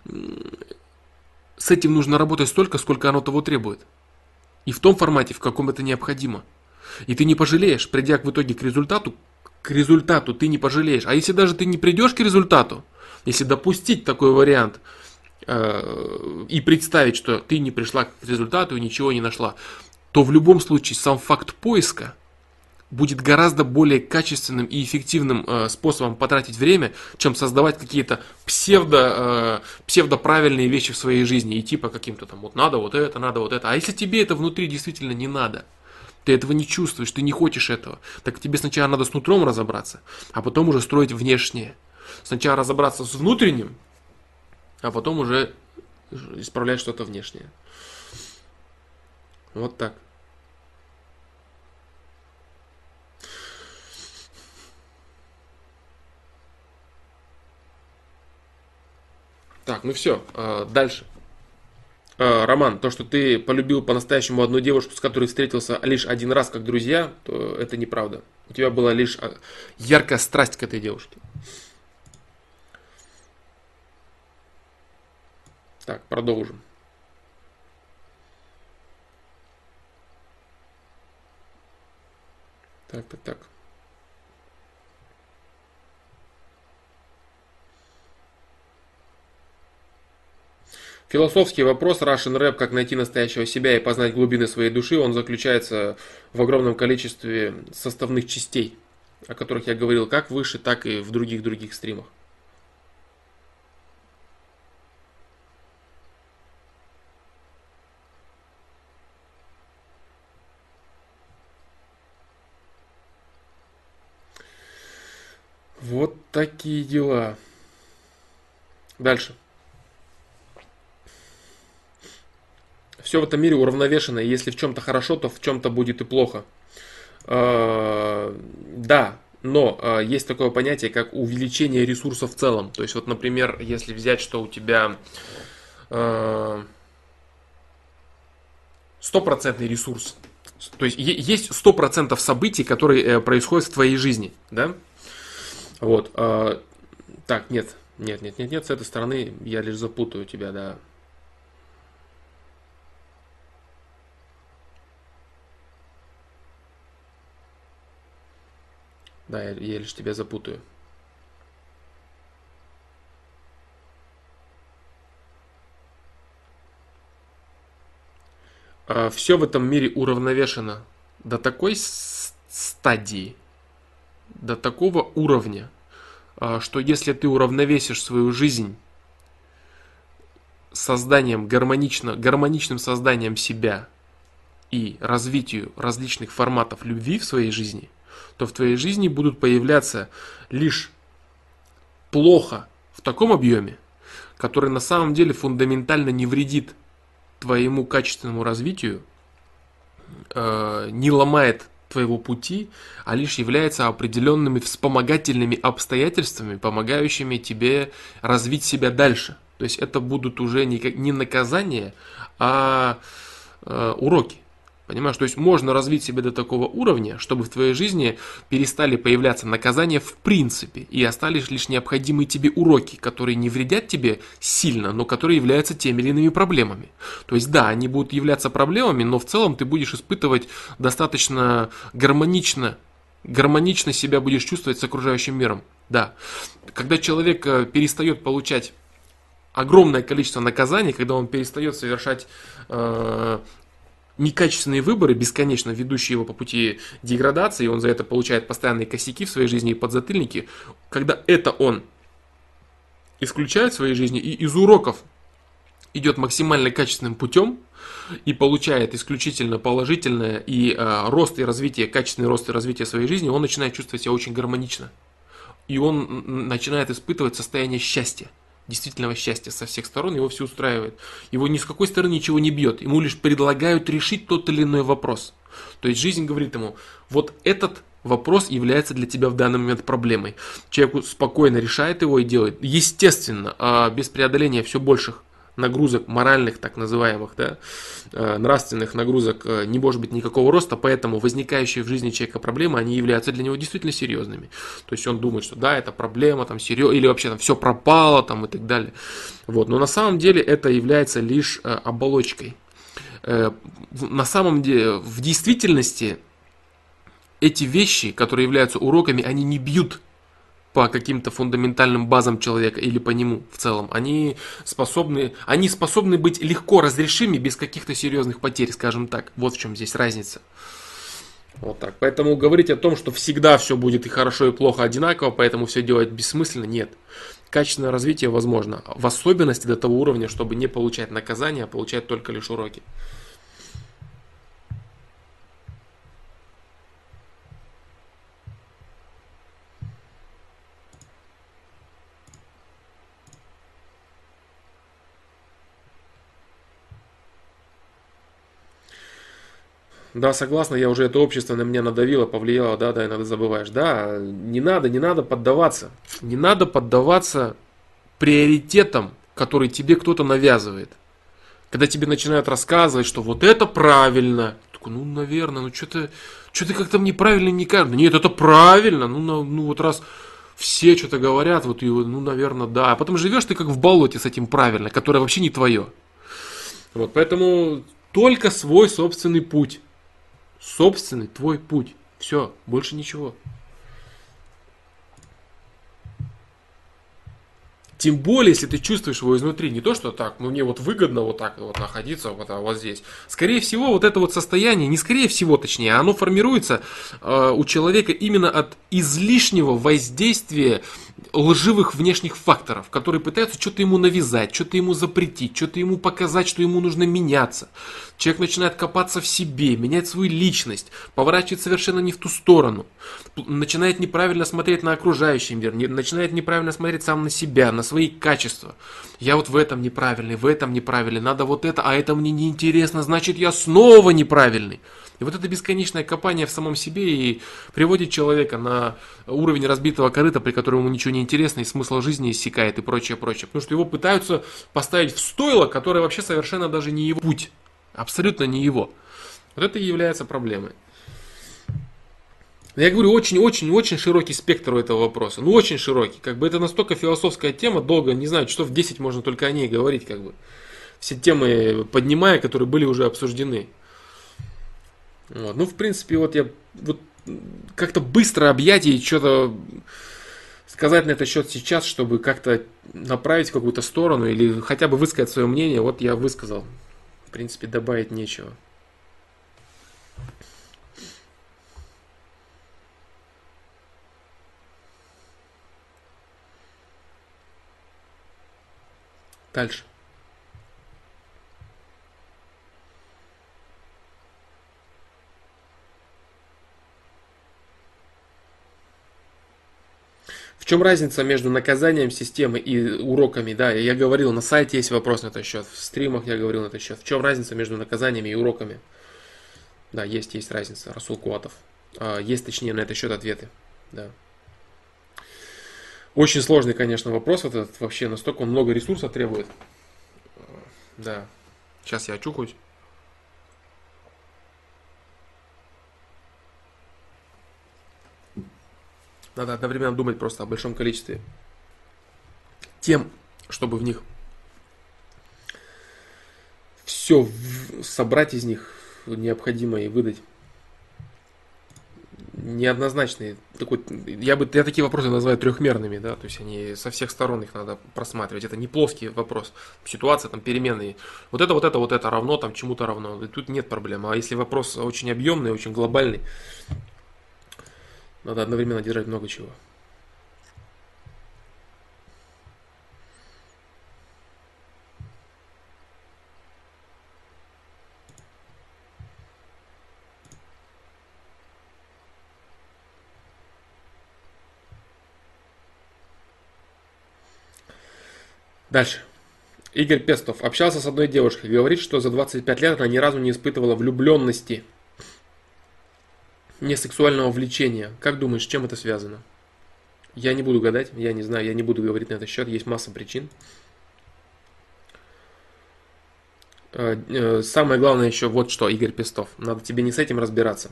с этим нужно работать столько, сколько оно того требует. И в том формате, в каком это необходимо. И ты не пожалеешь, придя в итоге к результату ты не пожалеешь. А если даже ты не придешь к результату, если допустить такой вариант и представить, что ты не пришла к результату и ничего не нашла, то в любом случае сам факт поиска будет гораздо более качественным и эффективным способом потратить время, чем создавать какие-то псевдоправильные вещи в своей жизни. И типа каким-то там вот надо вот это, надо вот это. А если тебе это внутри действительно не надо, ты этого не чувствуешь, ты не хочешь этого, так тебе сначала надо с нутром разобраться, а потом уже строить внешнее. Сначала разобраться с внутренним, а потом уже исправлять что-то внешнее. Вот так. Так, ну все, дальше. Роман, то, что ты полюбил по-настоящему одну девушку, с которой встретился лишь один раз как друзья, то это неправда. У тебя была лишь яркая страсть к этой девушке. Так, продолжим. Так. Философский вопрос Russian Rap, как найти настоящего себя и познать глубины своей души, он заключается в огромном количестве составных частей, о которых я говорил как выше, так и в других стримах. Вот такие дела. Дальше. Все в этом мире уравновешено, и если в чем-то хорошо, то в чем-то будет и плохо. Да, но есть такое понятие, как увеличение ресурсов в целом. То есть, вот, например, если взять, что у тебя стопроцентный ресурс, то есть есть 100% событий, которые происходят в твоей жизни, да? Вот. Так, нет, с этой стороны я лишь запутаю тебя, да. Да, я лишь тебя запутаю. Все в этом мире уравновешено до такой стадии, до такого уровня, что если ты уравновесишь свою жизнь гармоничным созданием себя и развитию различных форматов любви в своей жизни, то в твоей жизни будут появляться лишь плохо в таком объеме, который на самом деле фундаментально не вредит твоему качественному развитию, не ломает твоего пути, а лишь является определенными вспомогательными обстоятельствами, помогающими тебе развить себя дальше. То есть это будут уже не наказания, а уроки. Понимаешь, то есть можно развить себя до такого уровня, чтобы в твоей жизни перестали появляться наказания в принципе, и остались лишь необходимые тебе уроки, которые не вредят тебе сильно, но которые являются теми или иными проблемами. То есть да, они будут являться проблемами, но в целом ты будешь испытывать достаточно гармонично себя будешь чувствовать с окружающим миром. Да. Когда человек перестает получать огромное количество наказаний, когда он перестает совершать некачественные выборы, бесконечно ведущие его по пути деградации, и он за это получает постоянные косяки в своей жизни и подзатыльники, когда это он исключает в своей жизни и из уроков идет максимально качественным путем и получает исключительно положительное и рост и развитие, качественный рост и развитие своей жизни, он начинает чувствовать себя очень гармонично. И он начинает испытывать состояние счастья. Действительного счастья со всех сторон, его все устраивает. Его ни с какой стороны ничего не бьет. Ему лишь предлагают решить тот или иной вопрос. То есть жизнь говорит ему, вот этот вопрос является для тебя в данный момент проблемой. Человек спокойно решает его и делает. Естественно, без преодоления все больших нагрузок моральных, так называемых, да, нравственных нагрузок не может быть никакого роста, поэтому возникающие в жизни человека проблемы, они являются для него действительно серьезными. То есть он думает, что да, это проблема, там, или вообще там все пропало, там, и так далее. Вот. Но на самом деле это является лишь оболочкой. На самом деле, в действительности, эти вещи, которые являются уроками, они не бьют по каким-то фундаментальным базам человека или по нему в целом, они способны быть легко разрешимы без каких-то серьезных потерь, скажем так. Вот в чем здесь разница. Вот так. Поэтому говорить о том, что всегда все будет и хорошо, и плохо одинаково, поэтому все делать бессмысленно, нет. Качественное развитие возможно, в особенности до того уровня, чтобы не получать наказания, а получать только лишь уроки. Да, согласна, я уже это общество на меня надавило, повлияло, да, иногда забываешь. Да, не надо поддаваться. Не надо поддаваться приоритетам, которые тебе кто-то навязывает. Когда тебе начинают рассказывать, что вот это правильно. Такой, ну, наверное, ну что-то как-то мне правильно не кажется. Нет, это правильно. Ну вот раз все что-то говорят, вот, и, ну, наверное, да. А потом живешь ты как в болоте с этим правильно, которое вообще не твое. Вот, поэтому только свой собственный путь. Собственный твой путь. Все, больше ничего. Тем более, если ты чувствуешь его изнутри, не то, что так, ну мне вот выгодно вот так вот находиться вот здесь. Скорее всего, вот это вот состояние, не скорее всего, точнее, оно формируется у человека именно от излишнего воздействия лживых внешних факторов, которые пытаются что-то ему навязать, что-то ему запретить, что-то ему показать, что ему нужно меняться. Человек начинает копаться в себе, менять свою личность, поворачивает совершенно не в ту сторону, начинает неправильно смотреть на окружающий мир, начинает неправильно смотреть сам на себя, на свои качества. Я вот в этом неправильный, надо вот это, а это мне не интересно, значит я снова неправильный. И вот это бесконечное копание в самом себе и приводит человека на уровень разбитого корыта, при котором ему ничего не интересно, и смысл жизни иссякает и прочее, прочее. Потому что его пытаются поставить в стойло, которое вообще совершенно даже не его путь. Абсолютно не его. Вот это и является проблемой. Я говорю, очень широкий спектр у этого вопроса. Ну, очень широкий. Как бы это настолько философская тема, долго, не знаю, часов 10 можно только о ней говорить, как бы. Все темы поднимая, которые были уже обсуждены. Вот. Ну, в принципе, вот я вот как-то быстро объять и что-то сказать на этот счет сейчас, чтобы как-то направить в какую-то сторону или хотя бы высказать свое мнение, вот я высказал. В принципе, добавить нечего. Дальше. В чем разница между наказанием системы и уроками? Да, я говорил, на сайте есть вопрос на этот счет, в стримах я говорил на этот счет. В чем разница между наказаниями и уроками? Да, есть разница, Расул Куатов. Есть, точнее, на этот счет ответы. Да. Очень сложный, конечно, вопрос этот. Вообще настолько он много ресурсов требует. Да. Сейчас я очухаюсь. Надо одновременно думать просто о большом количестве тем, чтобы в них все собрать из них необходимое и выдать. Неоднозначные. Я такие вопросы называю трехмерными, да, то есть они со всех сторон их надо просматривать. Это не плоский вопрос. Ситуация там переменные. Вот это равно там чему-то равно. И тут нет проблем. А если вопрос очень объемный, очень глобальный, надо одновременно держать много чего. Дальше. Игорь Пестов общался с одной девушкой. Говорит, что за 25 лет она ни разу не испытывала влюбленности. Не сексуального влечения. Как думаешь, с чем это связано? Я не буду гадать, я не знаю, я не буду говорить на этот счет, есть масса причин. Самое главное еще вот что, Игорь Пестов. Надо тебе не с этим разбираться.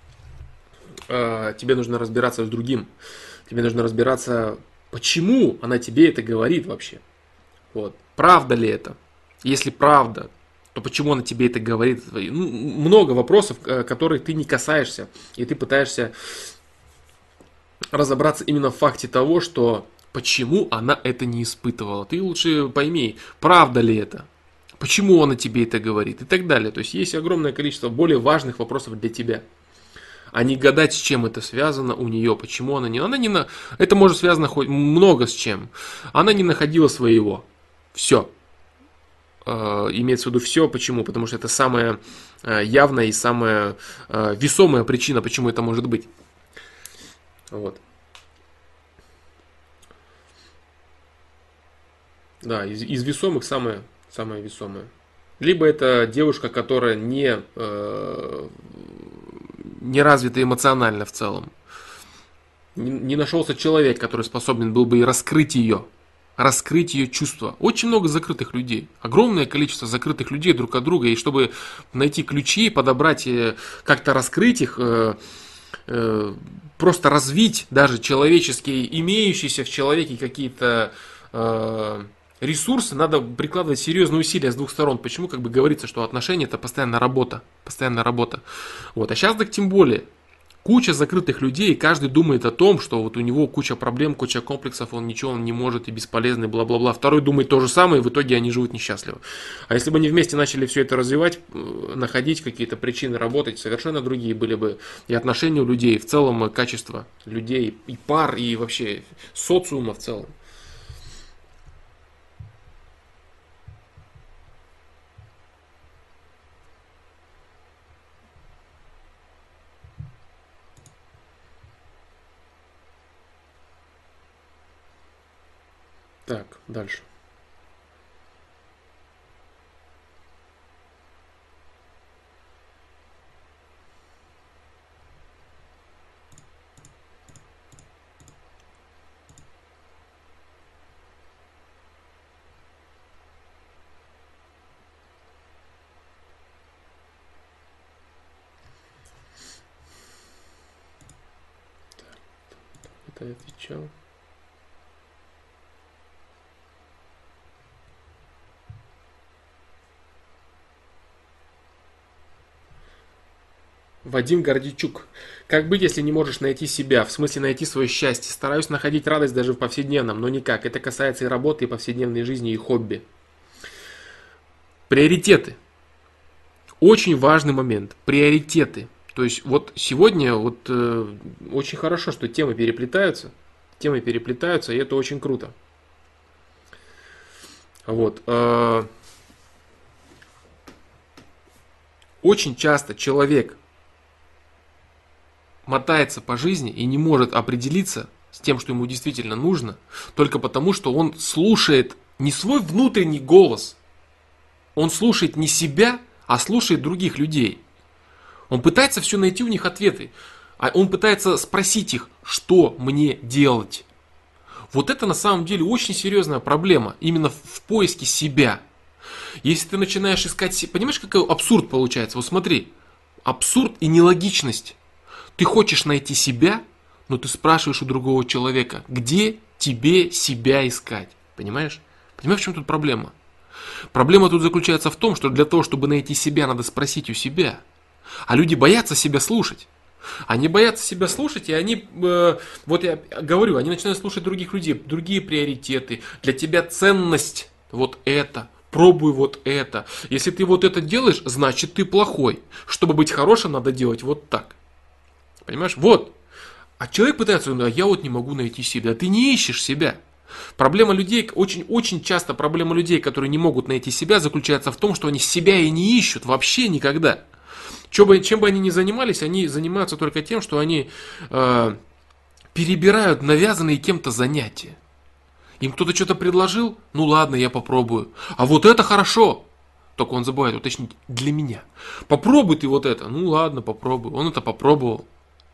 Тебе нужно разбираться с другим. Тебе нужно разбираться, почему она тебе это говорит вообще. Вот. Правда ли это? Если правда, то почему она тебе это говорит? Ну, много вопросов, которые ты не касаешься, и ты пытаешься разобраться именно в факте того, что почему она это не испытывала. Ты лучше пойми, правда ли это? Почему она тебе это говорит? И так далее. То есть есть огромное количество более важных вопросов для тебя. А не гадать, с чем это связано у нее, почему она не... Это может связано хоть много с чем. Она не находила своего. Все. Имеется в виду все. Почему? Потому что это самая явная и самая весомая причина, почему это может быть. Вот. Да, из весомых самая весомая. Либо это девушка, которая не развита эмоционально в целом. Не нашелся человек, который способен был бы и раскрыть ее чувства. Очень много закрытых людей. Огромное количество закрытых людей друг от друга. И чтобы найти ключи, подобрать, как-то раскрыть их, просто развить даже человеческие, имеющиеся в человеке какие-то ресурсы, надо прикладывать серьезные усилия с двух сторон. Почему, как бы говорится, что отношения это постоянная работа. Вот. А сейчас так тем более. Куча закрытых людей, и каждый думает о том, что вот у него куча проблем, куча комплексов, он ничего он не может и бесполезный, бла-бла-бла. Второй думает то же самое, и в итоге они живут несчастливо. А если бы они вместе начали все это развивать, находить какие-то причины, работать, совершенно другие были бы и отношения у людей, в целом качество людей, и пар, и вообще социума в целом. Так, дальше. Это я отвечал. Вадим Гордичук. Как быть, если не можешь найти себя? В смысле найти свое счастье? Стараюсь находить радость даже в повседневном, но никак. Это касается и работы, и повседневной жизни, и хобби. Приоритеты. Очень важный момент. Приоритеты. То есть вот сегодня вот очень хорошо, что темы переплетаются. Темы переплетаются, и это очень круто. Вот. Очень часто человек мотается по жизни и не может определиться с тем, что ему действительно нужно, только потому, что он слушает не свой внутренний голос, он слушает не себя, а слушает других людей. Он пытается все найти у них ответы, а он пытается спросить их, что мне делать. Вот это на самом деле очень серьезная проблема, именно в поиске себя. Если ты начинаешь искать себя, понимаешь, какой абсурд получается? Вот смотри, абсурд и нелогичность. Ты хочешь найти себя, но ты спрашиваешь у другого человека, где тебе себя искать. Понимаешь? Понимаешь, в чем тут проблема? Проблема тут заключается в том, что для того, чтобы найти себя, надо спросить у себя. А люди боятся себя слушать. Они боятся себя слушать, и они, вот я говорю, они начинают слушать других людей, другие приоритеты. Для тебя ценность вот это. Пробуй вот это. Если ты вот это делаешь, значит ты плохой. Чтобы быть хорошим, надо делать вот так. Понимаешь? Вот. А человек пытается, а я вот не могу найти себя. Ты не ищешь себя. Проблема людей, очень часто проблема людей, которые не могут найти себя, заключается в том, что они себя и не ищут вообще никогда. Чем бы они ни занимались, они занимаются только тем, что они перебирают навязанные кем-то занятия. Им кто-то что-то предложил, ну ладно, я попробую. А вот это хорошо. Только он забывает уточнить, для меня. Попробуй ты вот это. Ну ладно, попробуй. Он это попробовал.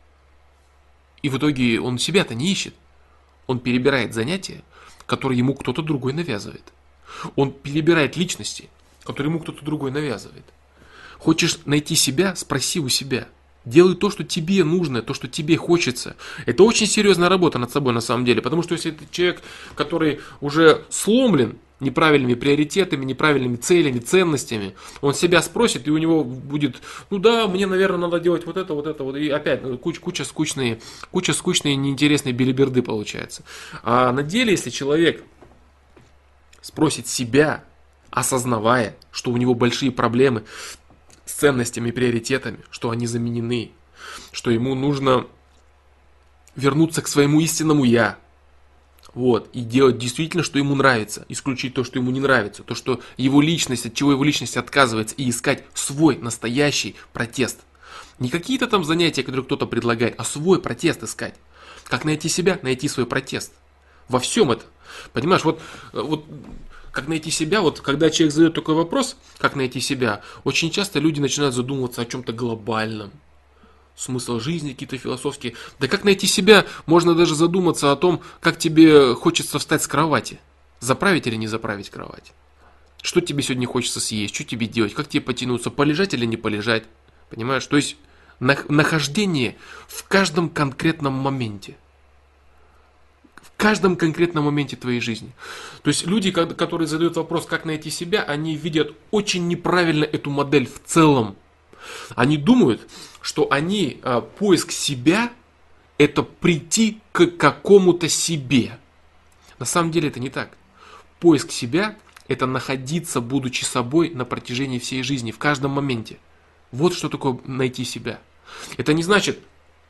И в итоге он себя-то не ищет. Он перебирает занятия, которые ему кто-то другой навязывает. Он перебирает личности, которые ему кто-то другой навязывает. Хочешь найти себя, спроси у себя. Делай то, что тебе нужно, то, что тебе хочется. Это очень серьезная работа над собой на самом деле. Потому что если ты человек, который уже сломлен неправильными приоритетами, неправильными целями, ценностями, он себя спросит, и у него будет, ну да, мне, наверное, надо делать вот это, вот. И опять куча скучные, неинтересные белиберды получается. А на деле, если человек спросит себя, осознавая, что у него большие проблемы с ценностями и приоритетами, что они заменены, что ему нужно вернуться к своему истинному «я», вот, и делать действительно, что ему нравится, исключить то, что ему не нравится, то, что его личность, от чего его личность отказывается, и искать свой настоящий протест. Не какие-то там занятия, которые кто-то предлагает, а свой протест искать. Как найти себя? Найти свой протест. Во всем это. Понимаешь, вот как найти себя, вот когда человек задает такой вопрос, как найти себя, очень часто люди начинают задумываться о чем-то глобальном. Смысл жизни, какие-то философские. Да как найти себя, можно даже задуматься о том, как тебе хочется встать с кровати. Заправить или не заправить кровать. Что тебе сегодня хочется съесть, что тебе делать, как тебе потянуться, полежать или не полежать. Понимаешь? То есть нахождение в каждом конкретном моменте. В каждом конкретном моменте твоей жизни. То есть люди, которые задают вопрос, как найти себя, они видят очень неправильно эту модель в целом. Они думают, что поиск себя – это прийти к какому-то себе. На самом деле это не так. Поиск себя – это находиться, будучи собой, на протяжении всей жизни, в каждом моменте. Вот что такое найти себя. Это не значит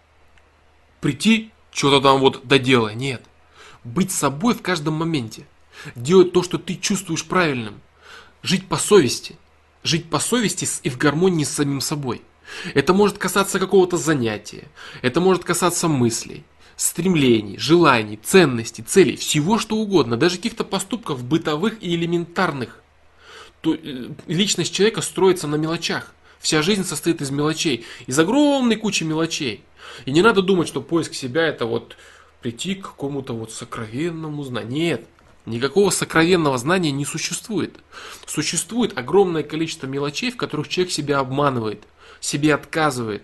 прийти, что-то там вот доделай. Нет. Быть собой в каждом моменте. Делать то, что ты чувствуешь правильным. Жить по совести. Жить по совести и в гармонии с самим собой. Это может касаться какого-то занятия. Это может касаться мыслей, стремлений, желаний, ценностей, целей. Всего что угодно. Даже каких-то поступков бытовых и элементарных. Личность человека строится на мелочах. Вся жизнь состоит из мелочей. Из огромной кучи мелочей. И не надо думать, что поиск себя это вот прийти к какому-то вот сокровенному знанию. Нет. Никакого сокровенного знания не существует. Существует огромное количество мелочей, в которых человек себя обманывает, себе отказывает,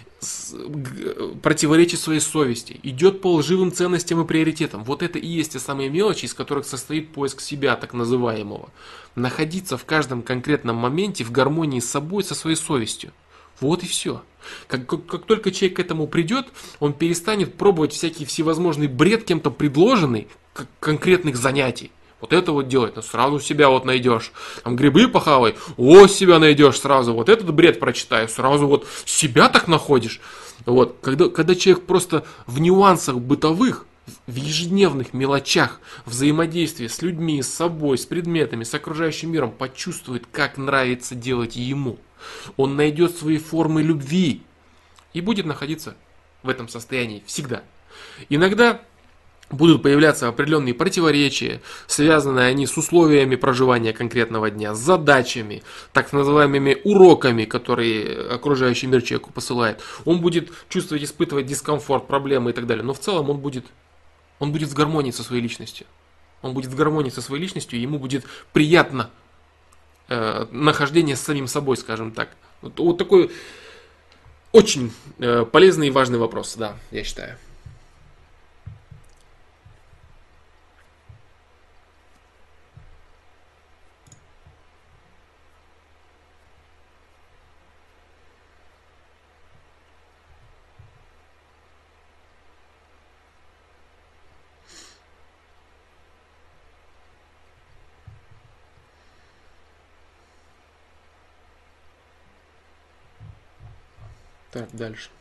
противоречит своей совести, идет по лживым ценностям и приоритетам. Вот это и есть те самые мелочи, из которых состоит поиск себя, так называемого. Находиться в каждом конкретном моменте в гармонии с собой, со своей совестью. Вот и все. Как только человек к этому придет, он перестанет пробовать всякий всевозможный бред, кем-то предложенный, конкретных занятий. Вот это вот делать, ну сразу себя вот найдешь. Там грибы похавай, себя найдешь сразу. Вот этот бред прочитай, сразу вот себя так находишь. Вот. Когда человек просто в нюансах бытовых, в ежедневных мелочах взаимодействия с людьми, с собой, с предметами, с окружающим миром почувствует, как нравится делать ему. Он найдет свои формы любви и будет находиться в этом состоянии всегда. Иногда будут появляться определенные противоречия, связанные они с условиями проживания конкретного дня, с задачами, так называемыми уроками, которые окружающий мир человеку посылает. Он будет чувствовать, испытывать дискомфорт, проблемы и так далее. Но в целом он будет в гармонии со своей личностью. Он будет в гармонии со своей личностью, и ему будет приятно нахождение с самим собой, скажем так. Вот такой очень полезный и важный вопрос, да, я считаю. Так, дальше.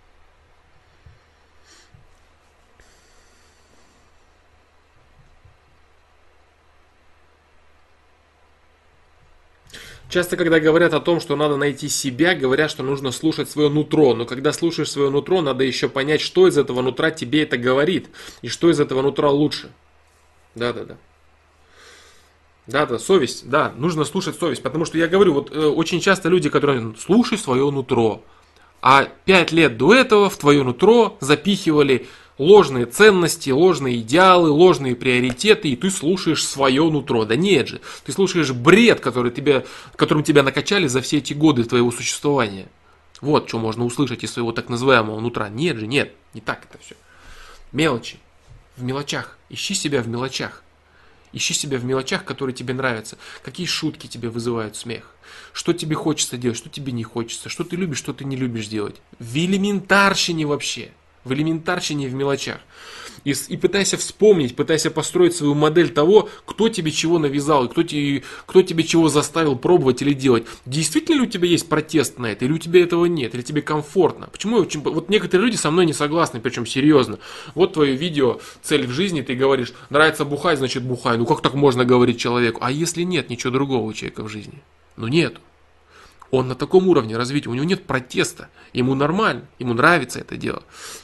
Часто, когда говорят о том, что надо найти себя, говорят, что нужно слушать свое нутро. Но когда слушаешь свое нутро, надо еще понять, что из этого нутра тебе это говорит. И что из этого нутра лучше. Да-да-да. Да, совесть, да, нужно слушать совесть. Потому что я говорю, вот очень часто люди, которые слушай свое нутро. А 5 лет до этого в твое нутро запихивали ложные ценности, ложные идеалы, ложные приоритеты, и ты слушаешь свое нутро. Да нет же, ты слушаешь бред, которым тебя накачали за все эти годы твоего существования. Вот что можно услышать из своего так называемого нутра. Нет же, нет, не так это все. Мелочи, в мелочах, ищи себя в мелочах. Ищи себя в мелочах, которые тебе нравятся. Какие шутки тебе вызывают смех. Что тебе хочется делать, что тебе не хочется. Что ты любишь, что ты не любишь делать. В элементарщине вообще. В элементарщине, в мелочах. И пытайся вспомнить, пытайся построить свою модель того, кто тебе чего навязал, и кто тебе чего заставил пробовать или делать. Действительно ли у тебя есть протест на это, или у тебя этого нет, или тебе комфортно? Почему вот некоторые люди со мной не согласны, причем серьезно. Вот твое видео, цель в жизни, ты говоришь, нравится бухать, значит бухай. Ну как так можно говорить человеку? А если нет ничего другого у человека в жизни? Ну нету. Он на таком уровне развития, у него нет протеста, ему нормально, ему нравится это дело.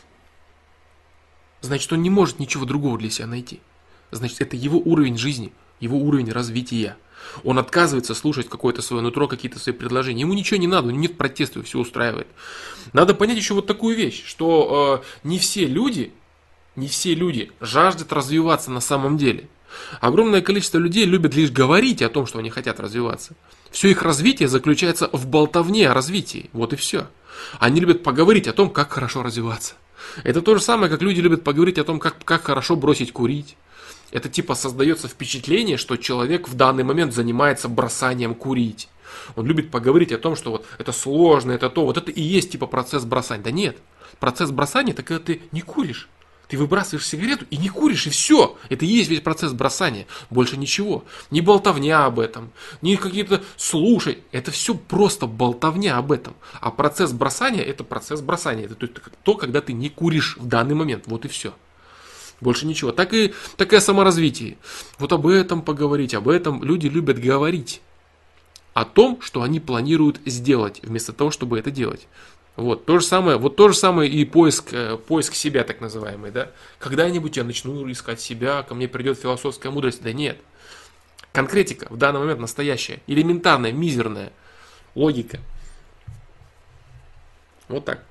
Значит, он не может ничего другого для себя найти. Значит, это его уровень жизни, его уровень развития. Он отказывается слушать какое-то свое нутро, какие-то свои предложения. Ему ничего не надо, у него нет протеста, его все устраивает. Надо понять еще вот такую вещь, что не все люди жаждут развиваться на самом деле. Огромное количество людей любят лишь говорить о том, что они хотят развиваться. Все их развитие заключается в болтовне о развитии. Вот и все. Они любят поговорить о том, как хорошо развиваться. Это то же самое, как люди любят поговорить о том, как хорошо бросить курить. Это типа создается впечатление, что человек в данный момент занимается бросанием курить. Он любит поговорить о том, что вот это сложно, это то, вот это и есть типа процесс бросания. Да нет, процесс бросания это когда ты не куришь. Ты выбрасываешь сигарету и не куришь, и все. Это и есть весь процесс бросания. Больше ничего. Ни болтовня об этом, ни какие-то слушай. Это все просто болтовня об этом. А процесс бросания это процесс бросания. Это то, когда ты не куришь в данный момент. Вот и все. Больше ничего. Так и саморазвитие. Вот об этом поговорить, об этом люди любят говорить. О том, что они планируют сделать, вместо того, чтобы это делать. Вот то же самое и поиск себя, так называемый, да. Когда-нибудь я начну искать себя, ко мне придет философская мудрость. Да нет. Конкретика в данный момент настоящая, элементарная, мизерная логика. Вот так.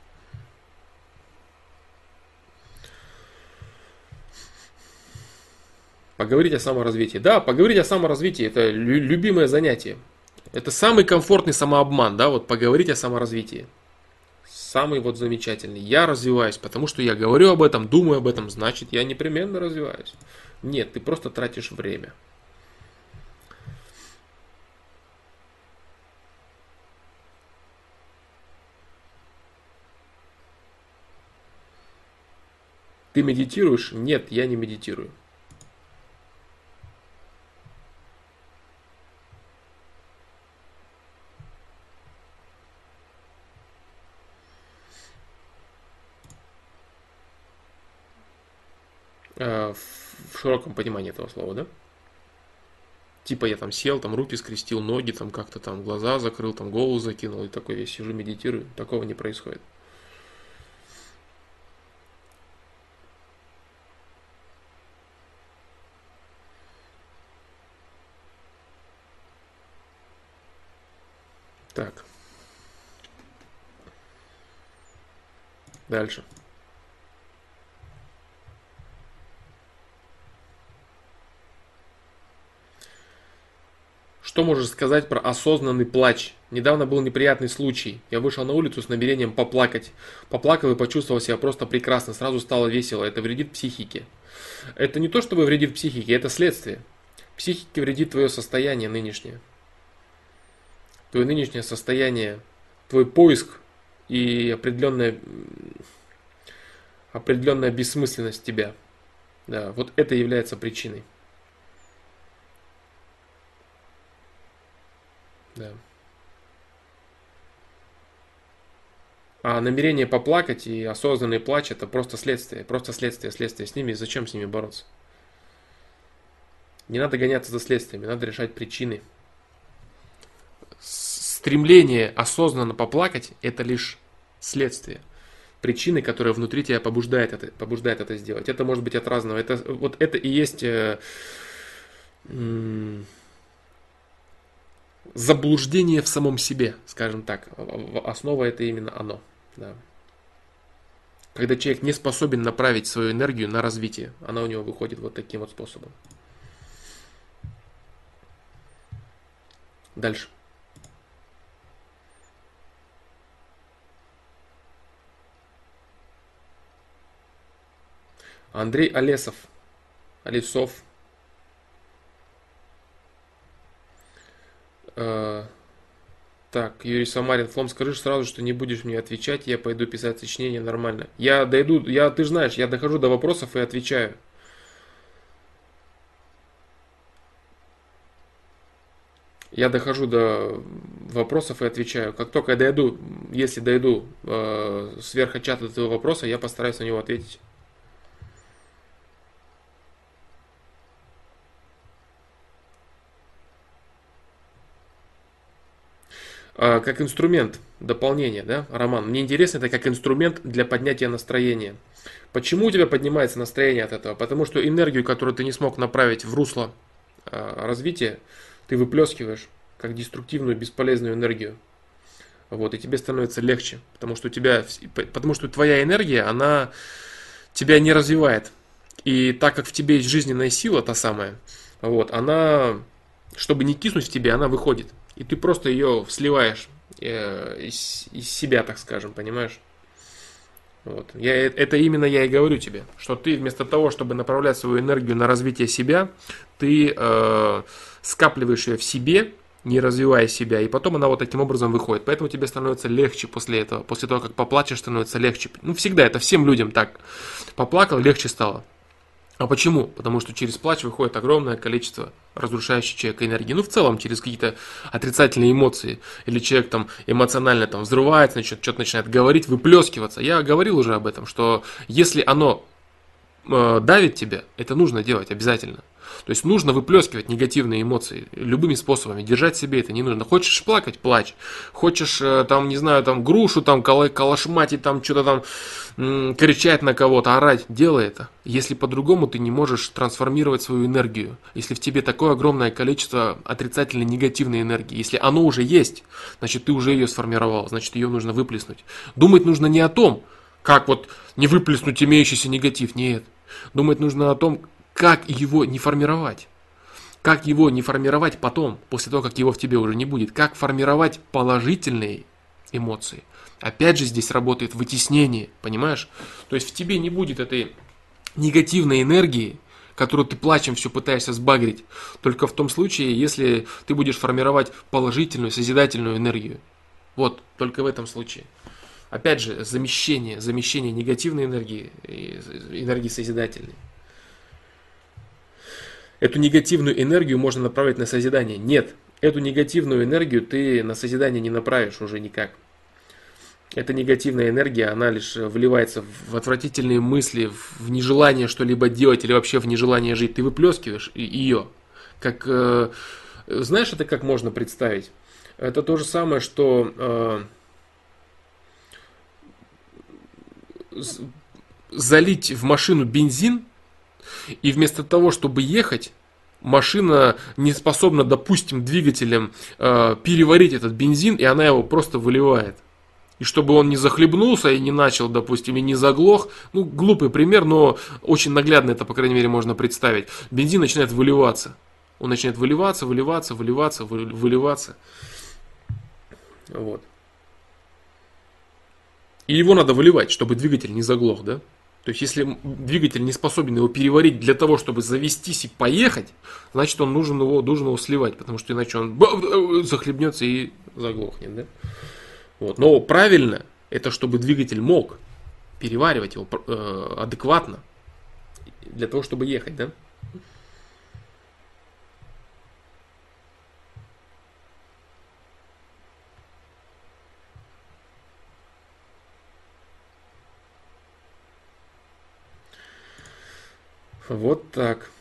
Поговорить о саморазвитии. Да, поговорить о саморазвитии – это любимое занятие. Это самый комфортный самообман, да, вот поговорить о саморазвитии. Самый вот замечательный. Я развиваюсь, потому что я говорю об этом, думаю об этом, значит я непременно развиваюсь. Нет, ты просто тратишь время. Ты медитируешь? Нет, я не медитирую. В широком понимании этого слова, да? Типа я там сел, там руки скрестил, ноги там как-то там глаза закрыл, там голову закинул и такой весь сижу, медитирую. Такого не происходит. Так. Дальше. Что можешь сказать про осознанный плач? Недавно был неприятный случай. Я вышел на улицу с намерением поплакать. Поплакал и почувствовал себя просто прекрасно. Сразу стало весело. Это вредит психике. Это не то, чтобы вредит психике, это следствие. Психике вредит твое состояние нынешнее. Твое нынешнее состояние, твой поиск и определенная бессмысленность тебя. Да, вот это является причиной. Да. А намерение поплакать и осознанный плач это просто следствие. Просто следствие с ними. Зачем с ними бороться? Не надо гоняться за следствиями, надо решать причины. Стремление осознанно поплакать это лишь следствие. Причины, которые внутри тебя побуждают это сделать. Это может быть от разного. Вот это и есть заблуждение в самом себе, скажем так. Основа это именно оно. Да. Когда человек не способен направить свою энергию на развитие, она у него выходит вот таким вот способом. Дальше. Андрей Олесов. Так, Юрий Самарин, Флом, скажи сразу, что не будешь мне отвечать, я пойду писать сочинение нормально. Ты знаешь, я дохожу до вопросов и отвечаю. Я дохожу до вопросов и отвечаю. Как только если дойду сверхочат этого вопроса, я постараюсь на него ответить. Как инструмент дополнения, да, Роман? Мне интересно, это как инструмент для поднятия настроения. Почему у тебя поднимается настроение от этого? Потому что энергию, которую ты не смог направить в русло развития, ты выплескиваешь как деструктивную, бесполезную энергию. Вот, и тебе становится легче, потому что твоя энергия, она тебя не развивает. И так как в тебе есть жизненная сила, та самая, вот, она, чтобы не киснуть в тебе, она выходит. И ты просто ее сливаешь из себя, так скажем, понимаешь? Вот. Это именно я и говорю тебе, что ты вместо того, чтобы направлять свою энергию на развитие себя, ты скапливаешь ее в себе не развивая себя, и потом она вот таким образом выходит. Поэтому тебе становится легче после этого, после того, как поплачешь, становится легче. Ну, всегда, это всем людям так. Поплакал, легче стало. А почему? Потому что через плач выходит огромное количество разрушающей человека энергии. Ну, в целом, через какие-то отрицательные эмоции. Или человек там эмоционально там взрывается, что-то начинает говорить, выплескиваться. Я говорил уже об этом, что если оно давит тебя, это нужно делать обязательно. То есть нужно выплескивать негативные эмоции любыми способами, держать себе это не нужно. Хочешь плакать, плачь. Хочешь там, не знаю, там грушу там калашматить, там что-то там кричать на кого-то, орать, делай это. Если по-другому ты не можешь трансформировать свою энергию, если в тебе такое огромное количество отрицательной негативной энергии, если оно уже есть, значит ты уже ее сформировал, значит ее нужно выплеснуть. Думать нужно не о том, как вот не выплеснуть имеющийся негатив, нет. Думать нужно о том, как его не формировать. Как его не формировать потом, после того, как его в тебе уже не будет. Как формировать положительные эмоции. Опять же здесь работает вытеснение, понимаешь? То есть в тебе не будет этой негативной энергии, которую ты плачем все пытаешься сбагрить. Только в том случае, если ты будешь формировать положительную, созидательную энергию. Вот, только в этом случае. Опять же, замещение негативной энергии и энергии созидательной. Эту негативную энергию можно направить на созидание. Нет, эту негативную энергию ты на созидание не направишь уже никак. Эта негативная энергия, она лишь вливается в отвратительные мысли, в нежелание что-либо делать или вообще в нежелание жить. Ты выплескиваешь ее. Как, знаешь, это как можно представить? Это то же самое, что залить в машину бензин, и вместо того, чтобы ехать, машина не способна, допустим, двигателем переварить этот бензин, и она его просто выливает. И чтобы он не захлебнулся и не начал, допустим, и не заглох, ну, глупый пример, но очень наглядно это, по крайней мере, можно представить. Бензин начинает выливаться. Он начинает выливаться. Вот. И его надо выливать, чтобы двигатель не заглох, да? То есть, если двигатель не способен его переварить для того, чтобы завестись и поехать, значит, он должен его сливать, потому что иначе он захлебнется и заглохнет, да? Вот. Но правильно, это чтобы двигатель мог переваривать его адекватно, для того, чтобы ехать, да? Вот так.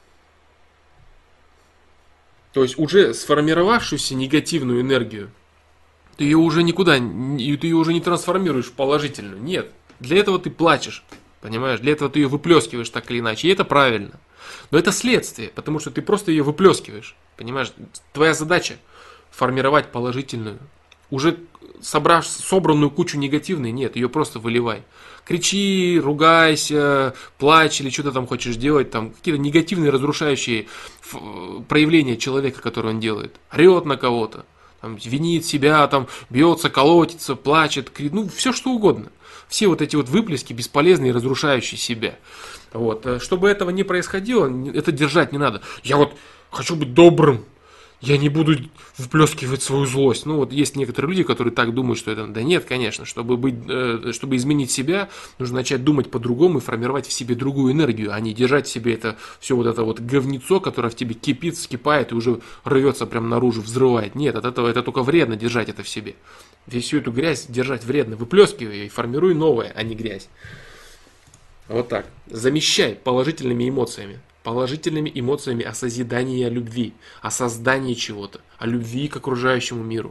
То есть уже сформировавшуюся негативную энергию, ты ее уже никуда, ты ее уже не трансформируешь в положительную. Нет. Для этого ты плачешь, понимаешь? Для этого ты ее выплескиваешь так или иначе. И это правильно. Но это следствие, потому что ты просто ее выплескиваешь. Понимаешь? Твоя задача формировать положительную. Уже собранную кучу негативной, нет, ее просто выливай. Кричи, ругайся, плачь или что ты там хочешь делать, там какие-то негативные, разрушающие проявления человека, которые он делает. Орет на кого-то, там, винит себя, там, бьется, колотится, плачет, ну, все что угодно. Все вот эти вот выплески бесполезные, разрушающие себя. Вот. Чтобы этого не происходило, это держать не надо. Я вот хочу быть добрым. Я не буду выплескивать свою злость. Ну вот есть некоторые люди, которые так думают, что это... Да нет, конечно. Чтобы изменить себя, нужно начать думать по-другому и формировать в себе другую энергию, а не держать в себе это все вот это вот говнецо, которое в тебе кипит, вскипает и уже рвется прям наружу, взрывает. Нет, от этого это только вредно держать это в себе. Всю эту грязь держать вредно. Выплескивай ее и формируй новое, а не грязь. Вот так. Замещай положительными эмоциями. Положительными эмоциями о созидании, о любви, о создании чего-то, о любви к окружающему миру.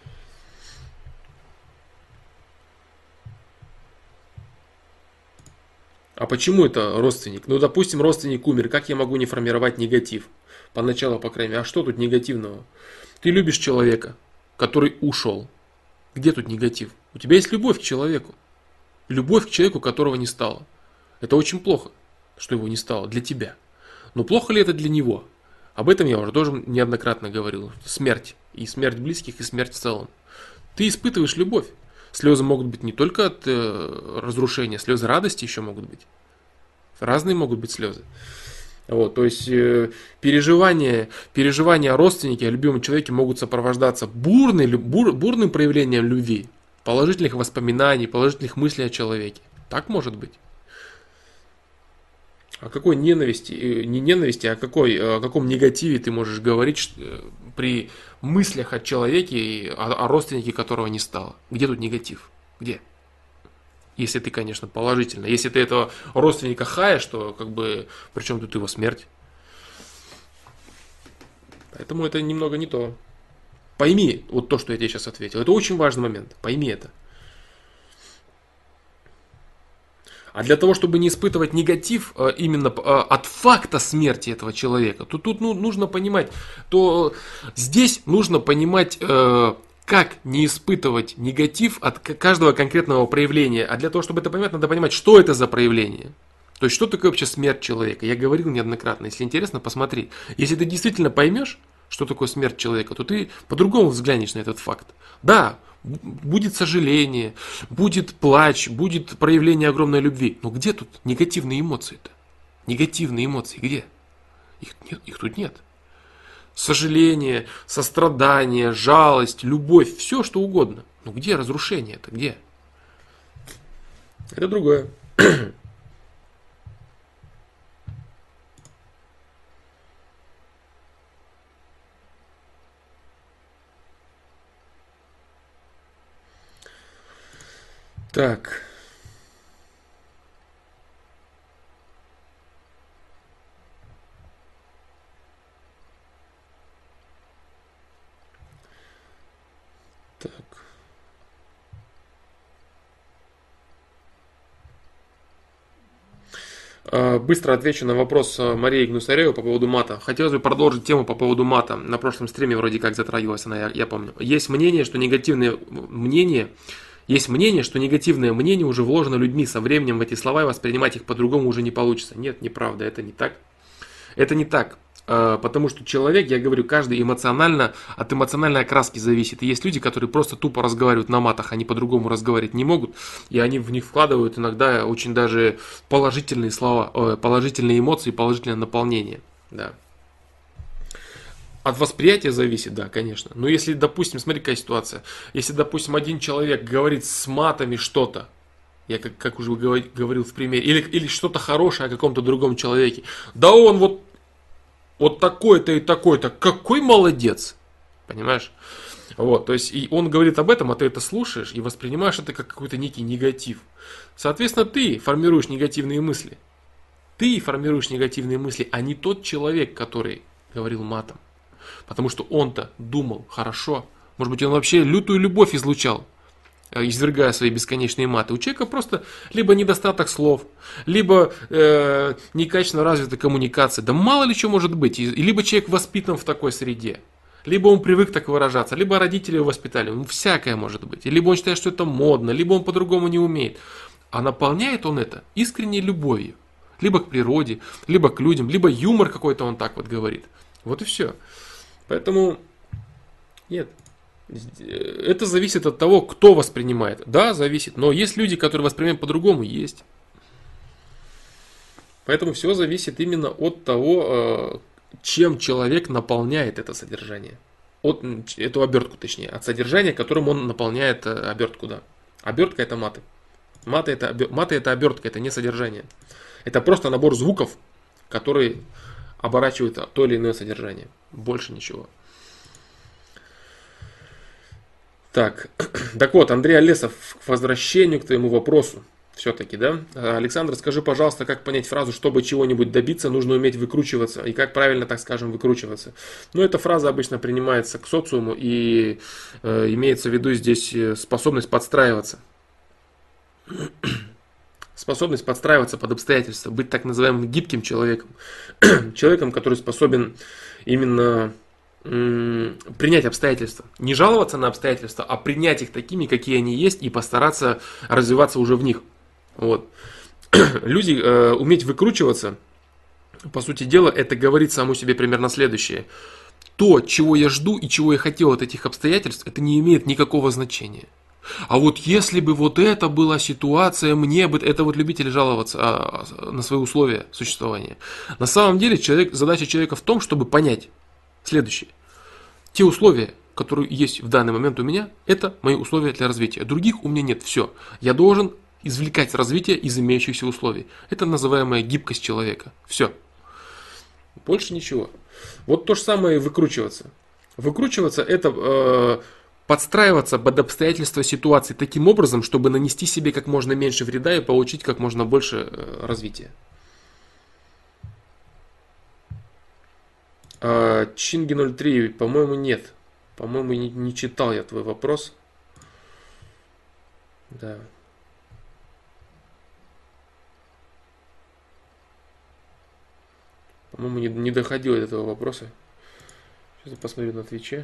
А почему это родственник? Ну, допустим, родственник умер, как я могу не формировать негатив? Поначалу, по крайней мере, а что тут негативного? Ты любишь человека, который ушел. Где тут негатив? У тебя есть любовь к человеку. Любовь к человеку, которого не стало. Это очень плохо, что его не стало для тебя. Но плохо ли это для него? Об этом я уже тоже неоднократно говорил. Смерть. И смерть близких, и смерть в целом. Ты испытываешь любовь. Слезы могут быть не только от разрушения, слезы радости еще могут быть. Разные могут быть слезы. Вот, то есть переживания о родственнике, о любимом человеке могут сопровождаться бурным проявлением любви, положительных воспоминаний, положительных мыслей о человеке. Так может быть. О какой ненависти, не ненависти, о каком негативе ты можешь говорить при мыслях о человеке, о родственнике которого не стало? Где тут негатив? Где? Если ты, конечно, положительно. Если ты этого родственника хаешь, то как бы при чем тут его смерть? Поэтому это немного не то. Пойми вот то, что я тебе сейчас ответил. Это очень важный момент. Пойми это. А для того, чтобы не испытывать негатив именно от факта смерти этого человека, то тут нужно понимать, то здесь нужно понимать, как не испытывать негатив от каждого конкретного проявления. А для того, чтобы это понимать, надо понимать, что это за проявление. То есть, что такое вообще смерть человека. Я говорил неоднократно. Если интересно, посмотри. Если ты действительно поймешь, что такое смерть человека, то ты по-другому взглянешь на этот факт. Да, будет сожаление, будет плач, будет проявление огромной любви. Но где тут негативные эмоции-то? Негативные эмоции где? Их тут нет. Сожаление, сострадание, жалость, любовь, все что угодно. Но где разрушение это? Где? Это другое. Так. Так. Быстро отвечу на вопрос Марии Гнусаревой по поводу мата. Хотелось бы продолжить тему по поводу мата. На прошлом стриме вроде как затрагивалась она, я помню. Есть мнение, что негативное мнение уже вложено людьми со временем в эти слова, и воспринимать их по-другому уже не получится. Нет, неправда, это не так. Это не так. Потому что человек, я говорю, каждый эмоционально, от эмоциональной окраски зависит. И есть люди, которые просто тупо разговаривают на матах, они по-другому разговаривать не могут, и они в них вкладывают иногда очень даже положительные слова, положительные эмоции, положительное наполнение. Да. От восприятия зависит, да, конечно. Но если, допустим, смотри, какая ситуация. Если, допустим, один человек говорит с матами что-то, я как уже говорил в примере, или что-то хорошее о каком-то другом человеке, да он вот такой-то и такой-то, какой молодец, понимаешь? Вот, то есть, и он говорит об этом, а ты это слушаешь и воспринимаешь это как какой-то некий негатив. Соответственно, ты формируешь негативные мысли. Ты формируешь негативные мысли, а не тот человек, который говорил матом. Потому что он-то думал хорошо. Может быть, он вообще лютую любовь излучал, извергая свои бесконечные маты. У человека просто либо недостаток слов, либо некачественно развита коммуникация. Да мало ли что может быть. Либо человек воспитан в такой среде, либо он привык так выражаться, либо родители его воспитали. Ну, всякое может быть. Либо он считает, что это модно, либо он по-другому не умеет. А наполняет он это искренней любовью. Либо к природе, либо к людям, либо юмор какой-то он так вот говорит. Вот и все. Поэтому нет. Это зависит от того, кто воспринимает. Да, зависит. Но есть люди, которые воспринимают по-другому. Есть. Поэтому все зависит именно от того, чем человек наполняет это содержание. От эту обертку, точнее. От содержания, которым он наполняет обертку. Да. Обертка это маты. Маты это обертка, это не содержание. Это просто набор звуков, которые оборачивают то или иное содержание. Больше ничего. Так вот, Андрей Олесов, к возвращению к твоему вопросу, все-таки, да? Александр, скажи, пожалуйста, как понять фразу «чтобы чего-нибудь добиться, нужно уметь выкручиваться», и как правильно, так скажем, выкручиваться? Ну, эта фраза обычно принимается к социуму, и имеется в виду здесь способность подстраиваться. Способность подстраиваться под обстоятельства, быть так называемым гибким человеком. Человеком, который способен именно принять обстоятельства. Не жаловаться на обстоятельства, а принять их такими, какие они есть, и постараться развиваться уже в них. Вот. Люди уметь выкручиваться, по сути дела, это говорит самому себе примерно следующее. То, чего я жду и чего я хотел от этих обстоятельств, это не имеет никакого значения. А вот если бы вот это была ситуация, мне бы... Это вот любители жаловаться на свои условия существования. На самом деле задача человека в том, чтобы понять следующее. Те условия, которые есть в данный момент у меня, это мои условия для развития. Других у меня нет. Все. Я должен извлекать развитие из имеющихся условий. Это называемая гибкость человека. Все. Больше ничего. Вот то же самое и выкручиваться. Выкручиваться это подстраиваться под обстоятельства ситуации таким образом, чтобы нанести себе как можно меньше вреда и получить как можно больше развития. Чинги 03, по-моему, нет. По-моему, не читал я твой вопрос. Да. По-моему, не доходил до этого вопроса. Сейчас я посмотрю на Твиче.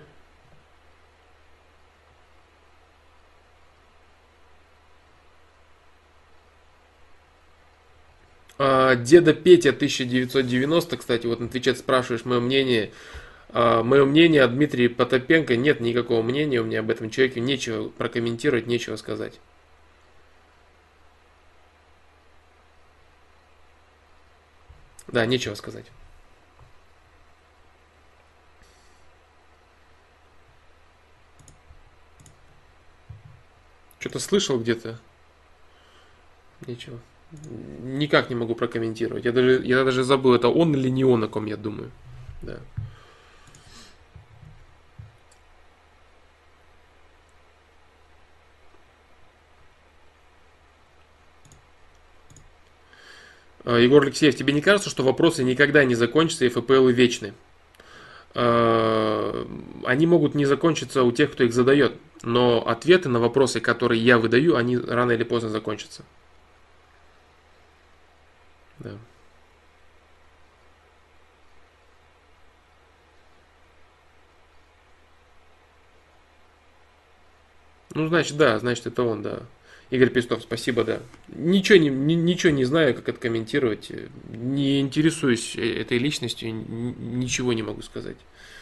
Деда Петя 1990, кстати, вот на Твиче спрашиваешь мое мнение. Мое мнение о Дмитрии Потапенко, нет никакого мнения у меня об этом человеке, нечего прокомментировать, нечего сказать. Да, нечего сказать. Что-то слышал где-то? Нечего. Никак не могу прокомментировать. Я даже забыл, это он или не он, о ком я думаю. Да. Егор Алексеев, тебе не кажется, что вопросы никогда не закончатся и ФПЛы вечны? Они могут не закончиться у тех, кто их задает, но ответы на вопросы, которые я выдаю, они рано или поздно закончатся. Да. Ну, значит, да, значит, это он, да. Игорь Пестов, спасибо, да. Ничего не знаю, как это комментировать. Не интересуюсь этой личностью, ничего не могу сказать.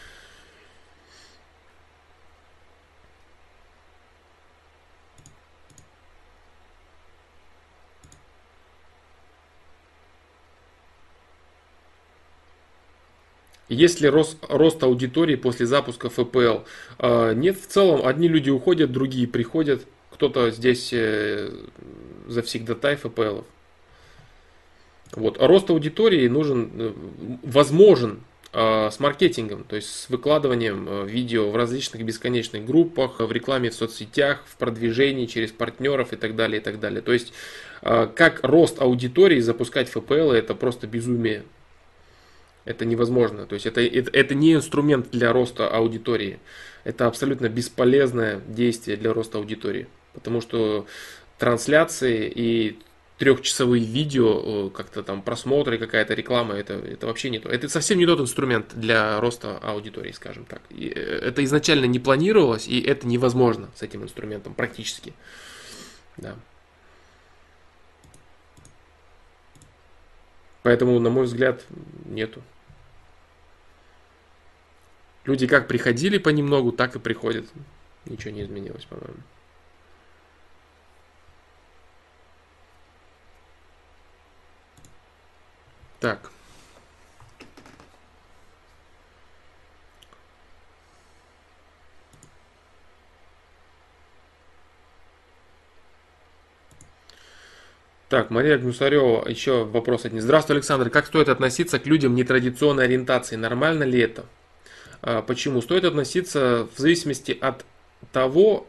Есть ли рост аудитории после запуска ФПЛ? Нет, в целом одни люди уходят, другие приходят. Кто-то здесь завсегдатай ФПЛов. Вот. А рост аудитории возможен с маркетингом, то есть с выкладыванием видео в различных бесконечных группах, в рекламе в соцсетях, в продвижении через партнеров и так далее, и так далее. То есть как рост аудитории запускать ФПЛ, это просто безумие. Это невозможно. То есть это не инструмент для роста аудитории. Это абсолютно бесполезное действие для роста аудитории. Потому что трансляции и трехчасовые видео, как-то там просмотры, какая-то реклама, это вообще не то. Это совсем не тот инструмент для роста аудитории, скажем так. И это изначально не планировалось, и это невозможно с этим инструментом практически. Да. Поэтому, на мой взгляд, нету. Люди как приходили понемногу, так и приходят. Ничего не изменилось, по-моему. Так. Так, Мария Гнусарева, еще вопрос один. Здравствуй, Александр. Как стоит относиться к людям нетрадиционной ориентации? Нормально ли это? Почему? Стоит относиться в зависимости от того,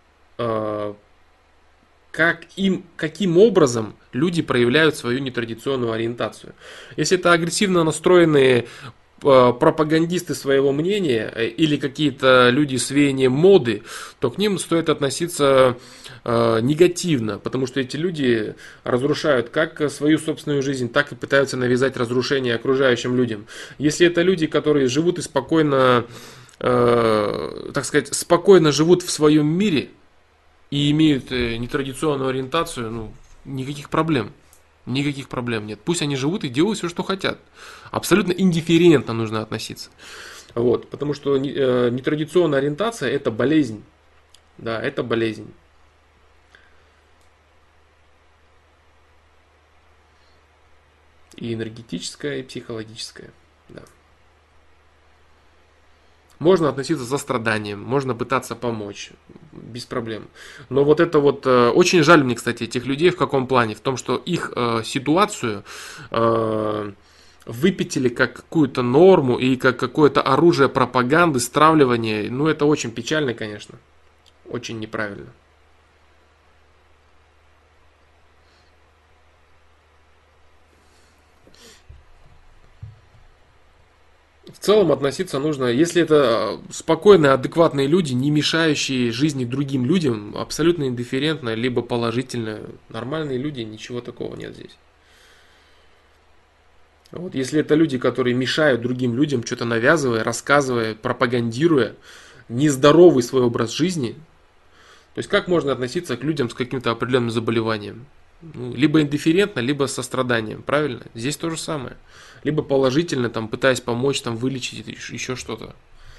каким образом люди проявляют свою нетрадиционную ориентацию. Если это агрессивно настроенные пропагандисты своего мнения или какие-то люди с веянием моды, то к ним стоит относиться негативно, потому что эти люди разрушают как свою собственную жизнь, так и пытаются навязать разрушение окружающим людям. Если это люди, которые живут и спокойно, так сказать, спокойно живут в своем мире и имеют нетрадиционную ориентацию, ну, никаких проблем. Никаких проблем нет. Пусть они живут и делают все, что хотят. Абсолютно индифферентно нужно относиться. Вот, потому что нетрадиционная ориентация – это болезнь. Да, это болезнь. И энергетическое, и психологическое. Да. Можно относиться с состраданием, можно пытаться помочь, без проблем. Но вот это вот, очень жаль мне, кстати, этих людей в каком плане? В том, что их ситуацию выпятили как какую-то норму и как какое-то оружие пропаганды, стравливания. Ну, это очень печально, конечно. Очень неправильно. В целом относиться нужно, если это спокойные, адекватные люди, не мешающие жизни другим людям, абсолютно индифферентно, либо положительно. Нормальные люди, ничего такого нет здесь. Вот если это люди, которые мешают другим людям, что-то навязывая, рассказывая, пропагандируя, нездоровый свой образ жизни, то есть как можно относиться к людям с каким-то определенным заболеванием? Ну, либо индифферентно, либо со страданием, правильно? Здесь то же самое. Либо положительно, там, пытаясь помочь, там, вылечить еще что-то.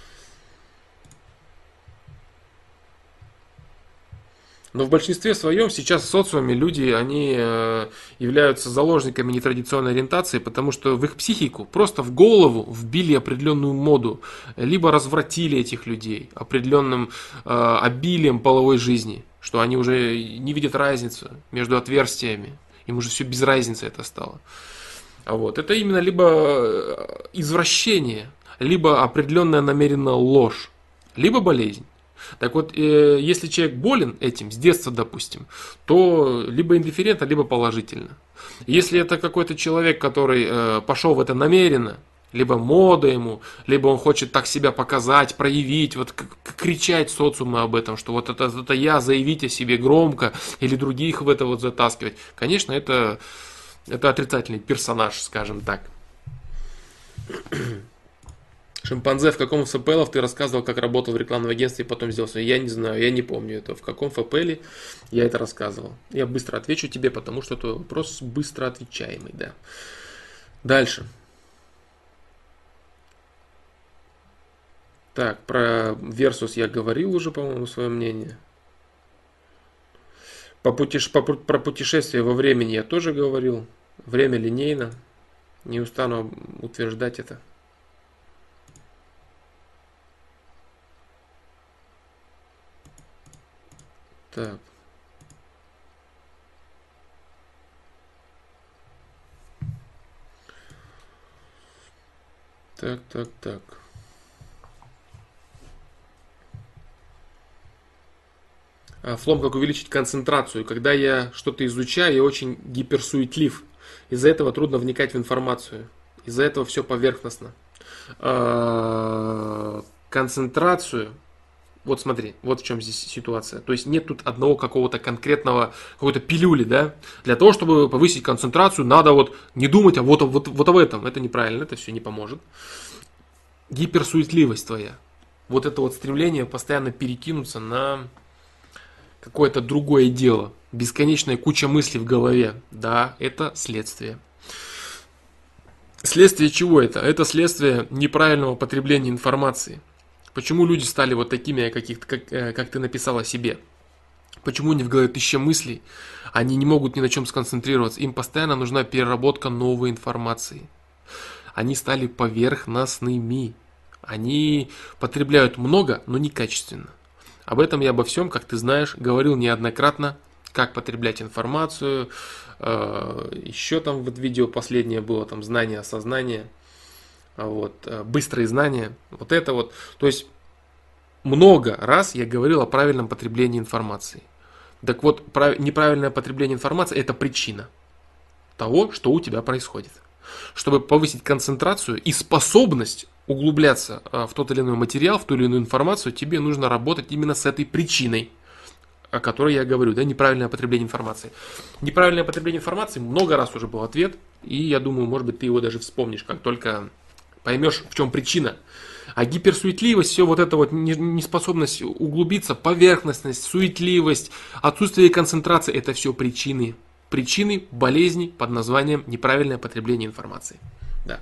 Но в большинстве своем сейчас в социуме люди, они являются заложниками нетрадиционной ориентации, потому что в их психику просто в голову вбили определенную моду, либо развратили этих людей определенным обилием половой жизни, что они уже не видят разницы между отверстиями, им уже все без разницы это стало. Вот. Это именно либо извращение, либо определенная намеренная ложь, либо болезнь. Так вот, если человек болен этим с детства, допустим, то либо индифферентно, либо положительно. Если это какой-то человек, который пошел в это намеренно, либо мода ему, либо он хочет так себя показать, проявить, вот кричать социуму об этом, что вот это я, заявить о себе громко, или других в это вот затаскивать. Конечно, это отрицательный персонаж, скажем так. Шимпанзе, в каком ФПЛ ты рассказывал, как работал в рекламном агентстве и потом сделал свое? Я не знаю, я не помню это. В каком ФПЛе я это рассказывал? Я быстро отвечу тебе, потому что это вопрос быстро отвечаемый, да. Дальше. Так, про Versus я говорил уже, по-моему, свое мнение. Про путешествие во времени я тоже говорил. Время линейно. Не устану утверждать это. Так. Так. Флом, как увеличить концентрацию. Когда я что-то изучаю, я очень гиперсуетлив. Из-за этого трудно вникать в информацию. Из-за этого все поверхностно. Концентрацию. Вот смотри, вот в чем здесь ситуация. То есть нет тут одного какого-то конкретного, какой-то пилюли, да? Для того, чтобы повысить концентрацию, надо вот не думать, вот об этом. Это неправильно, это все не поможет. Гиперсуетливость твоя. Вот это вот стремление постоянно перекинуться на какое-то другое дело. Бесконечная куча мыслей в голове. Да, это следствие. Следствие чего это? Это следствие неправильного потребления информации. Почему люди стали вот такими, как ты написал о себе? Почему у них в голове тысяча мыслей? Они не могут ни на чем сконцентрироваться. Им постоянно нужна переработка новой информации. Они стали поверхностными. Они потребляют много, но некачественно. Об этом я обо всем, как ты знаешь, говорил неоднократно, как потреблять информацию. Еще там вот видео последнее было, там знание, осознание, вот, быстрые знания. Вот это вот, то есть много раз я говорил о правильном потреблении информации. Так вот, неправильное потребление информации – это причина того, что у тебя происходит. Чтобы повысить концентрацию и способность углубляться в тот или иной материал, в ту или иную информацию, тебе нужно работать именно с этой причиной, о которой я говорю, да, неправильное потребление информации. Неправильное потребление информации, много раз уже был ответ, и я думаю, может быть, ты его даже вспомнишь, как только поймешь, в чем причина. А гиперсуетливость, все вот это вот неспособность углубиться, поверхностность, суетливость, отсутствие концентрации – это все причины. Причины болезни под названием неправильное потребление информации. Да.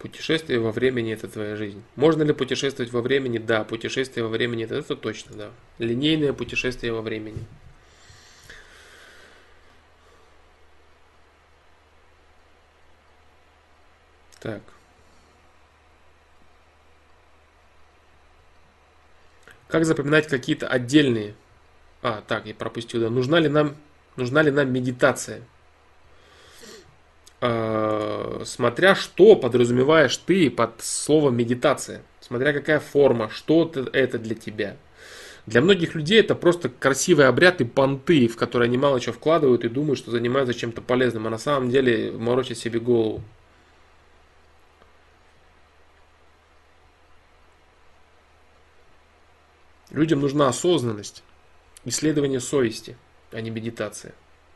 Путешествие во времени – это твоя жизнь. Можно ли путешествовать во времени? Да, путешествие во времени – это точно, да. Линейное путешествие во времени. Так. Как запоминать какие-то отдельные? Так, я пропустил, да. Нужна ли нам медитация? Смотря что подразумеваешь ты под словом медитация. Смотря какая форма, что это для тебя. Для многих людей это просто красивый обряд и понты, в которые они мало чего вкладывают и думают, что занимаются чем-то полезным, а на самом деле морочат себе голову. Людям нужна осознанность, исследование совести, а не медитация.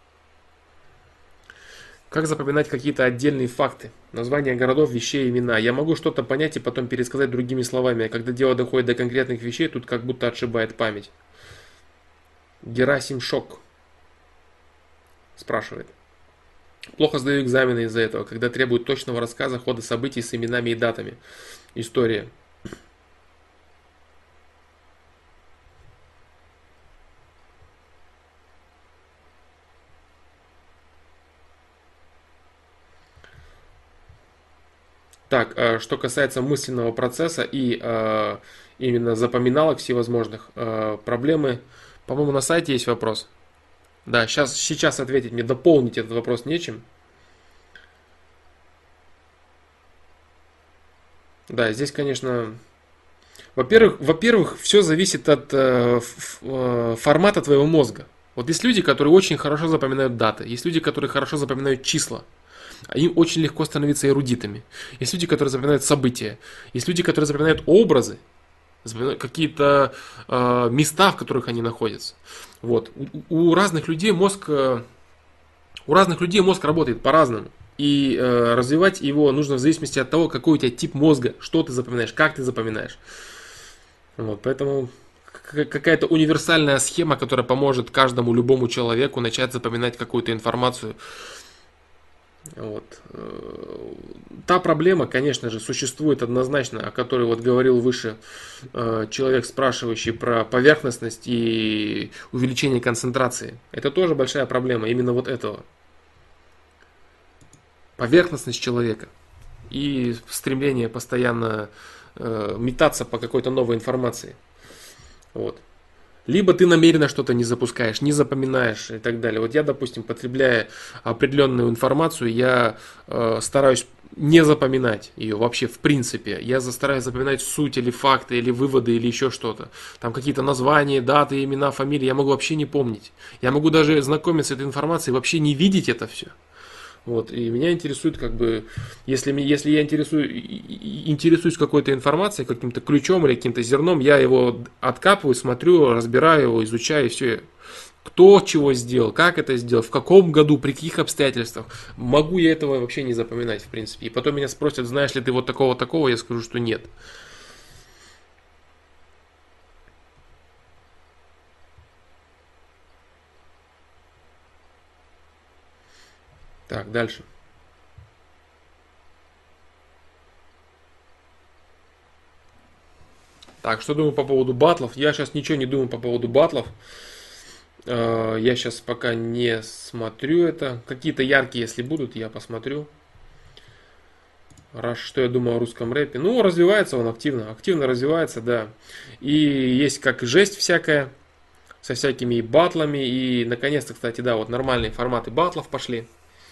Как запоминать какие-то отдельные факты? Названия городов, вещей, имена. Я могу что-то понять и потом пересказать другими словами, а когда дело доходит до конкретных вещей, тут как будто отшибает память. Герасим Шок спрашивает. Плохо сдаю экзамены из-за этого, когда требуют точного рассказа хода событий с именами и датами. История. Так, что касается мысленного процесса и именно запоминалок всевозможных, проблемы, по-моему, на сайте есть вопрос. Да, сейчас ответить мне, дополнить этот вопрос нечем. Да, здесь, конечно, во-первых, все зависит от формата твоего мозга. Вот есть люди, которые очень хорошо запоминают даты, есть люди, которые хорошо запоминают числа. Им очень легко становиться эрудитами. Есть люди, которые запоминают события. Есть люди, которые запоминают образы, запоминают какие-то места, в которых они находятся. Вот. У разных людей мозг работает по-разному. И развивать его нужно в зависимости от того, какой у тебя тип мозга, что ты запоминаешь, как ты запоминаешь. Вот. Поэтому какая-то универсальная схема, которая поможет каждому любому человеку начать запоминать какую-то информацию. Вот. Та проблема, конечно же, существует однозначно, о которой вот говорил выше человек, спрашивающий про поверхностность и увеличение концентрации. Это тоже большая проблема именно вот этого. Поверхностность человека и стремление постоянно метаться по какой-то новой информации. Вот. Либо ты намеренно что-то не запускаешь, не запоминаешь и так далее. Вот я, допустим, потребляя определенную информацию, я стараюсь не запоминать ее вообще в принципе. Я стараюсь запоминать суть или факты, или выводы, или еще что-то. Там какие-то названия, даты, имена, фамилии я могу вообще не помнить. Я могу даже знакомиться с этой информацией, вообще не видеть это все. Вот, и меня интересует, как бы, если я интересуюсь какой-то информацией, каким-то ключом или каким-то зерном, я его откапываю, смотрю, разбираю его, изучаю, и все. Кто чего сделал, как это сделал, в каком году, при каких обстоятельствах. Могу я этого вообще не запоминать, в принципе. И потом меня спросят, знаешь ли ты вот такого, я скажу, что нет. Так, дальше. Так, что думаю по поводу батлов? Я сейчас ничего не думаю по поводу батлов. Я сейчас пока не смотрю это. Какие-то яркие, если будут, я посмотрю. Раз что я думаю о русском рэпе. Ну, развивается он активно. Активно развивается, да. И есть как жесть всякая. Со всякими и батлами. И, наконец-то, кстати, да, вот нормальные форматы батлов пошли.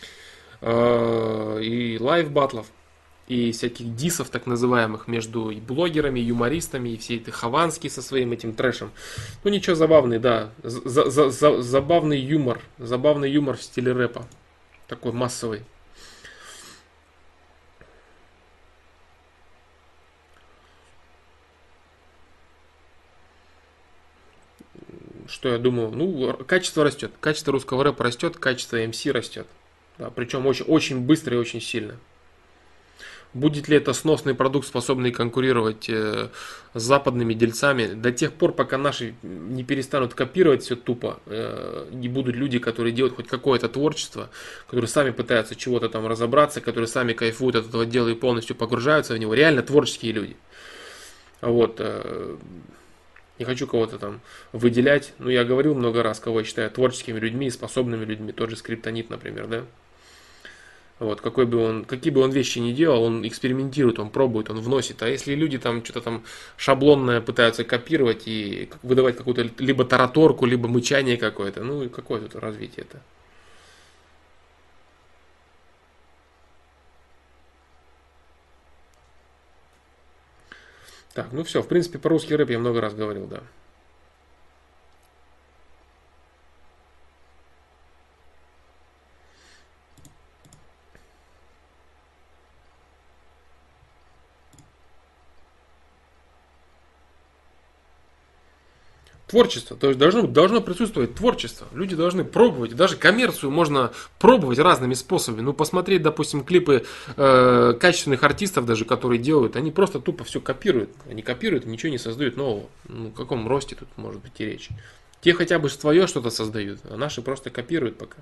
И лайв-батлов, и всяких дисов так называемых между и блогерами, и юмористами, и все это Хованский со своим этим трэшем. Ну ничего, забавный, да, забавный юмор в стиле рэпа, такой массовый. Что я думаю, ну качество растет, качество русского рэпа растет, качество МС растет. Да, причем очень, очень быстро и очень сильно. Будет ли это сносный продукт, способный конкурировать с западными дельцами? До тех пор, пока наши не перестанут копировать все тупо, не будут люди, которые делают хоть какое-то творчество, которые сами пытаются чего-то там разобраться, которые сами кайфуют от этого дела и полностью погружаются в него. Реально творческие люди. Вот. Не хочу кого-то там выделять, но я говорил много раз, кого я считаю творческими людьми и способными людьми. Тот же Скриптонит, например, да? Вот, какие бы он вещи ни делал, он экспериментирует, он пробует, он вносит. А если люди там что-то там шаблонное пытаются копировать и выдавать какую-то либо тараторку, либо мычание какое-то, ну и какое тут развитие это? Так, ну все, в принципе, про русский рэп я много раз говорил, да. Творчество, то есть должно присутствовать творчество. Люди должны пробовать, даже коммерцию можно пробовать разными способами. Ну, посмотреть, допустим, клипы качественных артистов даже, которые делают, они просто тупо все копируют. Они копируют, ничего не создают нового. Ну, о каком росте тут может быть и речь? Те хотя бы свое что-то создают, а наши просто копируют пока.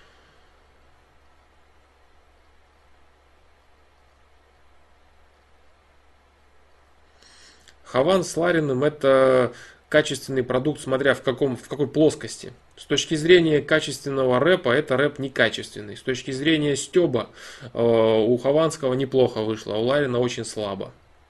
Хаван с Лариным это качественный продукт, смотря в какой плоскости. С точки зрения качественного рэпа, это рэп некачественный. С точки зрения стеба, у Хованского неплохо вышло, а у Ларина очень слабо.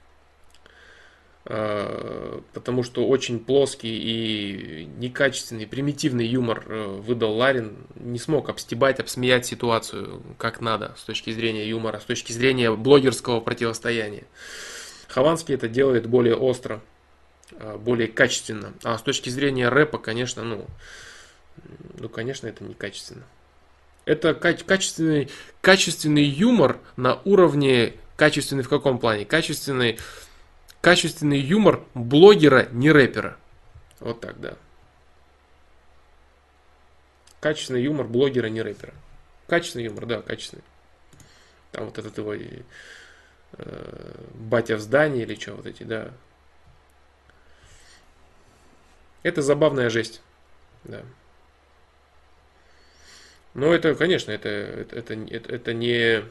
Потому что очень плоский и некачественный, примитивный юмор выдал Ларин. Не смог обсмеять ситуацию как надо с точки зрения юмора, с точки зрения блогерского противостояния. Хованский это делает более остро, более качественно. А с точки зрения рэпа, конечно, конечно, это некачественно. Это качественный юмор на уровне, качественный в каком плане? Качественный юмор блогера, не рэпера. Вот так, да. Качественный юмор блогера, не рэпера. Качественный юмор, да, качественный. Там вот этот его батя в здании или что, вот эти, да. Это забавная жесть, да. Но это, конечно, это не...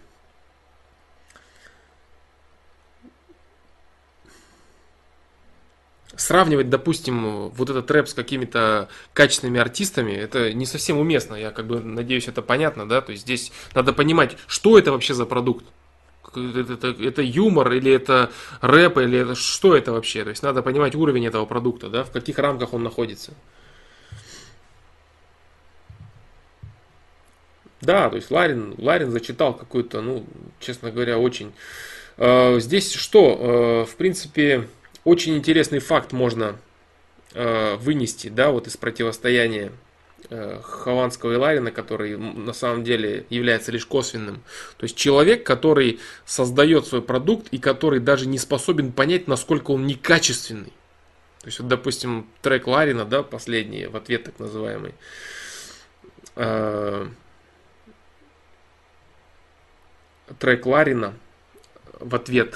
Сравнивать, допустим, вот этот рэп с какими-то качественными артистами, это не совсем уместно. Я надеюсь, это понятно, да. То есть здесь надо понимать, что это вообще за продукт. Это юмор, или это рэп, или это что это вообще? То есть надо понимать уровень этого продукта, да, в каких рамках он находится. Да, то есть Ларин зачитал какую-то, честно говоря, очень... Здесь что? В принципе, очень интересный факт можно вынести, да, вот из противостояния Хованского и Ларина, который на самом деле является лишь косвенным. То есть человек, который создает свой продукт и который даже не способен понять, насколько он некачественный. То есть, вот, допустим, трек Ларина, да, последний, в ответ так называемый. Трек Ларина в ответ.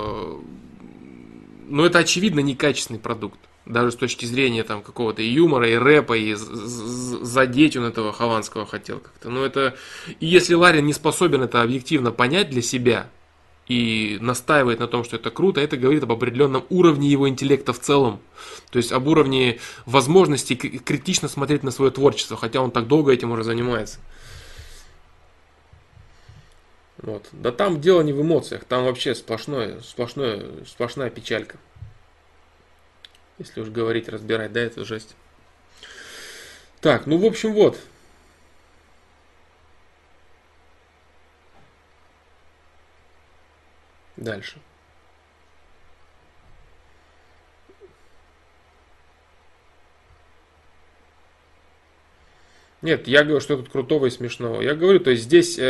Это очевидно некачественный продукт. Даже с точки зрения там какого-то и юмора, и рэпа, и задеть он этого Хованского хотел как-то. И если Ларин не способен это объективно понять для себя и настаивает на том, что это круто, это говорит об определенном уровне его интеллекта в целом. То есть об уровне возможности критично смотреть на свое творчество, хотя он так долго этим уже занимается. Вот. Да там дело не в эмоциях, там вообще сплошная печалька. Если уж говорить, разбирать, да, это жесть. Так, в общем, вот. Дальше. Нет, я говорю, что тут крутого и смешного. Я говорю, то есть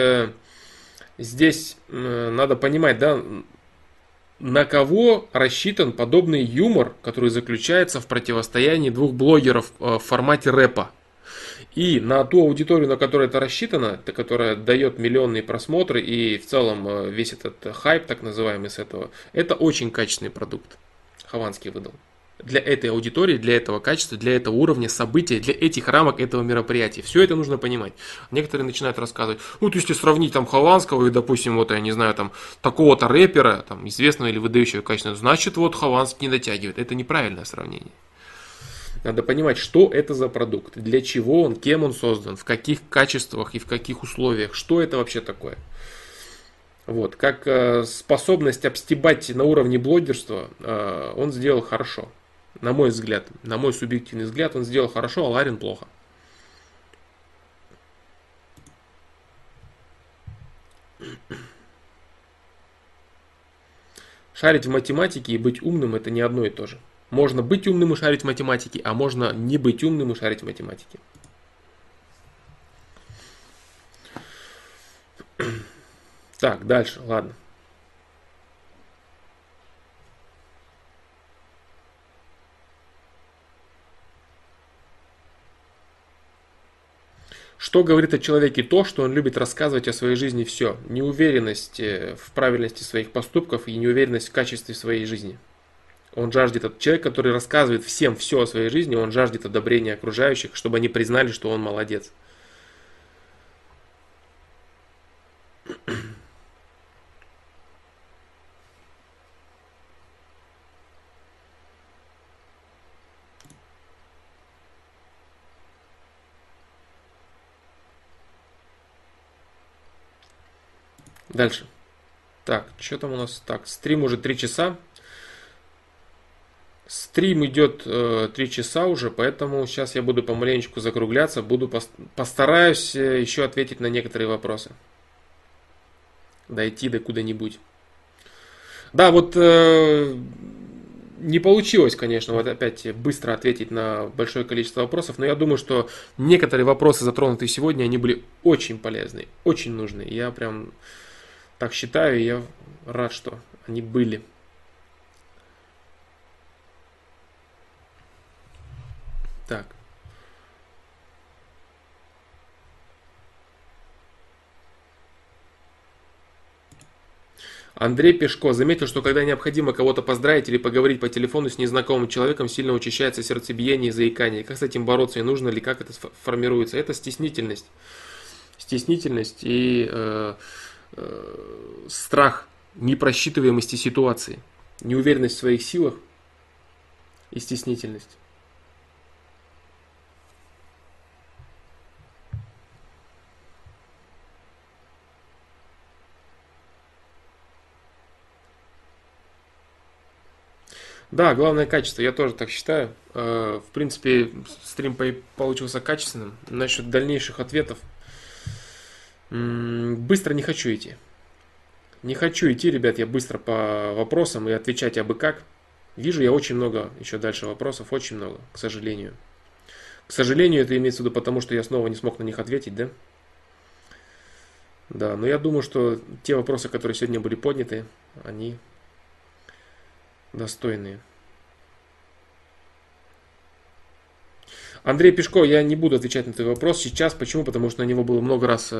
здесь надо понимать, да, на кого рассчитан подобный юмор, который заключается в противостоянии двух блогеров в формате рэпа. И на ту аудиторию, на которую это рассчитано, которая дает миллионные просмотры и в целом весь этот хайп, так называемый, с этого, это очень качественный продукт. Хованский выдал. Для этой аудитории, для этого качества, для этого уровня события, для этих рамок этого мероприятия. Все это нужно понимать. Некоторые начинают рассказывать, вот если сравнить там Хованского и, допустим, вот, я не знаю, там, такого-то рэпера, там, известного или выдающего качества, значит, вот Хованский не дотягивает. Это неправильное сравнение. Надо понимать, что это за продукт, для чего он, кем он создан, в каких качествах и в каких условиях, что это вообще такое. Вот, как способность обстебать на уровне блогерства он сделал хорошо. На мой взгляд, на мой субъективный взгляд, он сделал хорошо, а Ларин плохо. Шарить в математике и быть умным это не одно и то же. Можно быть умным и шарить в математике, а можно не быть умным и шарить в математике. Так, дальше, ладно. Что говорит о человеке то, что он любит рассказывать о своей жизни все? Неуверенность в правильности своих поступков и неуверенность в качестве своей жизни. Он жаждет, этот человек, который рассказывает всем все о своей жизни, он жаждет одобрения окружающих, чтобы они признали, что он молодец. Дальше. Так, что там у нас? Так, стрим уже 3 часа. Стрим идет 3 часа уже, поэтому сейчас я буду помаленечку закругляться, постараюсь еще ответить на некоторые вопросы. Дойти до куда-нибудь. Да, вот не получилось, конечно, вот опять быстро ответить на большое количество вопросов, но я думаю, что некоторые вопросы, затронутые сегодня, они были очень полезны, очень нужны. Я прям так считаю, и я рад, что они были. Так. Андрей Пешко заметил, что когда необходимо кого-то поздравить или поговорить по телефону с незнакомым человеком, сильно учащается сердцебиение и заикание. Как с этим бороться и нужно ли, как это формируется? Это стеснительность. Стеснительность и страх непросчитываемости ситуации. Неуверенность в своих силах и стеснительность. Да, главное качество, я тоже так считаю. В принципе, стрим получился качественным. Насчет дальнейших ответов. Быстро не хочу идти. Не хочу идти, ребят, я быстро по вопросам и отвечать абы как. Вижу я очень много еще дальше вопросов, очень много, к сожалению. К сожалению, это имеется в виду потому, что я снова не смог на них ответить, да? Да, но я думаю, что те вопросы, которые сегодня были подняты, они достойные. Андрей Пешко, я не буду отвечать на твой вопрос сейчас. Почему? Потому что на него было много раз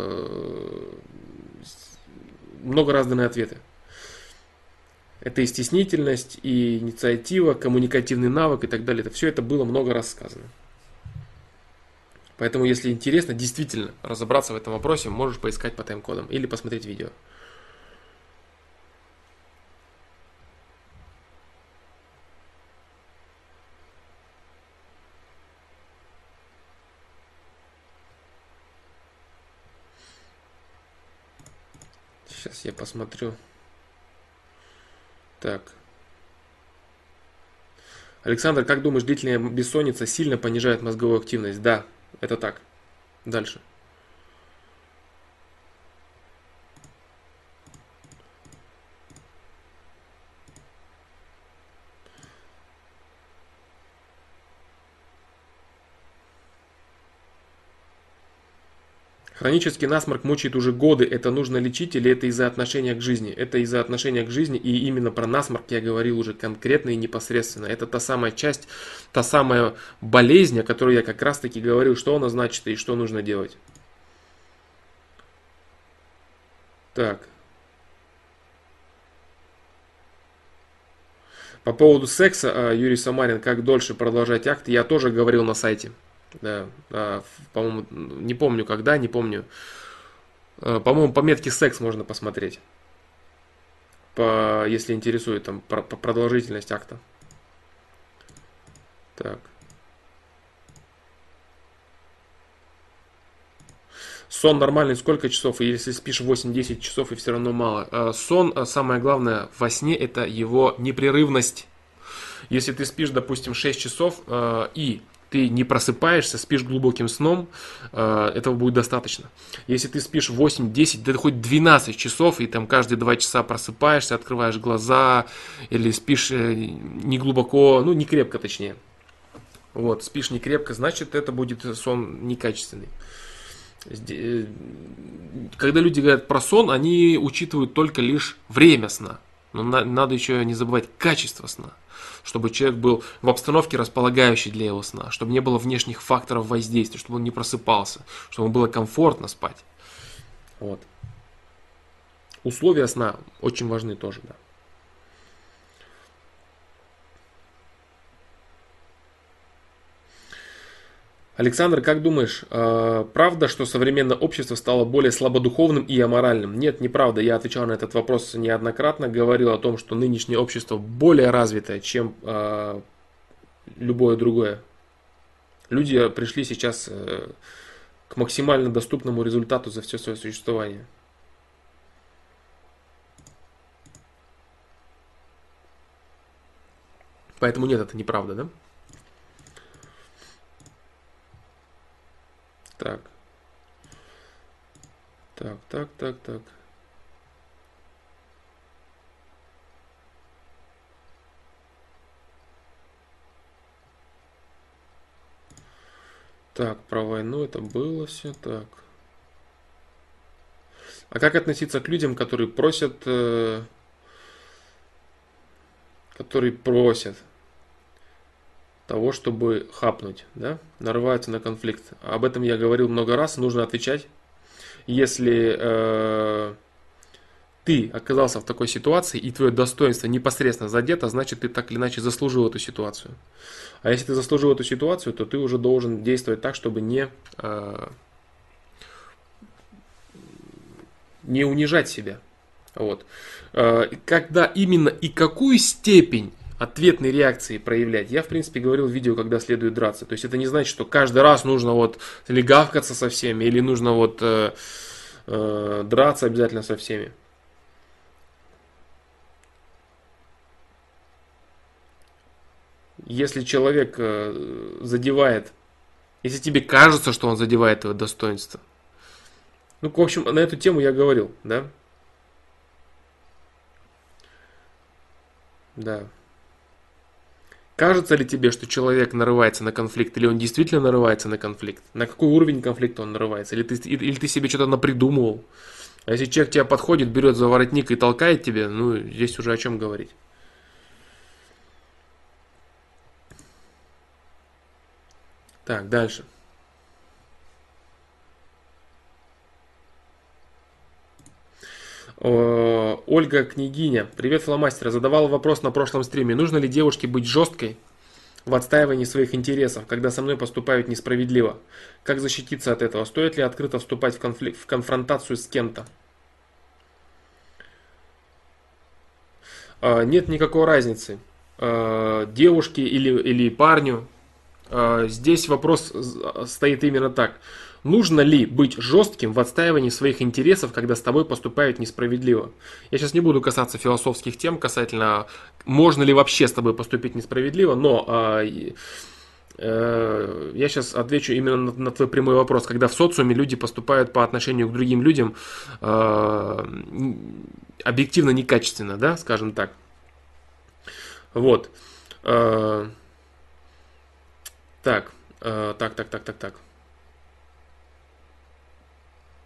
даны ответы. Это и стеснительность, и инициатива, коммуникативный навык и так далее. Это все это было много раз сказано. Поэтому, если интересно действительно разобраться в этом вопросе, можешь поискать по тайм-кодам или посмотреть видео. Сейчас я посмотрю. Так. Александр, как думаешь, длительная бессонница сильно понижает мозговую активность? Да, это так. Дальше. Хронический насморк мучает уже годы. Это нужно лечить или это из-за отношения к жизни? Это из-за отношения к жизни, и именно про насморк я говорил уже конкретно и непосредственно. Это та самая часть, та самая болезнь, о которой я как раз таки говорил, что она значит и что нужно делать. Так. По поводу секса, Юрий Самарин, как дольше продолжать акт, я тоже говорил на сайте. Да, по-моему, не помню когда, не помню. По-моему, по метке секс можно посмотреть. Если интересует там продолжительность акта. Так. Сон нормальный сколько часов? И если спишь 8-10 часов и все равно мало. Сон, самое главное во сне, это его непрерывность. Если ты спишь, допустим, 6 часов и ты не просыпаешься, спишь глубоким сном, этого будет достаточно. Если ты спишь 8-10, да хоть 12 часов, и там каждые 2 часа просыпаешься, открываешь глаза, или спишь не глубоко, ну не крепко точнее. Вот, спишь не крепко, значит это будет сон некачественный. Когда люди говорят про сон, они учитывают только лишь время сна. Но надо еще не забывать качество сна. Чтобы человек был в обстановке, располагающей для его сна. Чтобы не было внешних факторов воздействия. Чтобы он не просыпался. Чтобы ему было комфортно спать. Вот. Условия сна очень важны тоже, да. Александр, как думаешь, правда, что современное общество стало более слабодуховным и аморальным? Нет, неправда. Я отвечал на этот вопрос неоднократно, говорил о том, что нынешнее общество более развитое, чем любое другое. Люди пришли сейчас к максимально доступному результату за все свое существование. Поэтому нет, это неправда, да? Так. Так. Так, про войну это было все так. А как относиться к людям, которые просят того, чтобы хапнуть, да? Нарываются на конфликт. Об этом я говорил много раз, нужно отвечать. Если ты оказался в такой ситуации и твое достоинство непосредственно задето, значит ты так или иначе заслужил эту ситуацию. А если ты заслужил эту ситуацию, то ты уже должен действовать так, чтобы не унижать себя. Вот. Когда именно и какую степень ответной реакции проявлять, я в принципе говорил в видео, когда следует драться. То есть это не значит, что каждый раз нужно вот или гавкаться со всеми, или нужно вот драться обязательно со всеми. Если человек задевает, если тебе кажется, что он задевает твое достоинство. Ну, в общем, на эту тему я говорил, да? Да. Кажется ли тебе, что человек нарывается на конфликт, или он действительно нарывается на конфликт? На какой уровень конфликта он нарывается? Или ты себе что-то напридумывал? А если человек тебя подходит, берет за воротник и толкает тебе, ну, здесь уже о чем говорить. Так, дальше. Ольга Княгиня. Привет, фломастер. Задавал вопрос на прошлом стриме. Нужно ли девушке быть жесткой в отстаивании своих интересов, когда со мной поступают несправедливо? Как защититься от этого? Стоит ли открыто вступать в конфронтацию с кем-то? Нет никакой разницы. Девушке или парню. Здесь вопрос стоит именно так. Нужно ли быть жестким в отстаивании своих интересов, когда с тобой поступают несправедливо? Я сейчас не буду касаться философских тем касательно, можно ли вообще с тобой поступить несправедливо, но я сейчас отвечу именно на твой прямой вопрос. Когда в социуме люди поступают по отношению к другим людям объективно некачественно, да, скажем так. Вот. Так.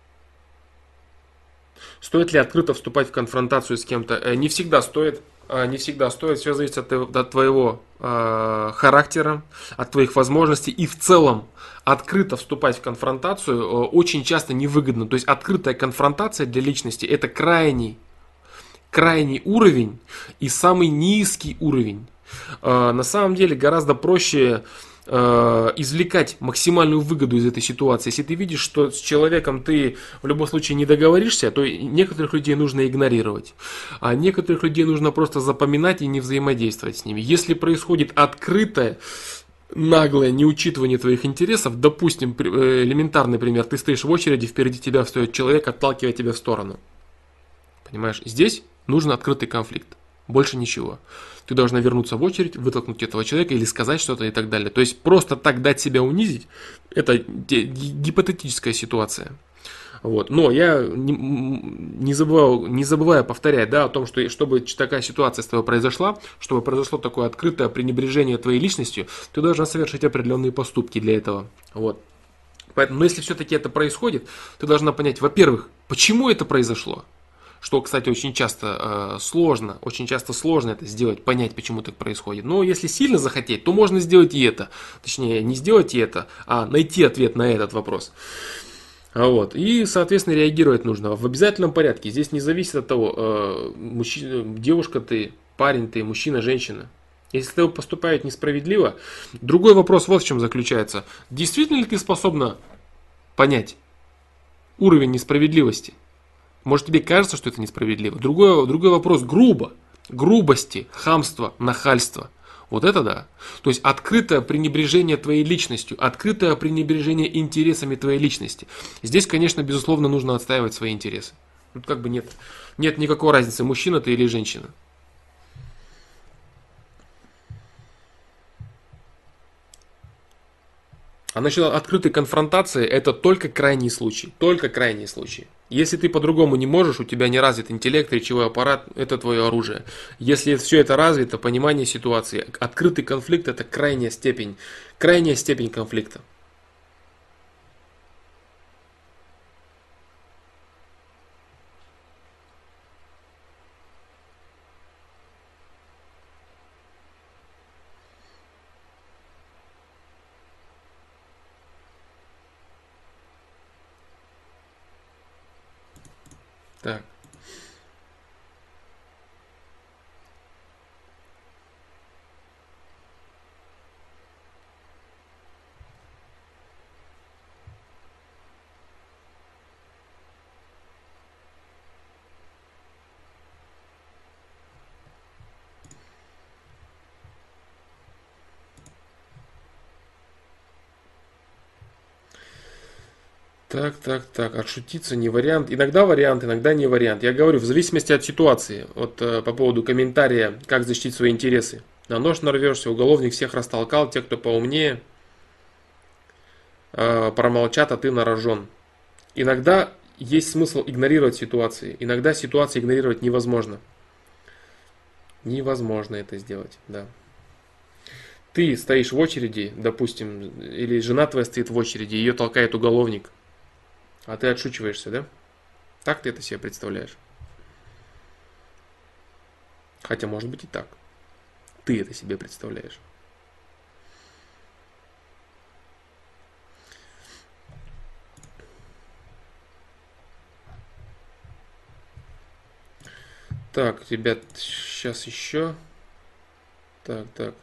Стоит ли открыто вступать в конфронтацию с кем-то? Не всегда стоит. Не всегда стоит. Все зависит от твоего характера, от твоих возможностей. И в целом открыто вступать в конфронтацию очень часто невыгодно. То есть открытая конфронтация для личности это крайний уровень и самый низкий уровень. На самом деле гораздо проще извлекать максимальную выгоду из этой ситуации. Если ты видишь, что с человеком ты в любом случае не договоришься, то некоторых людей нужно игнорировать, а некоторых людей нужно просто запоминать и не взаимодействовать с ними. Если происходит открытое, наглое неучитывание твоих интересов, допустим, элементарный пример, ты стоишь в очереди, впереди тебя встает человек, отталкивая тебя в сторону. Понимаешь, здесь нужен открытый конфликт. Больше ничего. Ты должна вернуться в очередь, вытолкнуть этого человека или сказать что-то и так далее. То есть просто так дать себя унизить, это гипотетическая ситуация. Вот. Но я не забываю повторять, да, о том, что чтобы такая ситуация с тобой произошла, чтобы произошло такое открытое пренебрежение твоей личностью, ты должна совершить определенные поступки для этого. Вот. Поэтому, но если все-таки это происходит, ты должна понять, во-первых, почему это произошло. Что, кстати, очень часто сложно это сделать, понять, почему так происходит. Но если сильно захотеть, то можно сделать и это. Точнее, не сделать и это, а найти ответ на этот вопрос. Вот. И, соответственно, реагировать нужно в обязательном порядке. Здесь не зависит от того, девушка ты, парень ты, мужчина, женщина. Если ты поступает несправедливо, другой вопрос вот в чем заключается. Действительно ли ты способна понять уровень несправедливости? Может, тебе кажется, что это несправедливо. Другой вопрос грубости, хамства, нахальства. Вот это да. То есть открытое пренебрежение твоей личностью, открытое пренебрежение интересами твоей личности. Здесь, конечно, безусловно, нужно отстаивать свои интересы. Тут как бы нет никакой разницы, мужчина ты или женщина. А насчет открытой конфронтации, это только крайний случай. Только крайний случай. Если ты по-другому не можешь, у тебя не развит интеллект, речевой аппарат, это твое оружие. Если все это развито, понимание ситуации, открытый конфликт это крайняя степень конфликта. Так. Так, отшутиться не вариант. Иногда вариант, иногда не вариант. Я говорю, в зависимости от ситуации. Вот по поводу комментария, как защитить свои интересы. На нож нарвешься, уголовник всех растолкал, те, кто поумнее, промолчат, а ты на рожон. Иногда есть смысл игнорировать ситуации. Иногда ситуации игнорировать невозможно. Невозможно это сделать, да. Ты стоишь в очереди, допустим, или жена твоя стоит в очереди, ее толкает уголовник, а ты отшучиваешься, да? Так ты это себе представляешь? Хотя, может быть и так. Ты это себе представляешь. Так, ребят, сейчас еще. Так.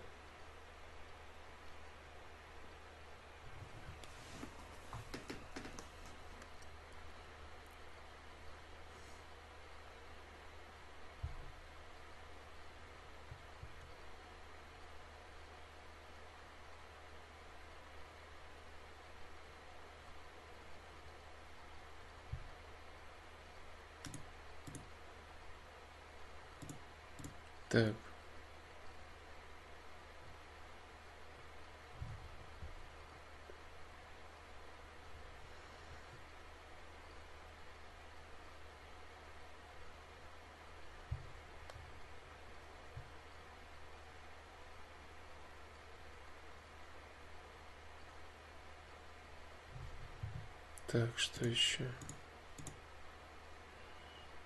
Так. Так, что еще?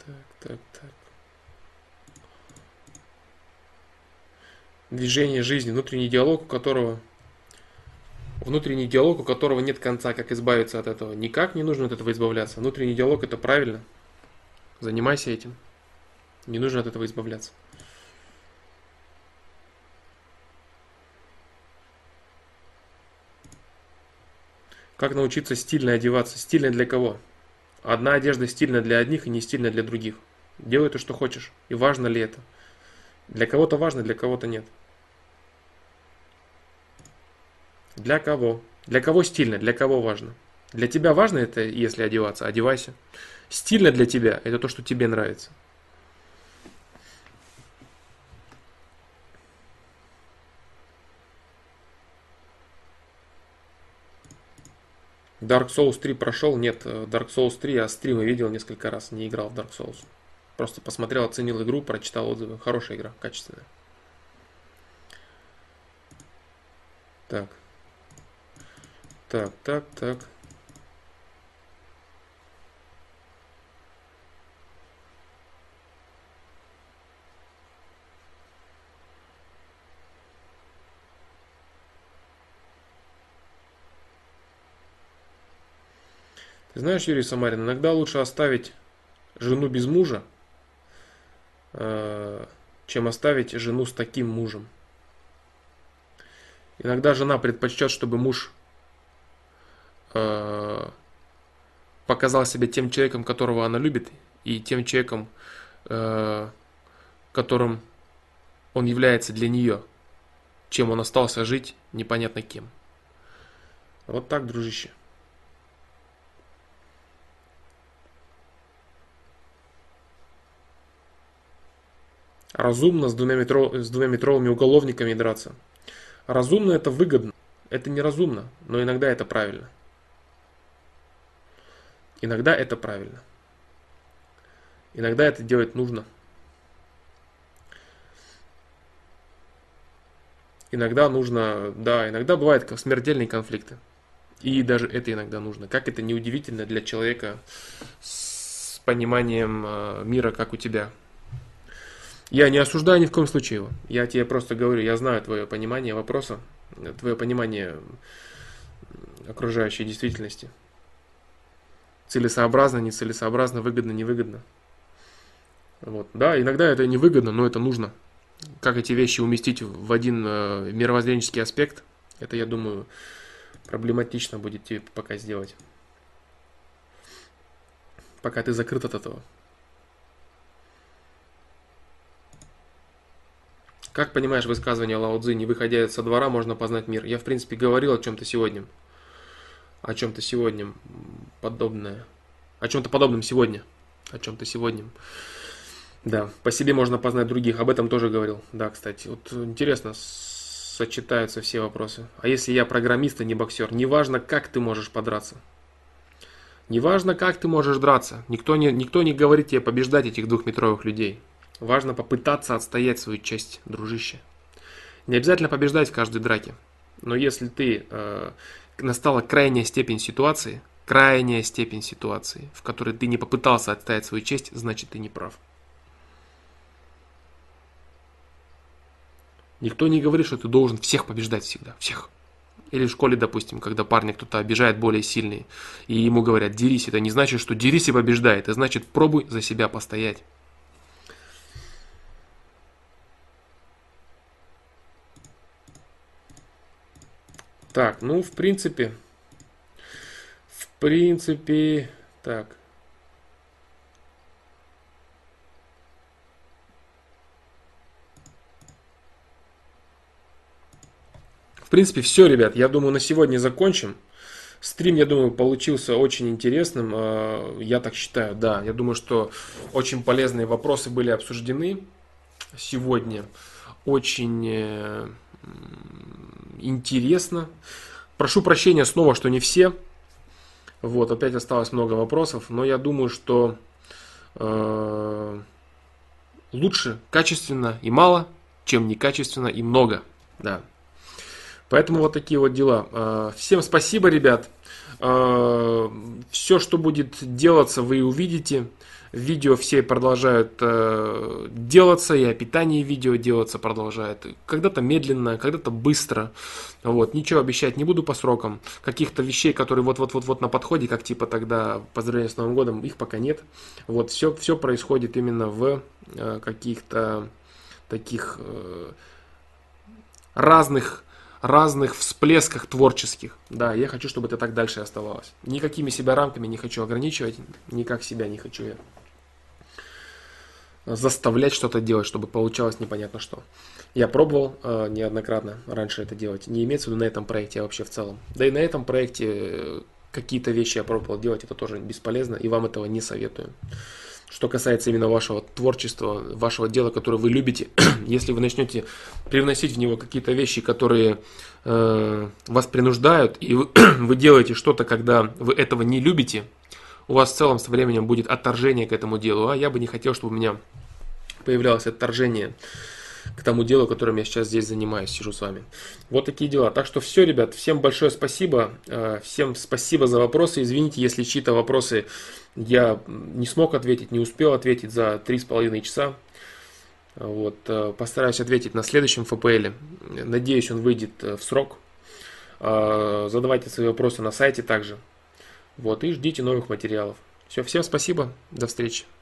Так. Движение жизни, внутренний диалог, у которого нет конца. Как избавиться от этого? Никак не нужно от этого избавляться. Внутренний диалог — это правильно. Занимайся этим. Не нужно от этого избавляться. Как научиться стильно одеваться? Стильно для кого? Одна одежда стильна для одних и не стильна для других. Делай то, что хочешь. И важно ли это? Для кого-то важно, для кого-то нет. Для кого? Для кого стильно, для кого важно? Для тебя важно это, если одеваться? Одевайся. Стильно для тебя — это то, что тебе нравится. Dark Souls 3 прошел? Нет, Dark Souls 3 я стримы видел несколько раз, не играл в Dark Souls. Просто посмотрел, оценил игру, прочитал отзывы. Хорошая игра, качественная. Так. Ты знаешь, Юрий Самарин, иногда лучше оставить жену без мужа, чем оставить жену с таким мужем. Иногда жена предпочтет, чтобы муж показал себя тем человеком, которого она любит, и тем человеком, которым он является для нее, чем он остался жить непонятно кем. Вот так, дружище. Разумно с двумя метровыми уголовниками драться. Разумно — это выгодно. Это неразумно, но иногда это правильно. Иногда это правильно. Иногда это делать нужно. Иногда нужно, да, иногда бывают смертельные конфликты. И даже это иногда нужно. Как это неудивительно для человека с пониманием мира, как у тебя. Я не осуждаю ни в коем случае его. Я тебе просто говорю, я знаю твое понимание вопроса, твое понимание окружающей действительности. Целесообразно, нецелесообразно, выгодно, невыгодно. Вот. Да, иногда это невыгодно, но это нужно. Как эти вещи уместить в один мировоззренческий аспект, это, я думаю, проблематично будет тебе пока сделать. Пока ты закрыт от этого. Как понимаешь высказывание Лао Цзы: не выходя со двора, можно познать мир? Я, в принципе, говорил о чем-то сегодня. О чем-то сегодня подобное. О чем-то подобном сегодня. О чем-то сегодня. Да, по себе можно познать других. Об этом тоже говорил. Да, кстати. Вот интересно, сочетаются все вопросы. А если я программист, а не боксер? Неважно, как ты можешь подраться. Неважно, как ты можешь драться. Никто не говорит тебе побеждать этих двухметровых людей. Важно попытаться отстоять свою честь, дружище. Не обязательно побеждать в каждой драке. Но если настала крайняя степень ситуации, в которой ты не попытался отстоять свою честь, значит, ты не прав. Никто не говорит, что ты должен всех побеждать всегда. Всех. Или в школе, допустим, когда парня кто-то обижает более сильный, и ему говорят: дерись. Это не значит, что дерись и побеждай. Это значит, пробуй за себя постоять. Так, ну, в принципе, так. В принципе, все, ребят, я думаю, на сегодня закончим. Стрим, я думаю, получился очень интересным. Я так считаю, да. Я думаю, что очень полезные вопросы были обсуждены сегодня. Очень интересно. Прошу прощения снова, что не все. Вот, опять осталось много вопросов. Но я думаю, что лучше качественно и мало, чем некачественно и много. Да. Поэтому вот такие вот дела. Всем спасибо, ребят. Все, что будет делаться, вы увидите. Видео все продолжают делаться, и о питании видео делаться продолжает. Когда-то медленно, когда-то быстро. Вот. Ничего обещать не буду по срокам. Каких-то вещей, которые вот-вот-вот на подходе, как типа тогда поздравления с Новым годом, их пока нет. Вот. Все происходит именно в каких-то таких разных всплесках творческих. Да, я хочу, чтобы это так дальше оставалось. Никакими себя рамками не хочу ограничивать, никак себя не хочу я заставлять что-то делать, чтобы получалось непонятно что. Я пробовал неоднократно раньше это делать. Не имеется в виду на этом проекте, а вообще в целом. Да и на этом проекте какие-то вещи я пробовал делать, это тоже бесполезно, и вам этого не советую. Что касается именно вашего творчества, вашего дела, которое вы любите, если вы начнете привносить в него какие-то вещи, которые вас принуждают, и вы делаете что-то, когда вы этого не любите, у вас в целом со временем будет отторжение к этому делу. А я бы не хотел, чтобы у меня появлялось отторжение к тому делу, которым я сейчас здесь занимаюсь, сижу с вами. Вот такие дела. Так что все, ребят, всем большое спасибо. Всем спасибо за вопросы. Извините, если чьи-то вопросы я не смог ответить, не успел ответить за 3,5 часа. Вот, постараюсь ответить на следующем ФПЛе. Надеюсь, он выйдет в срок. Задавайте свои вопросы на сайте также. Вот, и ждите новых материалов. Все, всем спасибо. До встречи.